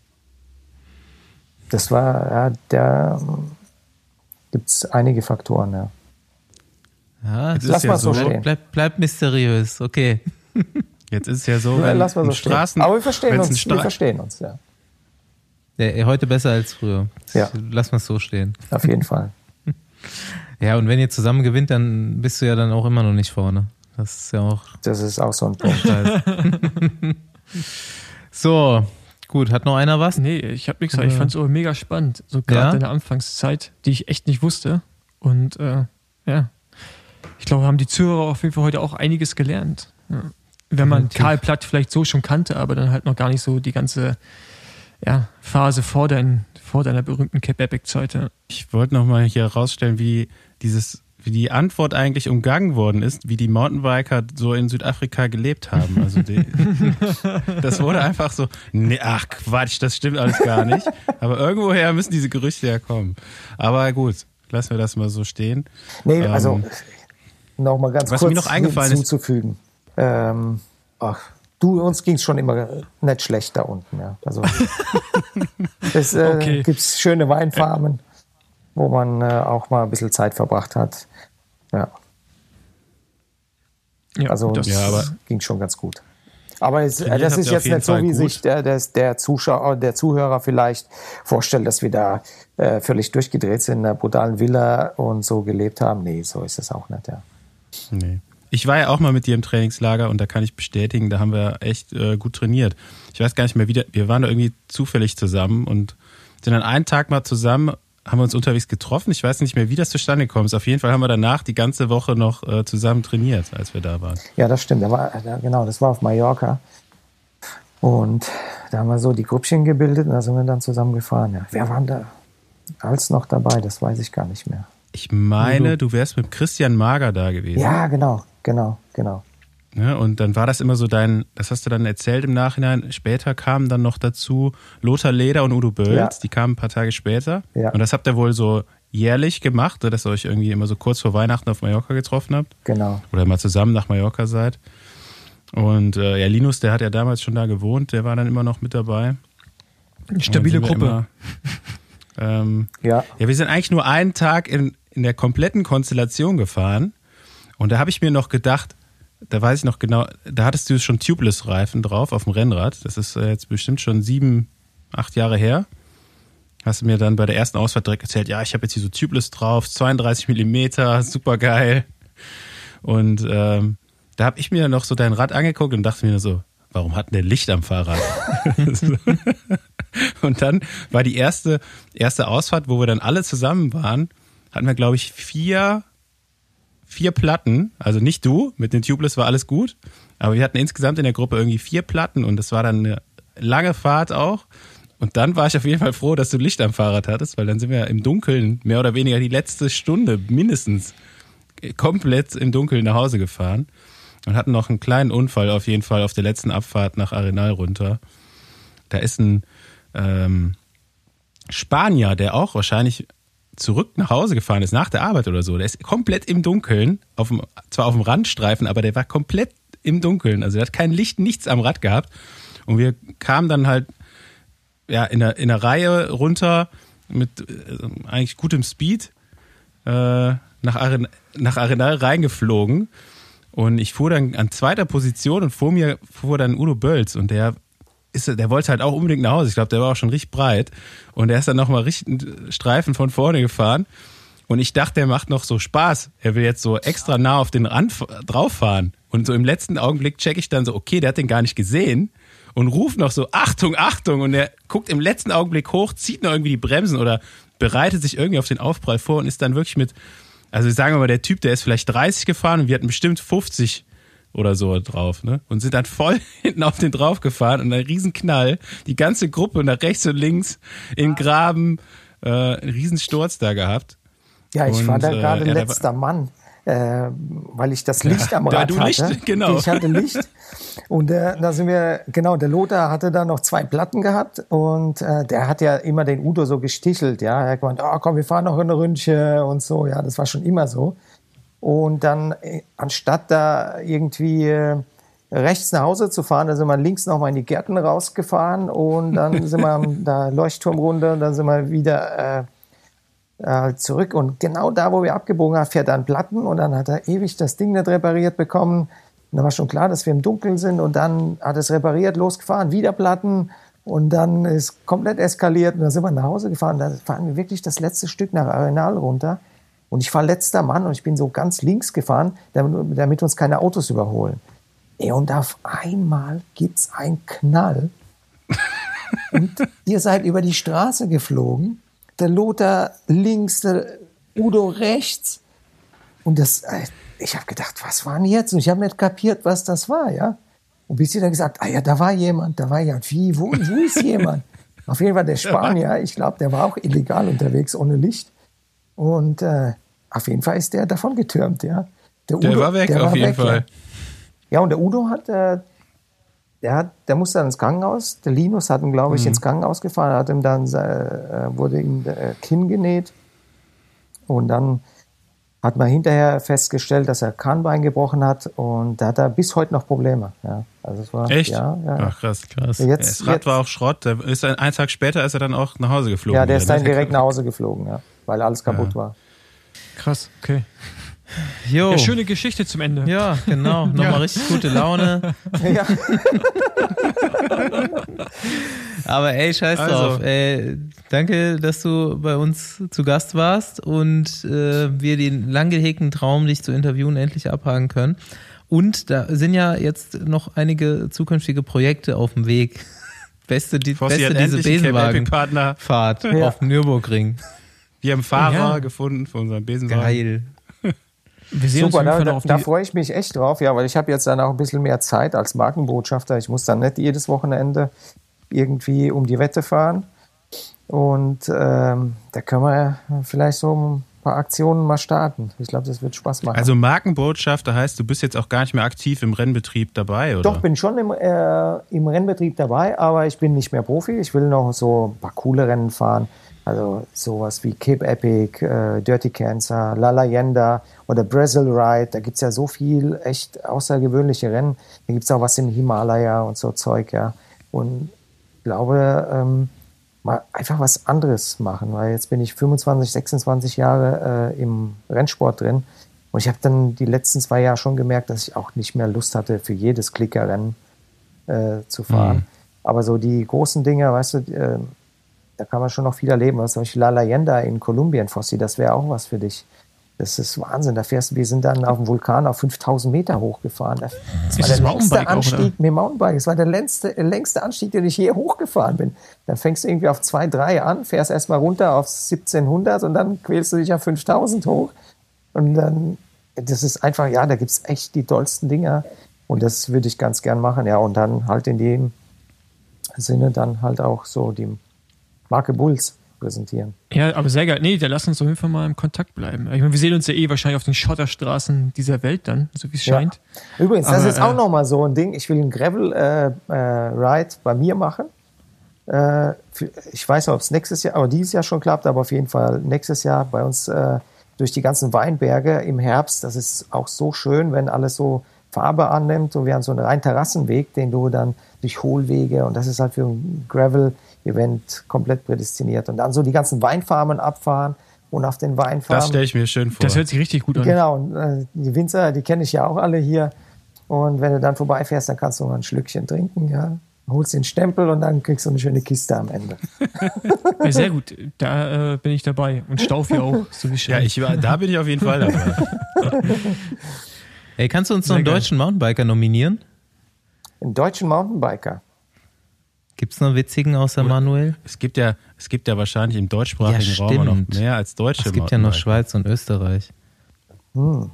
Das war, ja, da gibt es einige Faktoren, ja. Ja, Jetzt lass ist mal ja so so, stehen. Bleib, bleib mysteriös, okay. Jetzt ist es ja so, Ja, wenn lass mal so ein stehen. Straßen, Aber wir verstehen wenn's ein uns, wir Stra- verstehen uns, ja. Ja, heute besser als früher. Ja. Lass mal so stehen. Auf jeden Fall. Ja, und wenn ihr zusammen gewinnt, dann bist du ja dann auch immer noch nicht vorne. Das ist ja auch Das ist auch so ein Punkt. scheiße. So, gut, hat noch einer was? Nee, ich habe nichts gesagt. Ich fand es auch mega spannend. So gerade Ja? in der Anfangszeit, die ich echt nicht wusste. Und äh, ja, ich glaube, haben die Zuhörer auf jeden Fall heute auch einiges gelernt. Ja. Wenn man Definitiv. Karl Platt vielleicht so schon kannte, aber dann halt noch gar nicht so die ganze ja, Phase vor, dein, vor deiner berühmten Cape Epic Zeit. Ja. Ich wollte nochmal hier herausstellen, wie dieses, wie die Antwort eigentlich umgangen worden ist, wie die Mountainbiker so in Südafrika gelebt haben. Also die, das wurde einfach so, nee, ach Quatsch, das stimmt alles gar nicht. Aber irgendwoher müssen diese Gerüchte ja kommen. Aber gut, lassen wir das mal so stehen. Nee, also Ähm, noch mal ganz was kurz mir noch eingefallen ist- hinzuzufügen. Ähm, ach, du, uns ging es schon immer nicht schlecht da unten. Ja. Also es äh, Okay. gibt schöne Weinfarmen, wo man äh, auch mal ein bisschen Zeit verbracht hat. Ja, Ja, also das, das Ja, aber- ging schon ganz gut. Aber es, Trainiert das habt ist ihr auf jetzt jeden nicht so, Fall wie gut. sich der, der, der Zuschauer, der Zuhörer vielleicht vorstellt, dass wir da äh, völlig durchgedreht sind in einer brutalen Villa und so gelebt haben. Nee, so ist es auch nicht, ja. Nee. Ich war ja auch mal mit dir im Trainingslager und da kann ich bestätigen, da haben wir echt äh, gut trainiert. Ich weiß gar nicht mehr, wie der, wir waren da irgendwie zufällig zusammen und sind dann einen Tag mal zusammen, haben wir uns unterwegs getroffen. Ich weiß nicht mehr, wie das zustande gekommen ist. Auf jeden Fall haben wir danach die ganze Woche noch äh, zusammen trainiert, als wir da waren. Ja, das stimmt. Da war, da, genau, das war auf Mallorca. Und da haben wir so die Grüppchen gebildet und da sind wir dann zusammen gefahren. Ja. Wer waren da alles noch dabei? Das weiß ich gar nicht mehr. Ich meine, du wärst mit Christian Mager da gewesen. Ja, genau, genau, genau. Ne? Und dann war das immer so dein, das hast du dann erzählt im Nachhinein, später kamen dann noch dazu Lothar Leder und Udo Bölz, Ja. die kamen ein paar Tage später. Ja. Und das habt ihr wohl so jährlich gemacht, dass ihr euch irgendwie immer so kurz vor Weihnachten auf Mallorca getroffen habt. Genau. Oder mal zusammen nach Mallorca seid. Und äh, ja, Linus, der hat ja damals schon da gewohnt, der war dann immer noch mit dabei. stabile Und dann sind wir Gruppe. Immer, ähm, Ja, ja, wir sind eigentlich nur einen Tag in, in der kompletten Konstellation gefahren. Und da habe ich mir noch gedacht, da weiß ich noch genau, da hattest du schon Tubeless-Reifen drauf auf dem Rennrad. Das ist äh, jetzt bestimmt schon sieben, acht Jahre her. Hast du mir dann bei der ersten Ausfahrt direkt erzählt, ja, ich habe jetzt hier so Tubeless drauf, zweiunddreißig Millimeter, super geil. Und ähm, da habe ich mir noch so dein Rad angeguckt und dachte mir nur so, warum hat denn der Licht am Fahrrad? Und dann war die erste, erste Ausfahrt, wo wir dann alle zusammen waren, hatten wir, glaube ich, vier, vier Platten. Also nicht du, mit den Tubeless war alles gut. Aber wir hatten insgesamt in der Gruppe irgendwie vier Platten und das war dann eine lange Fahrt auch. Und dann war ich auf jeden Fall froh, dass du Licht am Fahrrad hattest, weil dann sind wir im Dunkeln mehr oder weniger die letzte Stunde mindestens komplett im Dunkeln nach Hause gefahren und hatten noch einen kleinen Unfall auf jeden Fall auf der letzten Abfahrt nach Arenal runter. Da ist ein ähm, Spanier, der auch wahrscheinlich zurück nach Hause gefahren ist, nach der Arbeit oder so. Der ist komplett im Dunkeln, auf dem, zwar auf dem Randstreifen, aber der war komplett im Dunkeln. Also der hat kein Licht, nichts am Rad gehabt. Und wir kamen dann halt ja, in der, in der Reihe runter mit äh, eigentlich gutem Speed äh, nach, Aren, nach Arenal reingeflogen. Und ich fuhr dann an zweiter Position und vor mir fuhr dann Udo Bölz und der ist, der wollte halt auch unbedingt nach Hause. Ich glaube, der war auch schon richtig breit. Und der ist dann nochmal richtig Streifen von vorne gefahren. Und ich dachte, der macht noch so Spaß. Er will jetzt so extra nah auf den Rand drauf fahren. Und so im letzten Augenblick checke ich dann so, okay, der hat den gar nicht gesehen. Und ruft noch so, Achtung, Achtung. Und er guckt im letzten Augenblick hoch, zieht noch irgendwie die Bremsen oder bereitet sich irgendwie auf den Aufprall vor und ist dann wirklich mit, also sagen wir mal, der Typ, der ist vielleicht dreißig gefahren und wir hatten bestimmt fünfzig oder so drauf, ne? Und sind dann voll hinten auf den drauf gefahren und ein Riesenknall. Die ganze Gruppe nach rechts und links in Graben, äh, einen Riesensturz da gehabt. ja, ich Und, war da äh, gerade ja, da letzter Mann. äh, weil ich das Licht Ja, am da Rad du hatte. Licht, genau. Ich hatte Licht. Und äh, da sind wir, genau, der Lothar hatte da noch zwei Platten gehabt und äh, der hat ja immer den Udo so gestichelt, ja. Er hat gemeint, oh, komm, wir fahren noch eine Ründchen und so, ja, das war schon immer so. Und dann, äh, anstatt da irgendwie äh, rechts nach Hause zu fahren, da sind wir links nochmal in die Gärten rausgefahren und dann sind wir am da Leuchtturmrunde und dann sind wir wieder äh, äh, zurück. Und genau da, wo wir abgebogen haben, fährt er an Platten und dann hat er ewig das Ding nicht repariert bekommen. Und dann war schon klar, dass wir im Dunkeln sind und dann hat es repariert, losgefahren, wieder Platten und dann ist komplett eskaliert und dann sind wir nach Hause gefahren. Da fahren wir wirklich das letzte Stück nach Arenal runter und ich war letzter Mann und ich bin so ganz links gefahren, damit, damit uns keine Autos überholen. Ey, und auf einmal gibt's einen Knall und ihr seid über die Straße geflogen, der Lothar links, der Udo rechts und das... Ich habe gedacht, was war denn jetzt? Und ich habe nicht kapiert, was das war, ja. Und bis sie dann gesagt, ah ja, da war jemand, da war jemand. Wie, wo, wo ist jemand? Auf jeden Fall der Spanier, ich glaube, der war auch illegal unterwegs, ohne Licht. Und äh, auf jeden Fall ist der davon getürmt, ja. Der, Udo, der war weg, der auf war jeden weg, Fall. Ja. ja, und der Udo hat, äh, der hat, der musste dann ins Krankenhaus. Der Linus hat ihn, glaube ich, mhm. ins Krankenhaus gefahren, hat ihm dann, äh, wurde ihm äh, Kinn genäht. Und dann hat man hinterher festgestellt, dass er Kahnbein gebrochen hat und da hat er bis heute noch Probleme. Ja, also es war, echt? Ja, ja. Ach krass. krass. Jetzt, das Rad jetzt, war auch Schrott. Der ist ein, einen Tag später ist er dann auch nach Hause geflogen. Ja, der ist dann direkt nach Hause geflogen, ja, weil alles kaputt ja. war. Krass, okay. Jo. Ja, schöne Geschichte zum Ende. Ja, genau. Nochmal ja. richtig gute Laune. Ja. Aber ey, scheiß also. drauf. Ey, danke, dass du bei uns zu Gast warst und äh, wir den lang gehegten Traum, dich zu interviewen, endlich abhaken können. Und da sind ja jetzt noch einige zukünftige Projekte auf dem Weg. Beste, die, beste diese Besenwagenfahrt ja. auf dem Nürburgring. Wir haben Fahrer ja. gefunden für unseren Besenwagen. Geil. Wir sehen Super, uns da, da, auf da freue ich mich echt drauf, ja, weil ich habe jetzt dann auch ein bisschen mehr Zeit als Markenbotschafter. Ich muss dann nicht jedes Wochenende irgendwie um die Wette fahren. Und ähm, da können wir vielleicht so ein paar Aktionen mal starten. Ich glaube, das wird Spaß machen. Also Markenbotschafter heißt, du bist jetzt auch gar nicht mehr aktiv im Rennbetrieb dabei, oder? Doch, bin schon im, äh, im Rennbetrieb dabei, aber ich bin nicht mehr Profi. Ich will noch so ein paar coole Rennen fahren. Also sowas wie Cape Epic, äh, Dirty Cancer, La Leyenda oder Brazil Ride. Da gibt es ja so viel echt außergewöhnliche Rennen. Da gibt es auch was im Himalaya und so Zeug, ja. Und ich glaube, ähm, mal einfach was anderes machen, weil jetzt bin ich fünfundzwanzig, sechsundzwanzig Jahre äh, im Rennsport drin. Und ich habe dann die letzten zwei Jahre schon gemerkt, dass ich auch nicht mehr Lust hatte, für jedes Klickerrennen äh, zu fahren. Mhm. Aber so die großen Dinge, weißt du, äh, da kann man schon noch viel erleben. Was zum Beispiel La Leyenda in Kolumbien, Fossi, das wäre auch was für dich. Das ist Wahnsinn. Da fährst, wir sind dann auf dem Vulkan auf fünftausend Meter hochgefahren. Das war der längste Anstieg mit Mountainbike. Das war der längste, längste Anstieg, den ich je hochgefahren bin. Dann fängst du irgendwie auf zwei, drei an, fährst erstmal runter auf siebzehnhundert und dann quälst du dich auf fünftausend hoch. Und dann, das ist einfach, ja, da gibt es echt die tollsten Dinger. Und das würde ich ganz gern machen. Ja, und dann halt in dem Sinne dann halt auch so die Marke Bulls präsentieren. Ja, aber sehr geil. Nee, da lass uns auf jeden Fall mal im Kontakt bleiben. Ich meine, wir sehen uns ja eh wahrscheinlich auf den Schotterstraßen dieser Welt dann, so wie es scheint. Ja. Übrigens, aber, das ist auch äh, nochmal so ein Ding. Ich will einen Gravel-Ride äh, äh, bei mir machen. Äh, für, ich weiß nicht, ob es nächstes Jahr, aber dieses Jahr schon klappt, aber auf jeden Fall nächstes Jahr bei uns äh, durch die ganzen Weinberge im Herbst. Das ist auch so schön, wenn alles so Farbe annimmt. Und wir haben so einen reinen Terrassenweg, den du dann durch Hohlwege, und das ist halt für ein Gravel-Event komplett prädestiniert. Und dann so die ganzen Weinfarmen abfahren und auf den Weinfarmen. Das stelle ich mir schön vor. Das hört sich richtig gut an. Genau, und äh, die Winzer, die kenne ich ja auch alle hier. Und wenn du dann vorbeifährst, dann kannst du mal ein Schlückchen trinken, ja. Holst den Stempel und dann kriegst du eine schöne Kiste am Ende. Ja, sehr gut, da äh, bin ich dabei. Und Staufi auch, so wie schön. Ja, ich war, da bin ich auf jeden Fall dabei. Ey, kannst du uns noch einen deutschen Mountainbiker nominieren? Einen deutschen Mountainbiker? Gibt es noch witzigen außer Manuel? Es gibt ja, es gibt ja wahrscheinlich im deutschsprachigen ja, Raum noch mehr als deutsche Es gibt ja noch Schweiz und Österreich. Hm.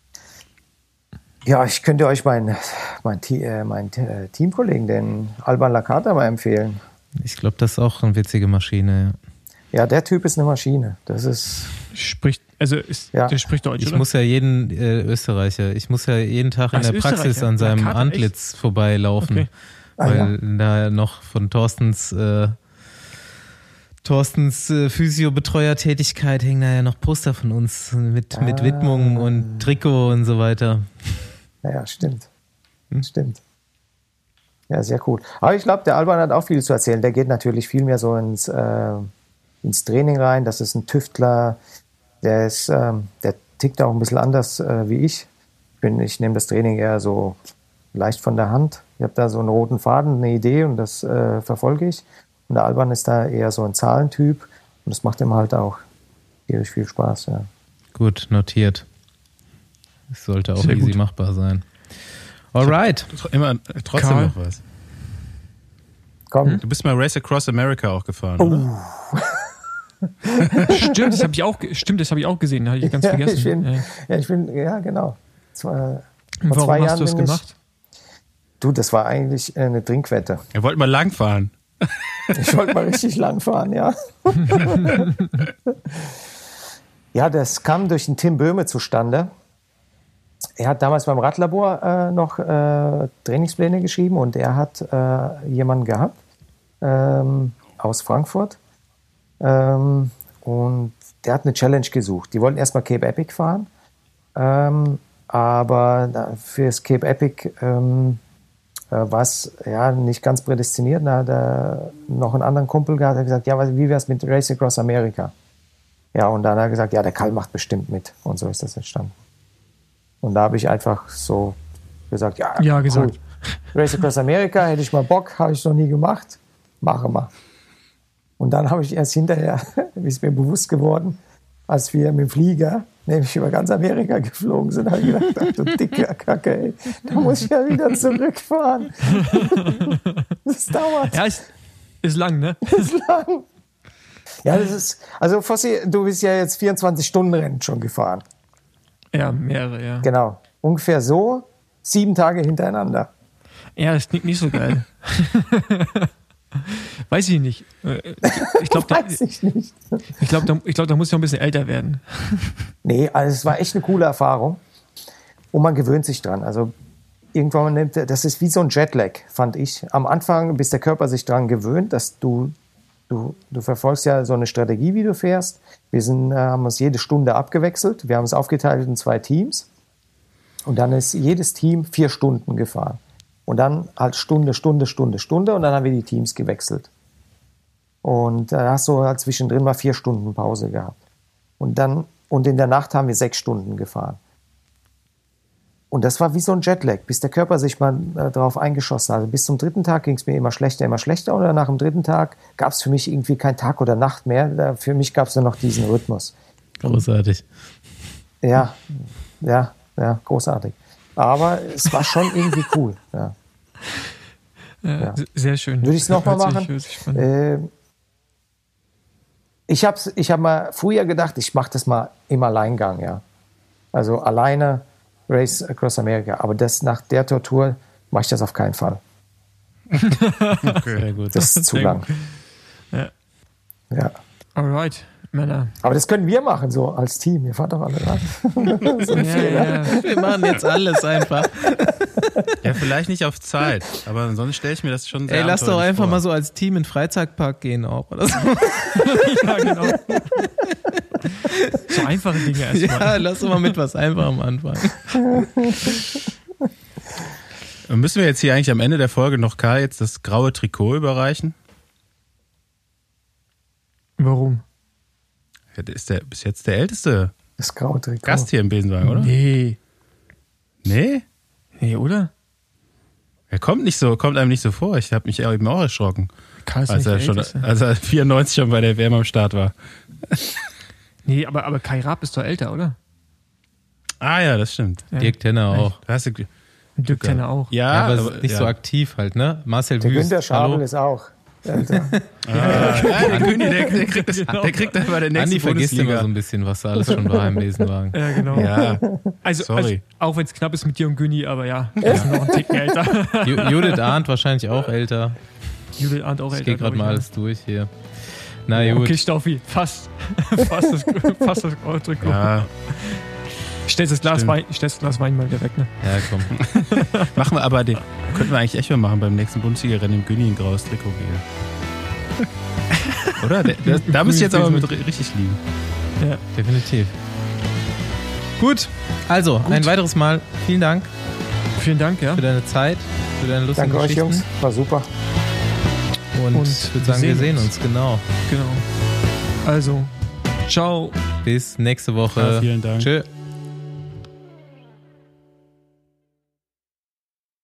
Ja, ich könnte euch meinen mein, äh, mein, äh, Teamkollegen, den Alban Lakata, mal empfehlen. Ich glaube, das ist auch eine witzige Maschine. Ja. Ja, der Typ ist eine Maschine. Das ist. Spricht, also ist, Ja. der spricht Deutsch, Ich oder? muss ja jeden äh, Österreicher, ich muss ja jeden Tag in Ach, der ist Praxis Österreicher? an seinem Ja, Karte, Antlitz vorbeilaufen, Okay. Ah, weil da noch von Thorstens äh, Thorstens äh, Physiobetreuertätigkeit hängen da ja noch Poster von uns mit, mit Ah. Widmung und Trikot und so weiter. Ja, ja, stimmt. Stimmt. Ja, sehr cool. Aber ich glaube, der Alban hat auch viel zu erzählen. Der geht natürlich viel mehr so ins, äh, ins Training rein. Das ist ein Tüftler. Der ist, ähm, der tickt auch ein bisschen anders äh, wie ich. Ich, bin, ich nehme das Training eher so leicht von der Hand. Ich habe da so einen roten Faden, eine Idee und das äh, verfolge ich. Und der Alban ist da eher so ein Zahlentyp und das macht ihm halt auch tierisch viel Spaß. Ja. Gut, notiert. Es sollte auch Sehr easy gut. machbar sein. Alright. Immer trotzdem Karl? noch was. Komm, Du bist mal Race Across America auch gefahren, Oh. oder? Stimmt, das habe ich auch, ge- stimmt, das habe ich auch gesehen, habe ich ganz ja, vergessen. ich bin, Ja. ja, ich bin, ja genau. Zwei, vor Warum zwei hast Jahren du das bin ich- gemacht? Du, das war eigentlich äh, eine Trinkwette. Er wollte mal lang fahren. Ich wollte mal richtig lang fahren, ja. Ja, das kam durch den Tim Böhme zustande. Er hat damals beim Radlabor äh, noch äh, Trainingspläne geschrieben und er hat äh, jemanden gehabt ähm, aus Frankfurt. Ähm, und der hat eine Challenge gesucht. Die wollten erstmal Cape Epic fahren. Ähm, aber da- für das Cape Epic ähm, äh, war es ja, nicht ganz prädestiniert. Da hat er noch einen anderen Kumpel gehabt, der hat gesagt, ja, was- wie wäre es mit Race Across America? Ja, und dann hat er gesagt, ja, der Karl macht bestimmt mit. Und so ist das entstanden. Und da habe ich einfach so gesagt, ja, Ja, cool. gesagt. Race Across America, hätte ich mal Bock, habe ich noch nie gemacht, mache mal. Und dann habe ich erst hinterher, ist mir bewusst geworden, als wir mit dem Flieger, nämlich über ganz Amerika geflogen sind, habe ich gedacht, ach du dicke Kacke, ey, da muss ich ja wieder zurückfahren. Das dauert. Ja, ist, ist lang, ne? lang. Ja, das ist, also Fossi, du bist ja jetzt vierundzwanzig Stunden Rennen schon gefahren. Ja, mehrere, ja. Genau. Ungefähr so, sieben Tage hintereinander. Ja, das klingt nicht so geil. Weiß ich nicht. Äh, Ich glaube, da, Weiß ich nicht. ich glaub, da, ich glaub, da muss ich noch ein bisschen älter werden. Nee, also es war echt eine coole Erfahrung. Und man gewöhnt sich dran. Also irgendwann nimmt, das ist wie so ein Jetlag, fand ich. Am Anfang, bis der Körper sich dran gewöhnt, dass du, du, du verfolgst ja so eine Strategie, wie du fährst. Wir sind, äh, haben uns jede Stunde abgewechselt. Wir haben es aufgeteilt in zwei Teams. Und dann ist jedes Team vier Stunden gefahren. Und dann halt Stunde, Stunde, Stunde, Stunde. Und dann haben wir die Teams gewechselt. Und da hast du halt zwischendrin mal vier Stunden Pause gehabt. Und dann, und in der Nacht haben wir sechs Stunden gefahren. Und das war wie so ein Jetlag, bis der Körper sich mal äh, darauf eingeschossen hat. Also bis zum dritten Tag ging es mir immer schlechter, immer schlechter. Und nach dem dritten Tag gab es für mich irgendwie kein Tag oder Nacht mehr. Da, für mich gab es nur noch diesen Rhythmus. Großartig. Ja, ja, ja, großartig. Aber es war schon irgendwie cool. Ja. Äh, Ja. Sehr schön. Würde ich es nochmal Hört sich- machen? hört sich spannend. Äh, ich habe ich hab mal früher gedacht, ich mache das mal im Alleingang, ja. Also alleine Race Across America. Aber das nach der Tortur mache ich das auf keinen Fall. Sehr gut. Das ist zu Sehr lang. gut. Ja. Ja. Alright, Männer. Aber das können wir machen, so als Team. Ihr fahrt doch alle ran. So ein Ja, Fehler. ja, ja. Wir machen jetzt alles einfach. Ja, vielleicht nicht auf Zeit, aber sonst stelle ich mir das schon sehr Ey, lass doch abenteuerlich einfach vor. mal so als Team in den Freizeitpark gehen auch oder so. Ja, genau. So einfache Dinge erstmal. Ja, lass doch mal mit was Einfachem anfangen. Und müssen wir jetzt hier eigentlich am Ende der Folge noch Karl jetzt das graue Trikot überreichen? Warum? Ja, der ist der bis jetzt der älteste Das graue Trikot. Gast hier im Besenwagen, oder? Nee. Nee? Nee, oder? Er kommt nicht so, kommt einem nicht so vor. Ich habe mich eben auch erschrocken, Karl ist als nicht er der schon, Älteste. als er vierundneunzig schon bei der W M am Start war. Nee, aber, aber Kai Raab ist doch älter, oder? Ah ja, das stimmt. Ja. Dirk Tenner auch. Da hast du, Glück. Und Dirk Tenner auch. ja, Ja, aber, aber nicht ja. so aktiv halt, ne? Marcel Der Wüst, Günther Schabel hallo. ist auch älter. Ah, ja, der König, der, der kriegt das, der kriegt dann bei der nächsten Andi vergisst immer Bundesliga. so ein bisschen, was da alles schon war im Besenwagen. Ja, genau. Ja, Also, sorry. also auch wenn es knapp ist mit dir und Günni, aber ja, er ist noch ein Ticken älter. Ju- Judith Arndt wahrscheinlich auch älter. Judith Arndt auch Ich älter. gehe gerade glaub mal ich, alles durch hier. Na gut. Okay, Staufi, fast. fast das, fast das Trikot. Ja, Stellst das Glas Stimmt. Wein, stellst das Glas Wein mal wieder weg, ne? Ja, komm. machen wir aber den. Könnten wir eigentlich echt mal machen beim nächsten Bundesliga-Rennen im Günni ein graues Trikot geben. Oder? Der, der, da müsst ihr jetzt aber mit ri- richtig liegen. Ja. Definitiv. Gut, also Gut. ein weiteres Mal vielen Dank Vielen Dank, ja. für deine Zeit, für deine lustigen Danke euch, Geschichten. Jungs. War super. Und, Und ich würde wir sagen, wir sehen sehen uns. uns, genau. Genau. Also, ciao. Bis nächste Woche. Ja, vielen Dank. Tschö.